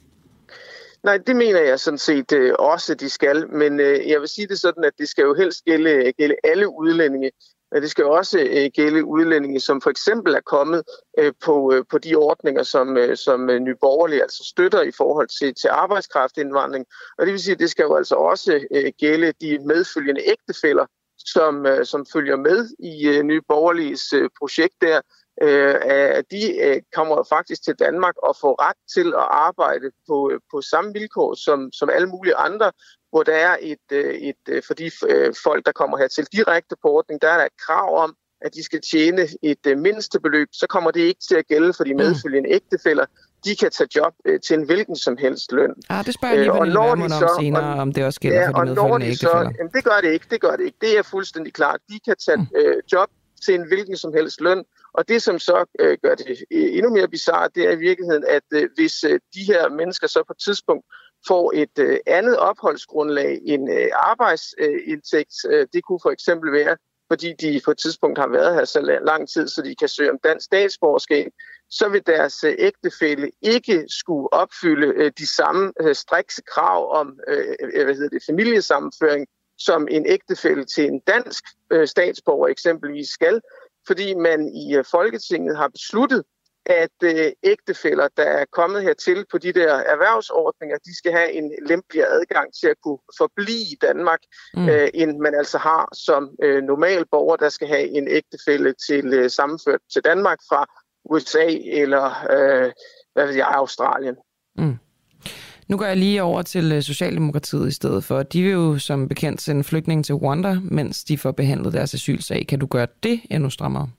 Nej, det mener jeg sådan set øh, også, de skal. Men øh, jeg vil sige det sådan, at det skal jo helst gælde, gælde alle udlændinge. Men det skal jo også øh, gælde udlændinge, som for eksempel er kommet øh, på, øh, på de ordninger, som, øh, som øh, Nye Borgerlige altså støtter i forhold til, til arbejdskraftindvandring. Og det vil sige, at det skal jo altså også øh, gælde de medfølgende ægtefæller, som, øh, som følger med i øh, Nye Borgerliges øh, projekt der. Øh, at de øh, kommer faktisk til Danmark og får ret til at arbejde på, på samme vilkår som, som alle mulige andre, hvor der er et, et, et for de folk, der kommer her til direkte på ordning, der er der et krav om, at de skal tjene et mindstebeløb. Så kommer det ikke til at gælde for de medfølgende ægtefæller. De kan tage job til en hvilken som helst løn. Ah, det spørger jeg lige, Pernille Vermund om senere, og, om det også gælder ja, for de medfølgende de ægtefæller. Så, jamen, det gør det ikke, det gør det ikke. Det er fuldstændig klart. De kan tage mm. øh, job til en hvilken som helst løn. Og det, som så øh, gør det endnu mere bizarrt, det er i virkeligheden, at øh, hvis øh, de her mennesker så på et tidspunkt får et øh, andet opholdsgrundlag end øh, arbejdsindtægt, øh, det kunne for eksempel være, fordi de på et tidspunkt har været her så lang tid, så de kan søge om dansk statsborgerskab, så vil deres øh, ægtefælle ikke skulle opfylde øh, de samme øh, strikse krav om øh, hvad hedder det, familiesammenføring, som en ægtefælle til en dansk øh, statsborger eksempelvis skal, fordi man i øh, Folketinget har besluttet, at øh, ægtefæller, der er kommet hertil på de der erhvervsordninger, de skal have en lempeligere adgang til at kunne forblive i Danmark, mm. øh, end man altså har som øh, normal borger, der skal have en ægtefælle til øh, sammenført til Danmark fra U S A eller øh, hvad ved jeg, Australien. Mm. Nu går jeg lige over til Socialdemokratiet i stedet for. De vil jo som bekendt sende flygtninge til Rwanda, mens de får behandlet deres asylsag. Kan du gøre det endnu strammere?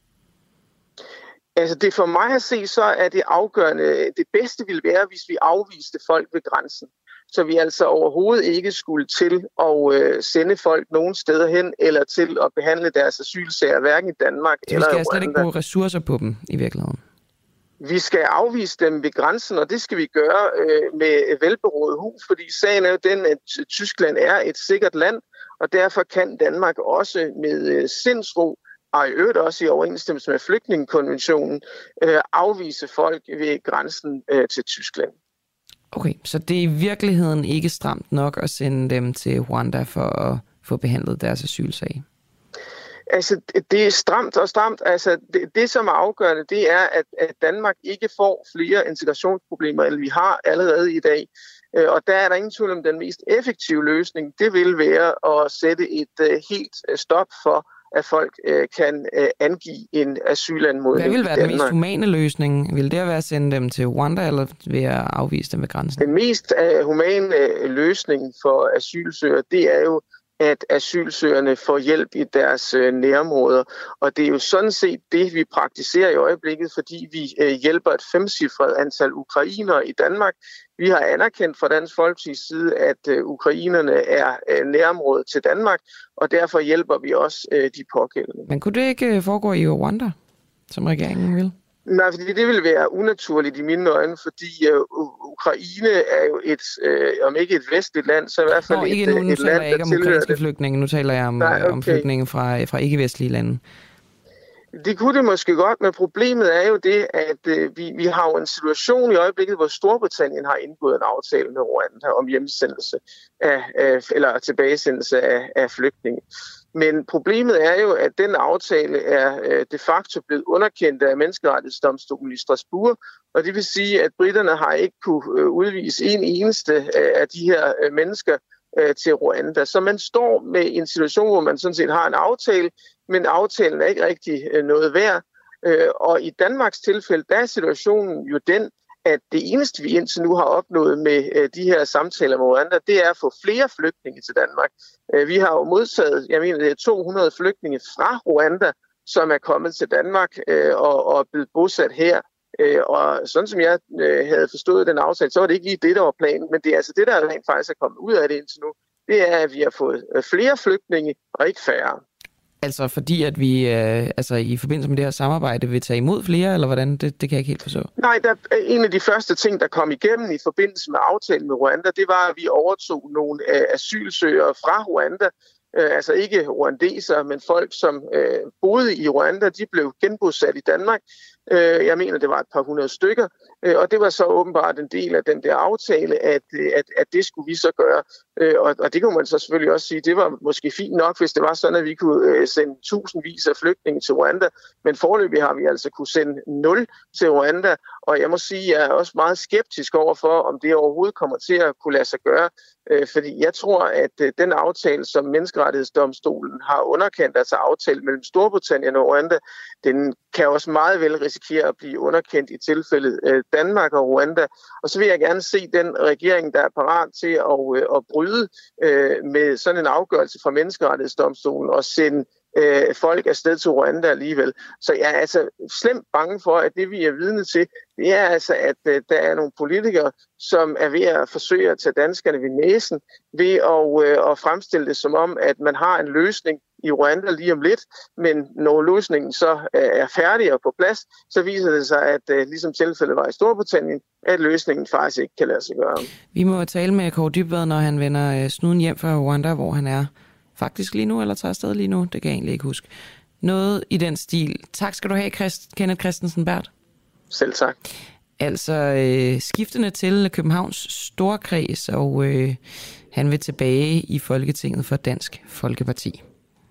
Altså det for mig at se, så er det afgørende. Det bedste ville være, hvis vi afviste folk ved grænsen. Så vi altså overhovedet ikke skulle til at øh, sende folk nogen steder hen, eller til at behandle deres asylsager, hverken i Danmark så eller i Rwanda. Vi skal slet ikke bruge ressourcer på dem i virkeligheden? Vi skal afvise dem ved grænsen, og det skal vi gøre øh, med velberådet hus, fordi sagen er jo den, at Tyskland er et sikkert land, Og derfor kan Danmark også med øh, sindsro, og i øvrigt også i overensstemmelse med flygtningekonventionen, øh, afvise folk ved grænsen øh, til Tyskland. Okay, så det er i virkeligheden ikke stramt nok at sende dem til Rwanda for at få behandlet deres asylsag? Altså, det er stramt og stramt. Altså, det, det som er afgørende, det er, at, at Danmark ikke får flere integrationsproblemer, end vi har allerede i dag. Og der er der ingen tvivl om, den mest effektive løsning, det vil være at sætte et uh, helt stop for, at folk uh, kan uh, angive en asylanmodning. Hvad vil være den mest humane løsning? Vil det være at sende dem til Rwanda, eller ved at afvise dem ved grænsen? Den mest uh, humane uh, løsning for asylsøgere, det er jo, at asylsøgerne får hjælp i deres øh, nærområder. Og det er jo sådan set det, vi praktiserer i øjeblikket, fordi vi øh, hjælper et femcifret antal ukrainere i Danmark. Vi har anerkendt fra Dansk Folkepartis side, at øh, ukrainerne er øh, nærområdet til Danmark, og derfor hjælper vi også øh, de pågældende. Men kunne det ikke foregå i Rwanda, som regeringen vil? Nej, fordi det vil være unaturligt i mine øjne, fordi uh, Ukraine er jo et, uh, om ikke et vestligt land, så i hvert fald Nå, ikke et, nu, nu et land, jeg ikke om ukrainske flygtninge, nu taler jeg om, Nej, okay. om flygtninge fra, fra ikke-vestlige lande. Det kunne det måske godt, men problemet er jo det, at uh, vi, vi har jo en situation i øjeblikket, hvor Storbritannien har indgået en aftale med Rwanda om hjemsendelse af, af, eller tilbagesendelse af, af flygtninge. Men problemet er jo, at den aftale er øh, de facto blevet underkendt af menneskerettighedsdomstolen i Strasbourg, og det vil sige, at britterne har ikke kunne øh, udvise en eneste øh, af de her øh, mennesker øh, til Rwanda. Så man står med en situation, hvor man sådan set har en aftale, men aftalen er ikke rigtig øh, noget værd. Øh, og i Danmarks tilfælde, der er situationen jo den, at det eneste, vi indtil nu har opnået med øh, de her samtaler med Rwanda, det er at få flere flygtninge til Danmark. Øh, vi har jo modtaget, jeg mener, det er to hundrede flygtninge fra Rwanda, som er kommet til Danmark øh, og, og er blevet bosat her. Øh, og sådan som jeg øh, havde forstået den aftale, så var det ikke lige det, der var planen, men det er altså det, der rent faktisk er kommet ud af det indtil nu. Det er, at vi har fået flere flygtninge og ikke færre. Altså fordi, at vi øh, altså, i forbindelse med det her samarbejde vil tage imod flere, eller hvordan? Det, det kan jeg ikke helt forstå. Nej, der, en af de første ting, der kom igennem i forbindelse med aftalen med Rwanda, det var, at vi overtog nogle øh, asylsøgere fra Rwanda. Øh, altså ikke rwandesere, men folk, som øh, boede i Rwanda, de blev genbosat i Danmark. Øh, jeg mener, det var et par hundrede stykker. Øh, og det var så åbenbart en del af den der aftale, at, at, at det skulle vi så gøre. Øh, og, og det kunne man så selvfølgelig også sige, det var måske fint nok, hvis det var sådan, at vi kunne øh, sende tusindvis af flygtninge til Rwanda. Men foreløbig har vi altså kunne sende nul til Rwanda. Og jeg må sige, at jeg er også meget skeptisk overfor, om det overhovedet kommer til at kunne lade sig gøre. Øh, fordi jeg tror, at øh, den aftale, som Menneskerettighedsdomstolen har underkendt, altså aftale mellem Storbritannien og Rwanda, den kan også meget vel risikere at blive underkendt i tilfældet øh, Danmark og Rwanda. Og så vil jeg gerne se den regering, der er parat til at, øh, at bryde øh, med sådan en afgørelse fra Menneskerettighedsdomstolen og sende øh, folk afsted til Rwanda alligevel. Så jeg er altså slemt bange for, at det vi er vidne til, det er altså, at øh, der er nogle politikere, som er ved at forsøge at tage danskerne ved næsen ved at, øh, at fremstille det som om, at man har en løsning i Rwanda lige om lidt, men når løsningen så er færdig og på plads, så viser det sig, at ligesom tilfældet var i Storbritannien, at løsningen faktisk ikke kan lade sig gøre. Vi må tale med Kaare Dybvad, når han vender snuden hjem fra Rwanda, hvor han er faktisk lige nu, eller tager afsted lige nu, det kan jeg egentlig ikke huske. Noget i den stil. Tak skal du have, Christ, Kenneth Christensen Berth. Selv tak. Altså øh, skiftende til Københavns Storkreds, og øh, han vil tilbage i Folketinget for Dansk Folkeparti.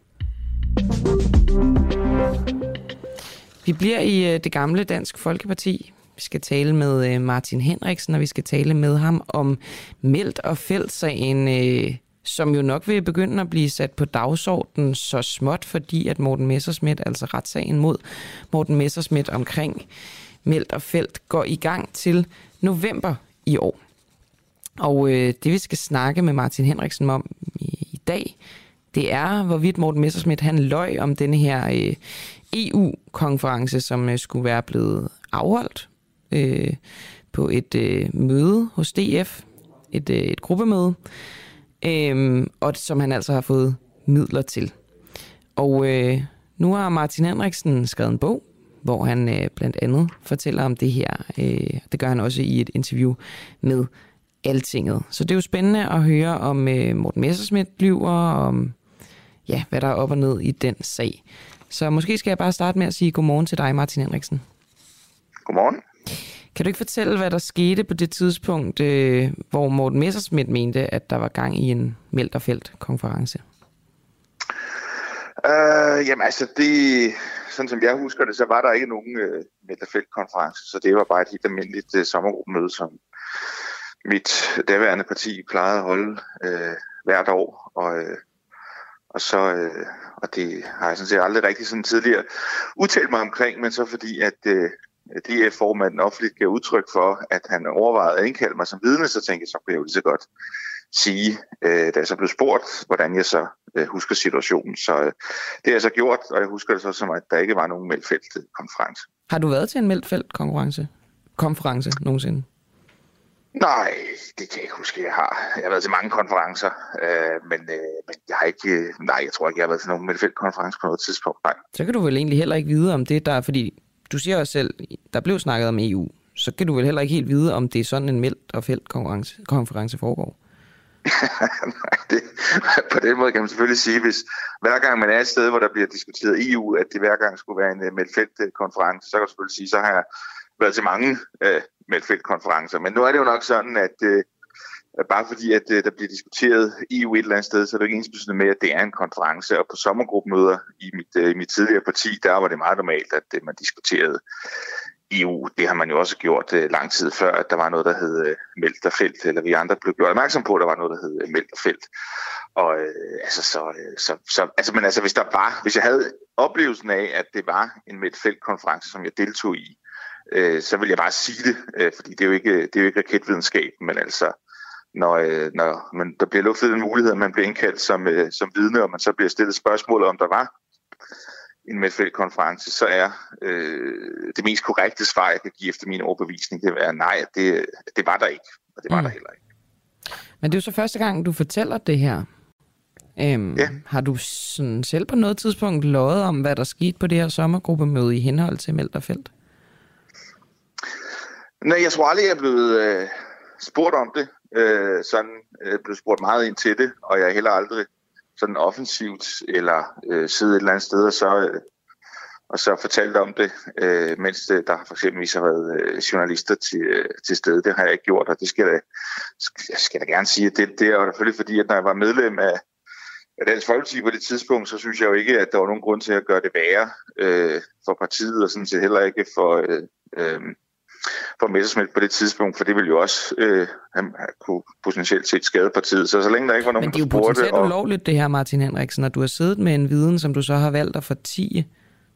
Vi bliver i øh, det gamle Dansk Folkeparti. Vi skal tale med øh, Martin Henriksen, og vi skal tale med ham om Meldt og Felt-sagen, øh, som jo nok vil begynde at blive sat på dagsordenen så småt, fordi at Morten Messerschmidt, altså retssagen mod Morten Messerschmidt omkring Meldt og Felt, går i gang til november i år. Og øh, det vi skal snakke med Martin Henriksen om i, i dag, det er, hvorvidt Morten Messerschmidt han løj om denne her øh, E U-konference, som øh, skulle være blevet afholdt øh, på et øh, møde hos D F, et, øh, et gruppemøde, øh, og som han altså har fået midler til. Og øh, nu har Martin Henriksen skrevet en bog, hvor han øh, blandt andet fortæller om det her. Øh, det gør han også i et interview med Altinget. Så det er jo spændende at høre om øh, Morten Messerschmidt lyver, om ja, hvad der er op og ned i den sag. Så måske skal jeg bare starte med at sige godmorgen til dig, Martin Henriksen. Godmorgen. Kan du ikke fortælle, hvad der skete på det tidspunkt, øh, hvor Morten Messerschmidt mente, at der var gang i en Meldt-og-Felt-konference? Uh, jamen altså, det, sådan som jeg husker det, så var der ikke nogen uh, Meldt-og-Felt-konference, så det var bare et helt almindeligt uh, sommergruppemøde, som mit daværende parti plejede at holde uh, hvert år. Og, uh, og, så, uh, og det har jeg sådan set aldrig rigtig sådan tidligere udtalt mig omkring, men så fordi, at uh, D F-formanden offentligt gav udtryk for, at han overvejede at indkalde mig som vidne, så tænkte jeg, så kunne jeg jo lige så godt sige, øh, da jeg så blev spurgt, hvordan jeg så øh, husker situationen. Så øh, det har jeg så gjort, og jeg husker det så som, at der ikke var nogen Meldt-Felt-konference. Har du været til en Meldt-Felt-konference konference nogensinde? Nej, det kan jeg ikke huske, jeg har. Jeg har været til mange konferencer, øh, men, øh, men jeg har ikke, øh, nej, jeg tror ikke, jeg har været til nogen Meldt-Felt-konference på noget tidspunkt. Nej. Så kan du vel egentlig heller ikke vide, om det der, fordi du siger også selv, der blev snakket om E U, så kan du vel heller ikke helt vide, om det er sådan en Meldt-og-Felt-konference konference foregår? Nej, det, på den måde kan man selvfølgelig sige, hvis hver gang man er et sted, hvor der bliver diskuteret E U, at det hver gang skulle være en uh, Meldt-Felt-konference, så kan du selvfølgelig sige, så har jeg været til mange uh, Meldt-Felt-konferencer. Men nu er det jo nok sådan, at uh, bare fordi, at uh, der bliver diskuteret E U et eller andet sted, så er det ikke ensbetydende med, at det er en konference. Og på sommergruppemøder i mit, uh, i mit tidligere parti, der var det meget normalt, at uh, man diskuterede E U. Det har man jo også gjort uh, lang tid før, at der var noget, der hed uh, Meldt-og-Felt, eller vi andre blev gjort opmærksom på, at der var noget, der hed uh, Meldt-og-Felt. Og uh, altså, så, uh, så, så, altså, men altså, hvis der var, hvis jeg havde oplevelsen af, at det var en Meldt-Felt-konference, som jeg deltog i, uh, så vil jeg bare sige det, uh, fordi det er jo ikke, det er jo ikke raketvidenskab, men altså, når, uh, når man, der bliver luftet en mulighed, at man bliver indkaldt som, uh, som vidne, og man så bliver stillet spørgsmål om, der var en Meldt-Felt-konference, så er øh, det mest korrekte svar, jeg kan give efter min overbevisning, det er nej, det, det var der ikke, og det var mm. der heller ikke. Men det er jo så første gang, du fortæller det her. Øhm, ja. Har du sådan selv på noget tidspunkt løjet om, hvad der skete på det her sommergruppemøde i henhold til Meldt-og-Felt? Nej, jeg tror aldrig, jeg er blevet øh, spurgt om det. Øh, sådan øh, blevet spurgt meget ind til det, og jeg er heller aldrig sådan offensivt, eller øh, sidde et eller andet sted og så, øh, og så fortalt om det, øh, mens det, der for eksempel har været øh, journalister til, øh, til stede. Det har jeg ikke gjort, og det skal jeg, jeg skal da gerne sige, at det, det er jo selvfølgelig fordi, at når jeg var medlem af, af Dansk Folkeparti på det tidspunkt, så synes jeg jo ikke, at der var nogen grund til at gøre det værre øh, for partiet, og sådan set heller ikke for... Øh, øh, for Messerschmidt på det tidspunkt, for det ville jo også øh, han, han kunne potentielt set skade partiet. Så så længe der ikke var nogen, men det er jo potentielt og... ulovligt det her, Martin Henriksen, at du har siddet med en viden, som du så har valgt at fortie.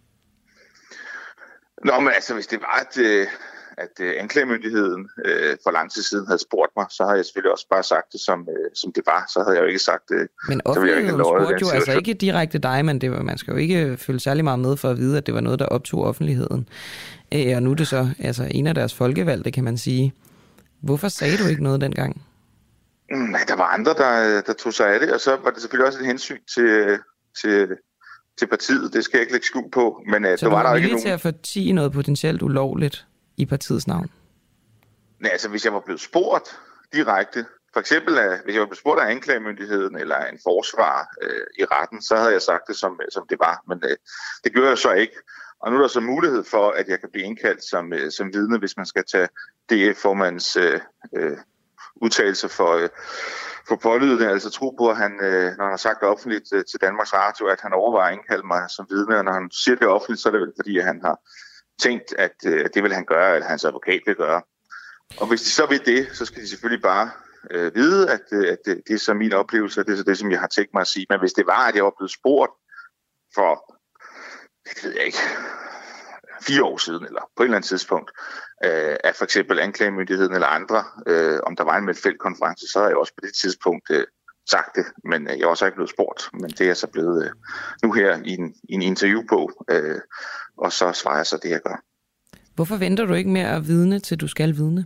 Nå, men altså, hvis det var, at, øh, at øh, anklagemyndigheden øh, for lang tid siden havde spurgt mig, så havde jeg selvfølgelig også bare sagt det, som, øh, som det var. Så havde jeg jo ikke sagt det. Øh, men offentligheden spurgte jo altså ikke direkte dig, men det var, man skal jo ikke følge særlig meget med for at vide, at det var noget, der optog offentligheden. Øh, og nu er det så altså, en af deres folkevalgte, kan man sige. Hvorfor sagde du ikke noget dengang? Nej, der var andre, der, der tog sig af det, og så var det selvfølgelig også et hensyn til... til til partiet, det skal jeg ikke lægge skjul på. Men, så der du var var villig nogen... til at fortie noget potentielt ulovligt i partiets navn? Nej, altså hvis jeg var blevet spurgt direkte, for eksempel hvis jeg var blevet spurgt af anklagemyndigheden eller en forsvar øh, i retten, så havde jeg sagt det, som, som det var. Men øh, det gør jeg så ikke. Og nu er der så mulighed for, at jeg kan blive indkaldt som, øh, som vidne, hvis man skal tage D F-formandens øh, øh, udtalelser for... Øh, for pålydende, altså tro på, at han, øh, når han har sagt det offentligt øh, til Danmarks Radio, at han overvejer at indkalde mig som vidne, og når han siger det offentligt, så er det vel fordi, at han har tænkt, at øh, det vil han gøre, at hans advokat vil gøre. Og hvis de så vil det, så skal de selvfølgelig bare øh, vide, at, øh, at det, det er så min oplevelse, og det er så det, som jeg har tænkt mig at sige. Men hvis det var, at jeg var blevet spurgt for, det ved jeg ikke, fire år siden, eller på et eller andet tidspunkt, øh, af for eksempel anklagemyndigheden eller andre, øh, om der var en Meldt-Felt-konference, så har jeg også på det tidspunkt øh, sagt det, men øh, jeg var så ikke blevet spurgt, men det er så blevet øh, nu her i en, i en interviewbog, øh, og så svarer jeg så det, jeg gør. Hvorfor venter du ikke med at vidne, til du skal vidne?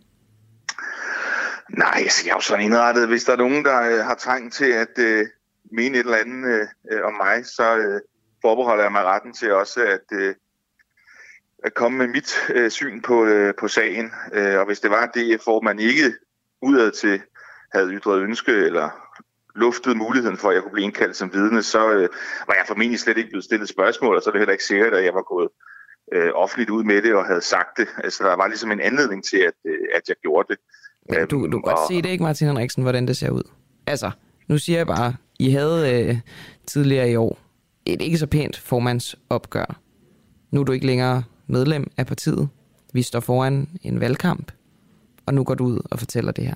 Nej, altså, jeg er jo sådan indrettet, hvis der er nogen, der øh, har trængt til at øh, mene et eller andet øh, om mig, så øh, forbeholder jeg mig retten til også at øh, at komme med mit øh, syn på, øh, på sagen. Øh, og hvis det var det, hvor man ikke udad til havde ytret ønske eller luftede muligheden for, at jeg kunne blive indkaldt som vidne, så øh, var jeg formentlig slet ikke blevet stillet spørgsmål, og så er det heller ikke sikkert, at jeg var gået øh, offentligt ud med det og havde sagt det. Altså, der var ligesom en anledning til, at, øh, at jeg gjorde det. Men du, du kan godt og... se det, ikke, Martin Henriksen, hvordan det ser ud? Altså, nu siger jeg bare, I havde øh, tidligere i år et ikke så pænt formandsopgør. Nu er du ikke længere medlem af partiet. Vi står foran en valgkamp, og nu går du ud og fortæller det her.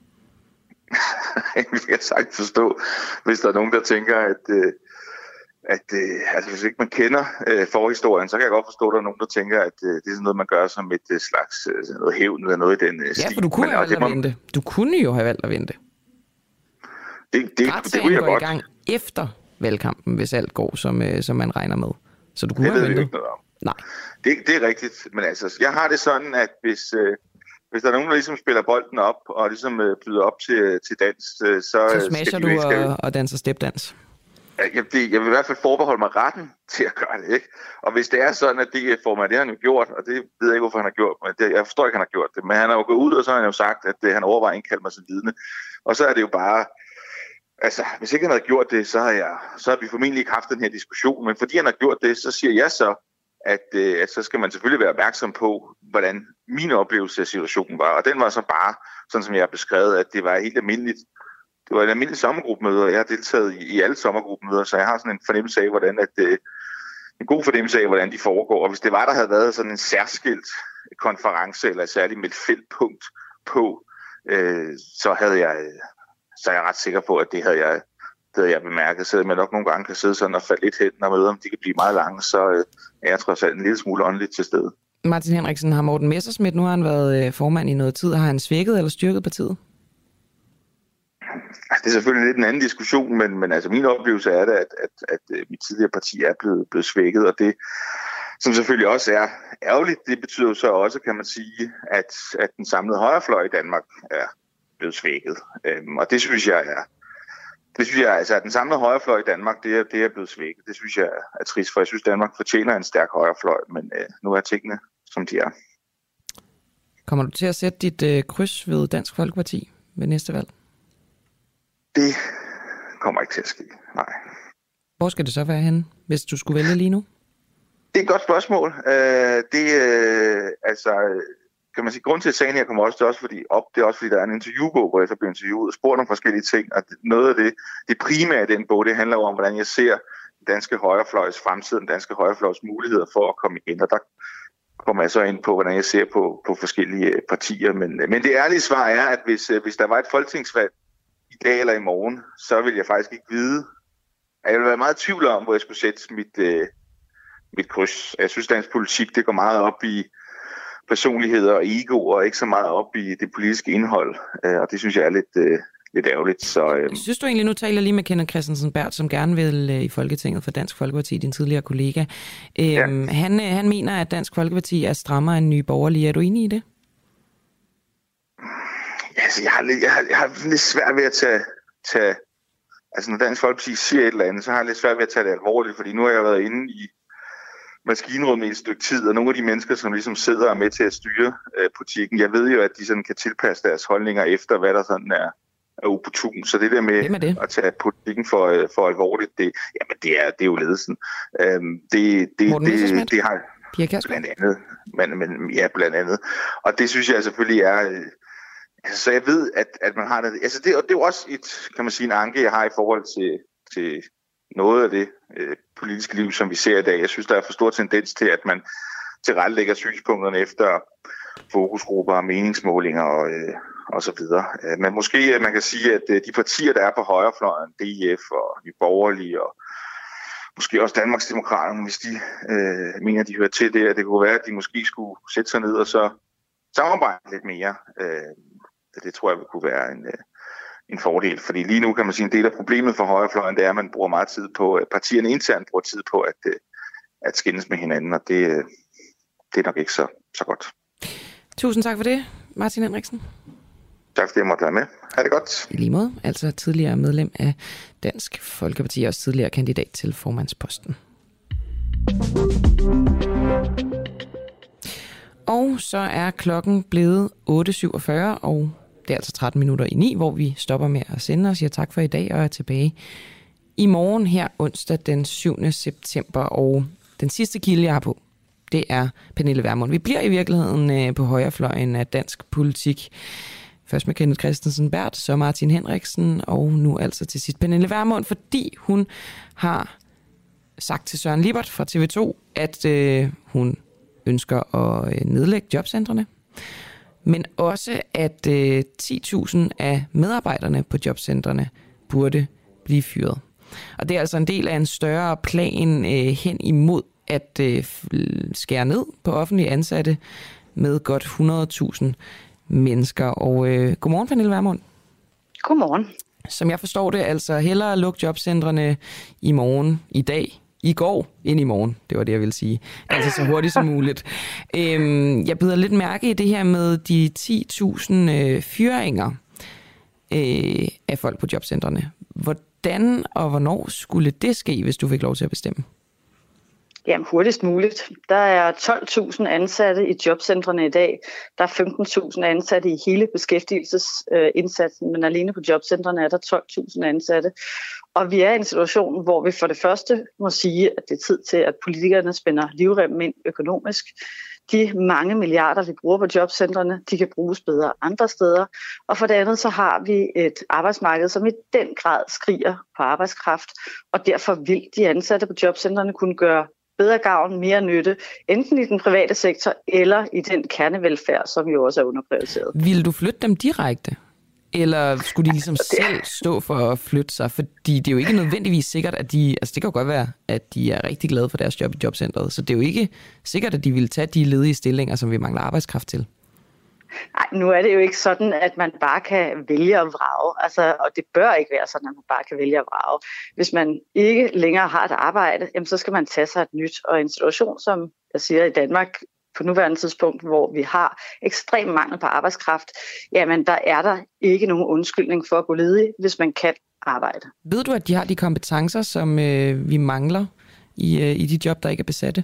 Jeg kan sagtens forstå, hvis der er nogen, der tænker, at, at altså, hvis ikke man kender uh, forhistorien, så kan jeg godt forstå, at der er nogen, der tænker, at uh, det er sådan noget, man gør som et uh, slags uh, noget hævn eller noget i den uh, stil. Ja, for du kunne jo have valgt at vente. Du kunne jo have valgt at vente. Det, det, det kunne jeg går godt. I gang efter valgkampen, hvis alt går, som, uh, som man regner med. Så du kunne det have ved ventet. Ikke noget om. Nej. Det, det er rigtigt, men altså, jeg har det sådan, at hvis... Uh, Hvis der er nogen, der ligesom spiller bolden op og ligesom øh, byder op til, til dans, øh, så... Så smasher du skal, og, og danser stepdans? Jeg, det, jeg vil i hvert fald forbeholde mig retten til at gøre det, ikke? Og hvis det er sådan, at D F-formand, det har han jo gjort, og det ved jeg ikke, hvorfor han har gjort, men det, jeg forstår ikke, at han har gjort det, men han har jo gået ud, og så har han jo sagt, at det, han overvejer at indkalde mig som vidne. Og så er det jo bare... Altså, hvis ikke han havde gjort det, så har, jeg, så har vi formentlig ikke haft den her diskussion, men fordi han har gjort det, så siger jeg så, At, øh, at så skal man selvfølgelig være opmærksom på, hvordan min oplevelse af situationen var. Og den var så bare, sådan som jeg har beskrevet, at det var helt almindeligt. Det var et almindeligt sommergruppemøde, og jeg har deltaget i, i alle sommergruppemøder, så jeg har sådan en fornemmelse af, hvordan at, øh, en god fornemmelse af, hvordan de foregår. Og hvis det var, der havde været sådan en særskilt konference, eller et særligt meldt feltpunkt på, øh, så havde jeg, så er jeg ret sikker på, at det havde jeg det havde jeg bemærket, så man nok nogle gange kan sidde sådan og falde lidt hen, når møder, om de kan blive meget lange, så øh, er jeg trods alt en lille smule åndeligt til stede. Martin Henriksen, har Morten Messerschmidt, nu har han været formand i noget tid, har han svækket eller styrket partiet? Altså, det er selvfølgelig lidt en anden diskussion, men, men altså min oplevelse er det, at, at, at, at mit tidligere parti er blevet, blevet svækket, og det, som selvfølgelig også er ærgerligt, det betyder jo så også, kan man sige, at, at den samlede højrefløj i Danmark er blevet svækket. Øhm, og det synes jeg er Det synes jeg, altså at den samlede højrefløj i Danmark, det er, det er blevet svækket. Det synes jeg er trist, for jeg synes, Danmark fortjener en stærk højrefløj, men øh, nu er tingene, som de er. Kommer du til at sætte dit øh, kryds ved Dansk Folkeparti ved næste valg? Det kommer ikke til at ske, nej. Hvor skal det så være henne, hvis du skulle vælge lige nu? Det er et godt spørgsmål. Øh, det øh, altså... kan man sige, grund til, at sagen her kommer også, det er også fordi, op, det er også fordi, der er en interviewbog, hvor jeg så bliver interviewet og spurgt om forskellige ting, og noget af det, det primære af den bog, det handler om, hvordan jeg ser den danske højrefløjs fremtid, den danske højrefløjs muligheder for at komme ind, og der kommer jeg så ind på, hvordan jeg ser på, på forskellige partier, men, men det ærlige svar er, at hvis, hvis der var et folketingsvalg i dag eller i morgen, så ville jeg faktisk ikke vide, at jeg ville være meget i tvivl om, hvor jeg skulle sætte mit, øh, mit kryds. Jeg synes, dansk politik, det går meget op i personligheder og egoer, og ikke så meget op i det politiske indhold, og det synes jeg er lidt, øh, lidt ærgerligt. Så, øh. Synes du egentlig, nu taler lige med Kenneth Kristensen Berth, som gerne vil øh, i Folketinget for Dansk Folkeparti, din tidligere kollega. Øhm, ja. han, han mener, at Dansk Folkeparti er strammere end Nye Borgerlige. Er du enig i det? Ja, altså, jeg, har lidt, jeg, har, jeg har lidt svært ved at tage, tage... Altså, når Dansk Folkeparti siger et eller andet, så har jeg lidt svært ved at tage det alvorligt, fordi nu har jeg været inde i maskinrummet i et stykke tid, og nogle af de mennesker, som ligesom sidder og er med til at styre øh, politikken, jeg ved jo, at de sådan kan tilpasse deres holdninger efter, hvad der sådan er, er opportun. Så det der med det? at tage politikken for, øh, for alvorligt, det, jamen, det, er, det er jo ledelsen. Øhm, det, det, Morten Messerschmidt? det, det har blandt andet. Men, men, ja, blandt andet. Og det synes jeg selvfølgelig er... Øh, altså, så jeg ved, at, at man har det... Altså, det, og det er jo også et, kan man sige, en anke, jeg har i forhold til... til noget af det øh, politiske liv, som vi ser i dag. Jeg synes, der er for stor tendens til, at man tilrettelægger synspunkterne efter fokusgrupper og meningsmålinger og, øh, og så videre. Øh, men måske at man kan sige, at øh, de partier, der er på højrefløjen, D F og de borgerlige og måske også Danmarksdemokraterne, hvis de øh, mener, de hører til det, at det kunne være, at de måske skulle sætte sig ned og så samarbejde lidt mere. Øh, det tror jeg vil kunne være en... Øh, en fordel, fordi lige nu kan man sige, en del af problemet for højrefløjen, det er, at man bruger meget tid på, partierne internt bruger tid på at, at skændes med hinanden, og det, det er nok ikke så, så godt. Tusind tak for det, Martin Henriksen. Tak fordi jeg måtte være med. Ha' det godt. I lige måde, altså tidligere medlem af Dansk Folkeparti, og også tidligere kandidat til formandsposten. Og så er klokken blevet otte syvogfyrre, og Det er altså tretten minutter i ni, hvor vi stopper med at sende og siger tak for i dag og er tilbage i morgen her onsdag den syvende september. Og den sidste kilde, jeg har på, det er Pernille Vermund. Vi bliver i virkeligheden på højrefløjen af dansk politik. Først med Kenneth Kristensen Berth, så Martin Henriksen, og nu altså til sidst Pernille Vermund, fordi hun har sagt til Søren Lippert fra T V to, at øh, hun ønsker at øh, nedlægge jobcentrene, men også at øh, ti tusind af medarbejderne på jobcentrene burde blive fyret. Og det er altså en del af en større plan øh, hen imod at øh, skære ned på offentlige ansatte med godt hundrede tusind mennesker. Og øh, godmorgen, Pernille Vermund. Godmorgen. Som jeg forstår det, altså hellere lukke jobcentrene i morgen, i dag, i går, end i morgen. Det var det, jeg ville sige. Altså så hurtigt som muligt. Øhm, jeg bider lidt mærke i det her med de ti tusind øh, fyringer øh, af folk på jobcentrene. Hvordan og hvornår skulle det ske, hvis du fik lov til at bestemme? Jamen hurtigst muligt. Der er tolv tusind ansatte i jobcentrene i dag. Der er femten tusind ansatte i hele beskæftigelsesindsatsen, men alene på jobcentrene er der tolv tusind ansatte. Og vi er i en situation, hvor vi for det første må sige, at det er tid til, at politikerne spænder livremmen ind økonomisk. De mange milliarder, vi bruger på jobcentrene, de kan bruges bedre andre steder. Og for det andet, så har vi et arbejdsmarked, som i den grad skriger på arbejdskraft. Og derfor vil de ansatte på jobcentrene kunne gøre bedre gavn, mere nytte, enten i den private sektor eller i den kernevelfærd, som jo også er underprioriteret. Vil du flytte dem direkte? Eller skulle de ligesom selv stå for at flytte sig? Fordi det er jo ikke nødvendigvis sikkert, at de... Altså det kan jo godt være, at de er rigtig glade for deres job i jobcentret. Så det er jo ikke sikkert, at de vil tage de ledige stillinger, som vi mangler arbejdskraft til. Nej, nu er det jo ikke sådan, at man bare kan vælge at vrage. Altså, og det bør ikke være sådan, at man bare kan vælge at vrage. Hvis man ikke længere har et arbejde, jamen, så skal man tage sig et nyt. Og en situation, som jeg siger i Danmark på nuværende tidspunkt, hvor vi har ekstrem mangel på arbejdskraft, jamen der er der ikke nogen undskyldning for at gå ledig, hvis man kan arbejde. Ved du, at de har de kompetencer, som øh, vi mangler i, øh, i de job, der ikke er besatte?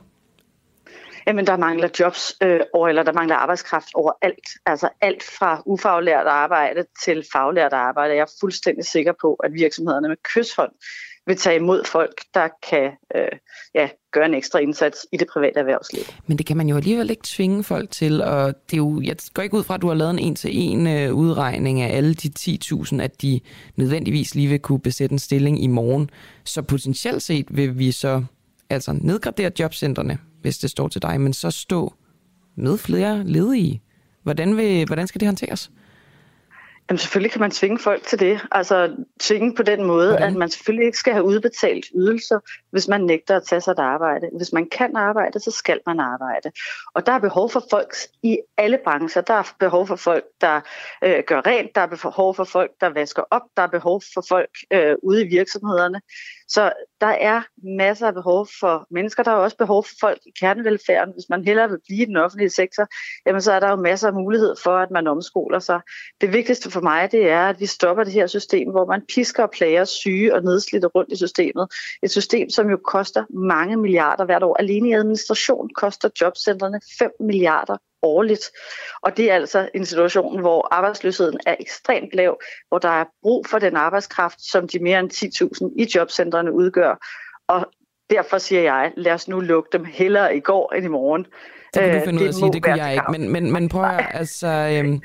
Jamen, der mangler jobs, øh, over, eller der mangler arbejdskraft overalt. Altså alt fra ufaglært arbejde til faglært arbejde. Jeg er fuldstændig sikker på, at virksomhederne med kyshånd vil tage imod folk, der kan øh, ja, gøre en ekstra indsats i det private erhvervsliv. Men det kan man jo alligevel ikke tvinge folk til, og det er jo, jeg går ikke ud fra, at du har lavet en en-til-en øh, udregning af alle de ti tusind, at de nødvendigvis lige vil kunne besætte en stilling i morgen. Så potentielt set vil vi så altså nedgradere jobcentrene, hvis det står til dig, men så stå med flere ledige. Hvordan, vil, hvordan skal det håndteres? Jamen selvfølgelig kan man tvinge folk til det. Altså tvinge på den måde, hvordan? At man selvfølgelig ikke skal have udbetalt ydelser, hvis man nægter at tage sig et arbejde. Hvis man kan arbejde, så skal man arbejde. Og der er behov for folk i alle brancher. Der er behov for folk, der øh, gør rent. Der er behov for folk, der vasker op. Der er behov for folk øh, ude i virksomhederne. Så der er masser af behov for mennesker. Der er også behov for folk i kernevelfærden. Hvis man hellere vil blive i den offentlige sektor, jamen så er der jo masser af mulighed for, at man omskoler sig. Det vigtigste for mig, det er, at vi stopper det her system, hvor man pisker og plager syge og nedslidte rundt i systemet. Et system, som jo koster mange milliarder hvert år. Alene i administration koster jobcentrene fem milliarder årligt. Og det er altså en situation, hvor arbejdsløsheden er ekstremt lav, hvor der er brug for den arbejdskraft, som de mere end ti tusind i jobcentrene udgør. Og derfor siger jeg, lad os nu lukke dem hellere i går end i morgen. Det kunne du finde ud af at sige, det kunne jeg ikke. Men, men, men prøv at, altså... Øhm,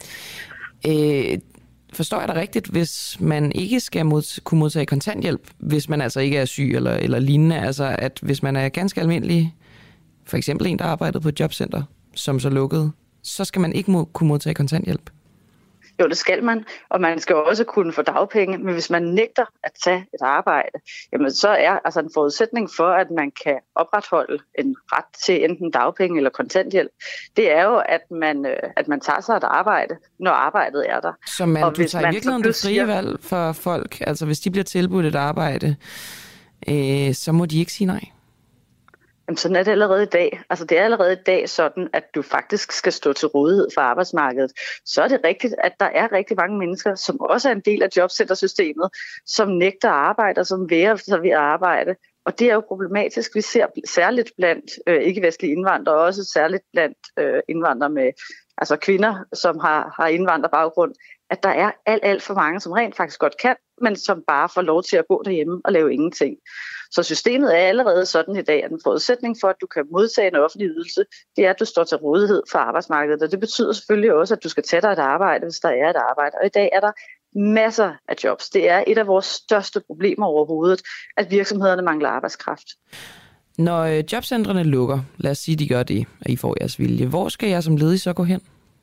øh, forstår jeg dig rigtigt, hvis man ikke skal mod, kunne modtage kontanthjælp, hvis man altså ikke er syg eller, eller lignende, altså at hvis man er ganske almindelig, for eksempel en, der arbejdede på et jobcenter, som så lukkede, så skal man ikke må, kunne modtage kontanthjælp? Jo, det skal man, og man skal også kunne få dagpenge, men hvis man nægter at tage et arbejde, jamen så er altså en forudsætning for, at man kan opretholde en ret til enten dagpenge eller kontanthjælp, det er jo, at man, at man tager sig et arbejde, når arbejdet er der. Så man, og du tager man i virkeligheden det frie valg for folk, altså hvis de bliver tilbudt et arbejde, øh, så må de ikke sige nej? Jamen, sådan er det allerede i dag. Altså, det er allerede i dag sådan, at du faktisk skal stå til rådighed for arbejdsmarkedet. Så er det rigtigt, at der er rigtig mange mennesker, som også er en del af jobcentersystemet, som nægter at arbejde og som værer sig ved at arbejde. Og det er jo problematisk. Vi ser særligt blandt øh, ikke-vestlige indvandrere, og også særligt blandt øh, indvandrere med altså kvinder, som har, har indvandrerbaggrund, at der er alt, alt for mange, som rent faktisk godt kan, men som bare får lov til at gå derhjemme og lave ingenting. Så systemet er allerede sådan i dag, at en forudsætning for, at du kan modtage en offentlig ydelse, det er, at du står til rådighed for arbejdsmarkedet. Og det betyder selvfølgelig også, at du skal tage dig et arbejde, hvis der er et arbejde. Og i dag er der masser af jobs. Det er et af vores største problemer overhovedet, at virksomhederne mangler arbejdskraft. Når jobcentrene lukker, lad os sige, de gør det, og I får jeres vilje, hvor skal jeg som ledig så gå hen?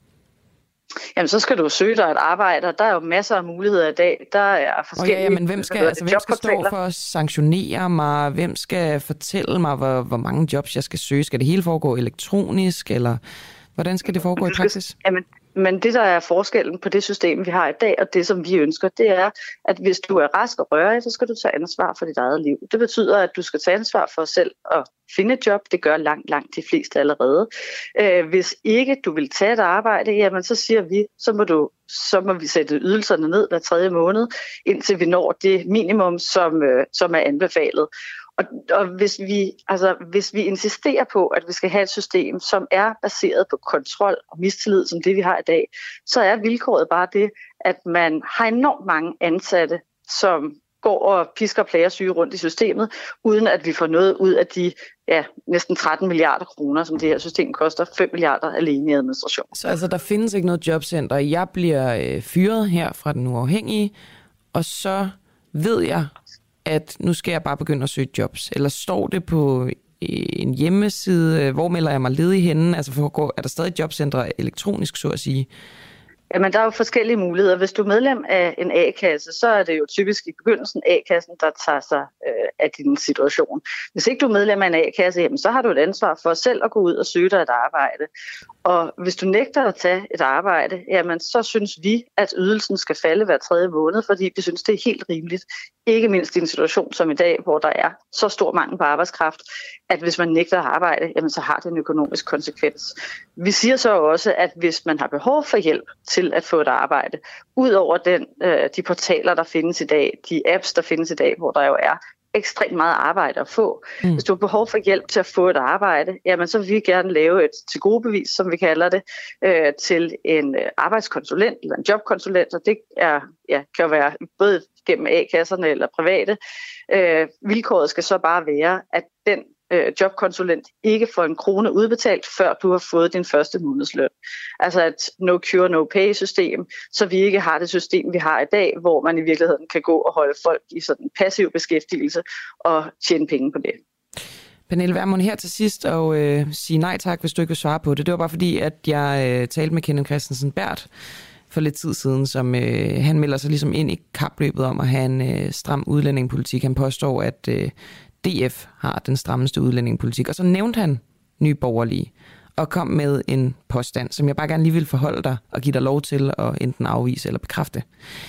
Jamen, så skal du søge dig et arbejde, og der er jo masser af muligheder i dag. Der er forskellige... Okay, ja, men hvem skal, altså, hvem skal stå for at sanktionere mig? Hvem skal fortælle mig, hvor, hvor mange jobs jeg skal søge? Skal det hele foregå elektronisk, eller hvordan skal det foregå i praksis? Jamen, men det, der er forskellen på det system, vi har i dag, og det, som vi ønsker, det er, at hvis du er rask og rørig, så skal du tage ansvar for dit eget liv. Det betyder, at du skal tage ansvar for selv at finde et job. Det gør langt, langt de fleste allerede. Øh, hvis ikke du vil tage et arbejde, jamen så siger vi, så må, du, så må vi sætte ydelserne ned hver tredje måned, indtil vi når det minimum, som, øh, som er anbefalet. Og, og hvis, vi, altså, hvis vi insisterer på, at vi skal have et system, som er baseret på kontrol og mistillid, som det vi har i dag, så er vilkåret bare det, at man har enormt mange ansatte, som går og pisker og plager syge rundt i systemet, uden at vi får noget ud af de ja, næsten tretten milliarder kroner, som det her system koster, fem milliarder alene i administration. Så altså, der findes ikke noget jobcenter. Jeg bliver øh, fyret her fra Den Uafhængige, og så ved jeg, at nu skal jeg bare begynde at søge jobs? Eller står det på en hjemmeside? Hvor melder jeg mig ledig henne? Altså for, er der stadig jobcentre elektronisk, så at sige? Jamen, der er jo forskellige muligheder. Hvis du er medlem af en A-kasse, så er det jo typisk i begyndelsen A-kassen, der tager sig øh, af din situation. Hvis ikke du er medlem af en A-kasse, jamen, så har du et ansvar for selv at gå ud og søge dig et arbejde. Og hvis du nægter at tage et arbejde, jamen, så synes vi, at ydelsen skal falde hver tredje måned, fordi vi synes, det er helt rimeligt. Ikke mindst i en situation som i dag, hvor der er så stor mangel på arbejdskraft, at hvis man nægter at arbejde, jamen, så har det en økonomisk konsekvens. Vi siger så også, at hvis man har behov for hjælp til at få et arbejde, ud over den, øh, de portaler, der findes i dag, de apps, der findes i dag, hvor der jo er ekstremt meget arbejde at få. Mm. Hvis du har behov for hjælp til at få et arbejde, jamen så vil vi gerne lave et tilgodebevis, som vi kalder det, øh, til en arbejdskonsulent eller en jobkonsulent, og det er, ja, kan jo være både gennem A-kasserne eller private. Øh, vilkåret skal så bare være, at den øh, jobkonsulent ikke får en krone udbetalt, før du har fået din første månedsløn. Altså et no cure, no pay system, så vi ikke har det system, vi har i dag, hvor man i virkeligheden kan gå og holde folk i sådan passiv beskæftigelse og tjene penge på det. Pernille Vermund, her til sidst og øh, sige nej tak, hvis du ikke vil svare på det. Det var bare fordi, at jeg øh, talte med Kenneth Kristensen Berth for lidt tid siden, som øh, han melder sig ligesom ind i kapløbet om at have en øh, stram udlændingepolitik. Han påstår, at øh, D F har den strammeste udlændingepolitik. Og så nævnte han Nye Borgerlige og kom med en påstand, som jeg bare gerne lige vil forholde dig og give dig lov til at enten afvise eller bekræfte.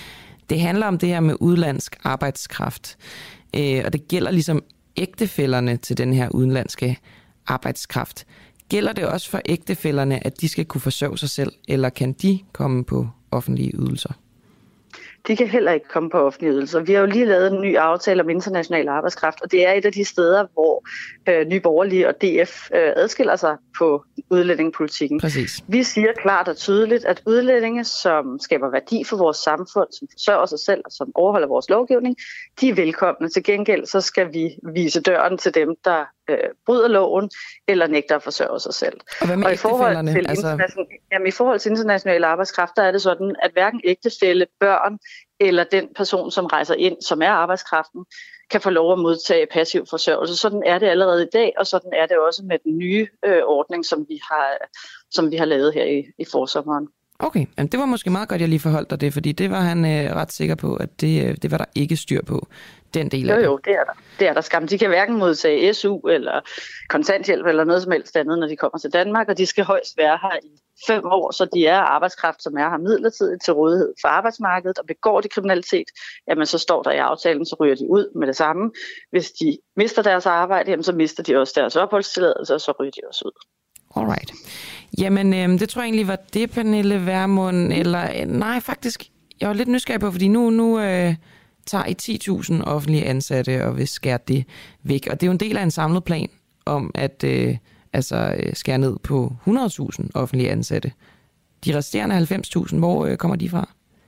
Det handler om det her med udenlandsk arbejdskraft, øh, og det gælder ligesom ægtefællerne til den her udenlandske arbejdskraft. Gælder det også for ægtefællerne, at de skal kunne forsørge sig selv, eller kan de komme på offentlige ydelser? De kan heller ikke komme på offentlige ydelser. Vi har jo lige lavet en ny aftale om international arbejdskraft, og det er et af de steder, hvor øh, Nye Borgerlige og D F øh, adskiller sig på udlændingepolitikken. Præcis. Vi siger klart og tydeligt, at udlændinge, som skaber værdi for vores samfund, som forsørger sig selv og som overholder vores lovgivning, de er velkomne. Til gengæld så skal vi vise døren til dem, der øh, bryder loven eller nægter at forsørge sig selv. Og hvad med og i forhold, til altså... jamen, i forhold til international arbejdskraft, der er det sådan, at hverken ægtefælle, børn eller den person, som rejser ind, som er arbejdskraften, kan få lov at modtage passiv forsørgelse. Sådan er det allerede i dag, og sådan er det også med den nye øh, ordning, som vi har, som vi har lavet her i, i forsommeren. Okay, jamen, det var måske meget godt, jeg lige forholdt dig det, fordi det var han øh, ret sikker på, at det, det var der ikke styr på, den del af jo, det. Jo, det er der. Det er der skam. De kan hverken modtage S U eller kontanthjælp eller noget som helst andet, når de kommer til Danmark, og de skal højst være her i fem år, så de er arbejdskraft, som er her midlertidigt til rådighed for arbejdsmarkedet, og begår de kriminalitet, jamen så står der i aftalen, så ryger de ud med det samme. Hvis de mister deres arbejde, jamen så mister de også deres opholdstilladelse, og så ryger de også ud. Alright. Jamen, øh, det tror jeg egentlig var det, Pernille Vermund, eller øh, nej, faktisk, jeg var lidt nysgerrig på, fordi nu, nu øh, tager I ti tusind offentlige ansatte og vil skære det væk, og det er jo en del af en samlet plan om at øh, altså, skære ned på hundrede tusind offentlige ansatte. De resterende halvfems tusind, hvor øh, kommer de fra?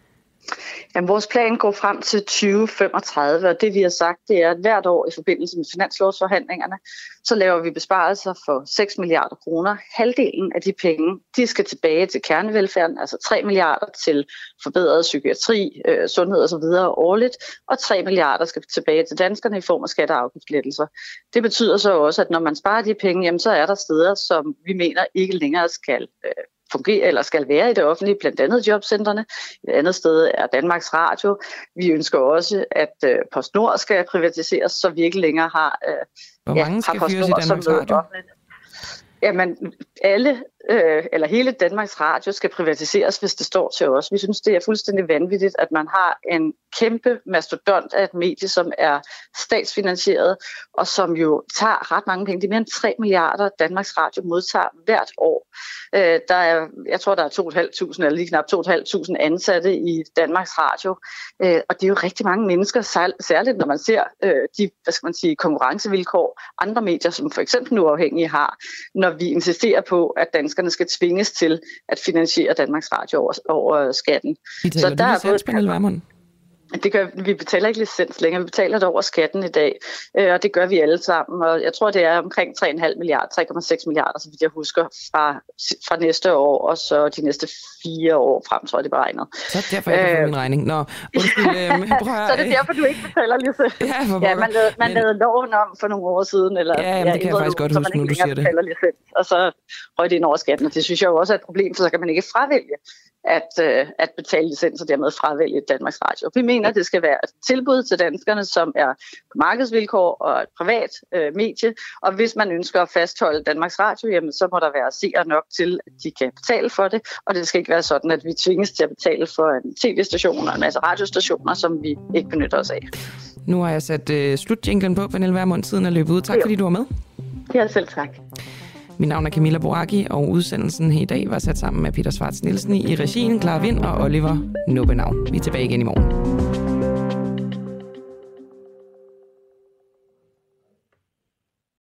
Jamen, vores plan går frem til tyve femogtredive, og det vi har sagt, det er, at hvert år i forbindelse med finanslovsforhandlingerne, så laver vi besparelser for seks milliarder kroner. Halvdelen af de penge, de skal tilbage til kernevelfærden, altså tre milliarder til forbedret psykiatri, øh, sundhed og så videre årligt, og tre milliarder skal tilbage til danskerne i form af skatte- og afgiftslettelser. Det betyder så også, at når man sparer de penge, jamen, så er der steder, som vi mener ikke længere skal øh, fungere eller skal være i det offentlige, blandt andet jobcentrene. Et andet sted er Danmarks Radio. Vi ønsker også, at øh, PostNord skal privatiseres, så vi ikke længere har, øh, Hvor mange ja, skal har fyres i Danmarks Radio? Jamen, alle, øh, eller hele Danmarks Radio skal privatiseres, hvis det står til os. Vi synes, det er fuldstændig vanvittigt, at man har en kæmpe mastodont af et medie, som er statsfinansieret, og som jo tager ret mange penge. Det er mere end tre milliarder, Danmarks Radio modtager hvert år. Øh, der er, jeg tror, der er to tusind fem hundrede, eller lige knap to tusind fem hundrede ansatte i Danmarks Radio. Øh, og det er jo rigtig mange mennesker, særligt når man ser øh, de, hvad skal man sige, konkurrencevilkår, andre medier, som for eksempel Uafhængige har, når vi insisterer på, at danskerne skal tvinges til at finansiere Danmarks Radio over, over skatten. Så der er både Pernille Vermund? Det gør, vi betaler ikke licens længere, vi betaler det over skatten i dag, øh, og det gør vi alle sammen, og jeg tror, det er omkring tre komma fem milliarder, tre komma seks milliarder, så vidt jeg husker, fra, fra næste år, og så de næste fire år frem, tror jeg, det er beregnet. Så derfor jeg kan få min regning. Nå, undskyld, øh, prøv, så er det derfor, du ikke betaler licens. Ja, for ja, man lavede, man men... lavede loven om for nogle år siden, eller ja, jamen, det kan jeg faktisk godt huske, nu du siger det. Licens, og så røg det ind over skatten, og det synes jeg jo også er et problem, for så kan man ikke fravælge At, øh, at betale licens og dermed fravælge Danmarks Radio. Vi mener, at det skal være et tilbud til danskerne, som er på markedsvilkår og et privat øh, medie. Og hvis man ønsker at fastholde Danmarks Radio, jamen, så må der være seere nok til, at de kan betale for det. Og det skal ikke være sådan, at vi tvinges til at betale for en tv-station og en masse radiostationer, som vi ikke benytter os af. Nu har jeg sat øh, slutjinglen på, Pernille Vermund, tiden er løbet ud. Tak, jo. Fordi du var med. Ja, selv tak. Mit navn er Camilla Boracchi, og udsendelsen her i dag var sat sammen med Peter Schwartz Nielsen i regien, Clara Vind og Oliver Nubbenau. Vi er tilbage igen i morgen.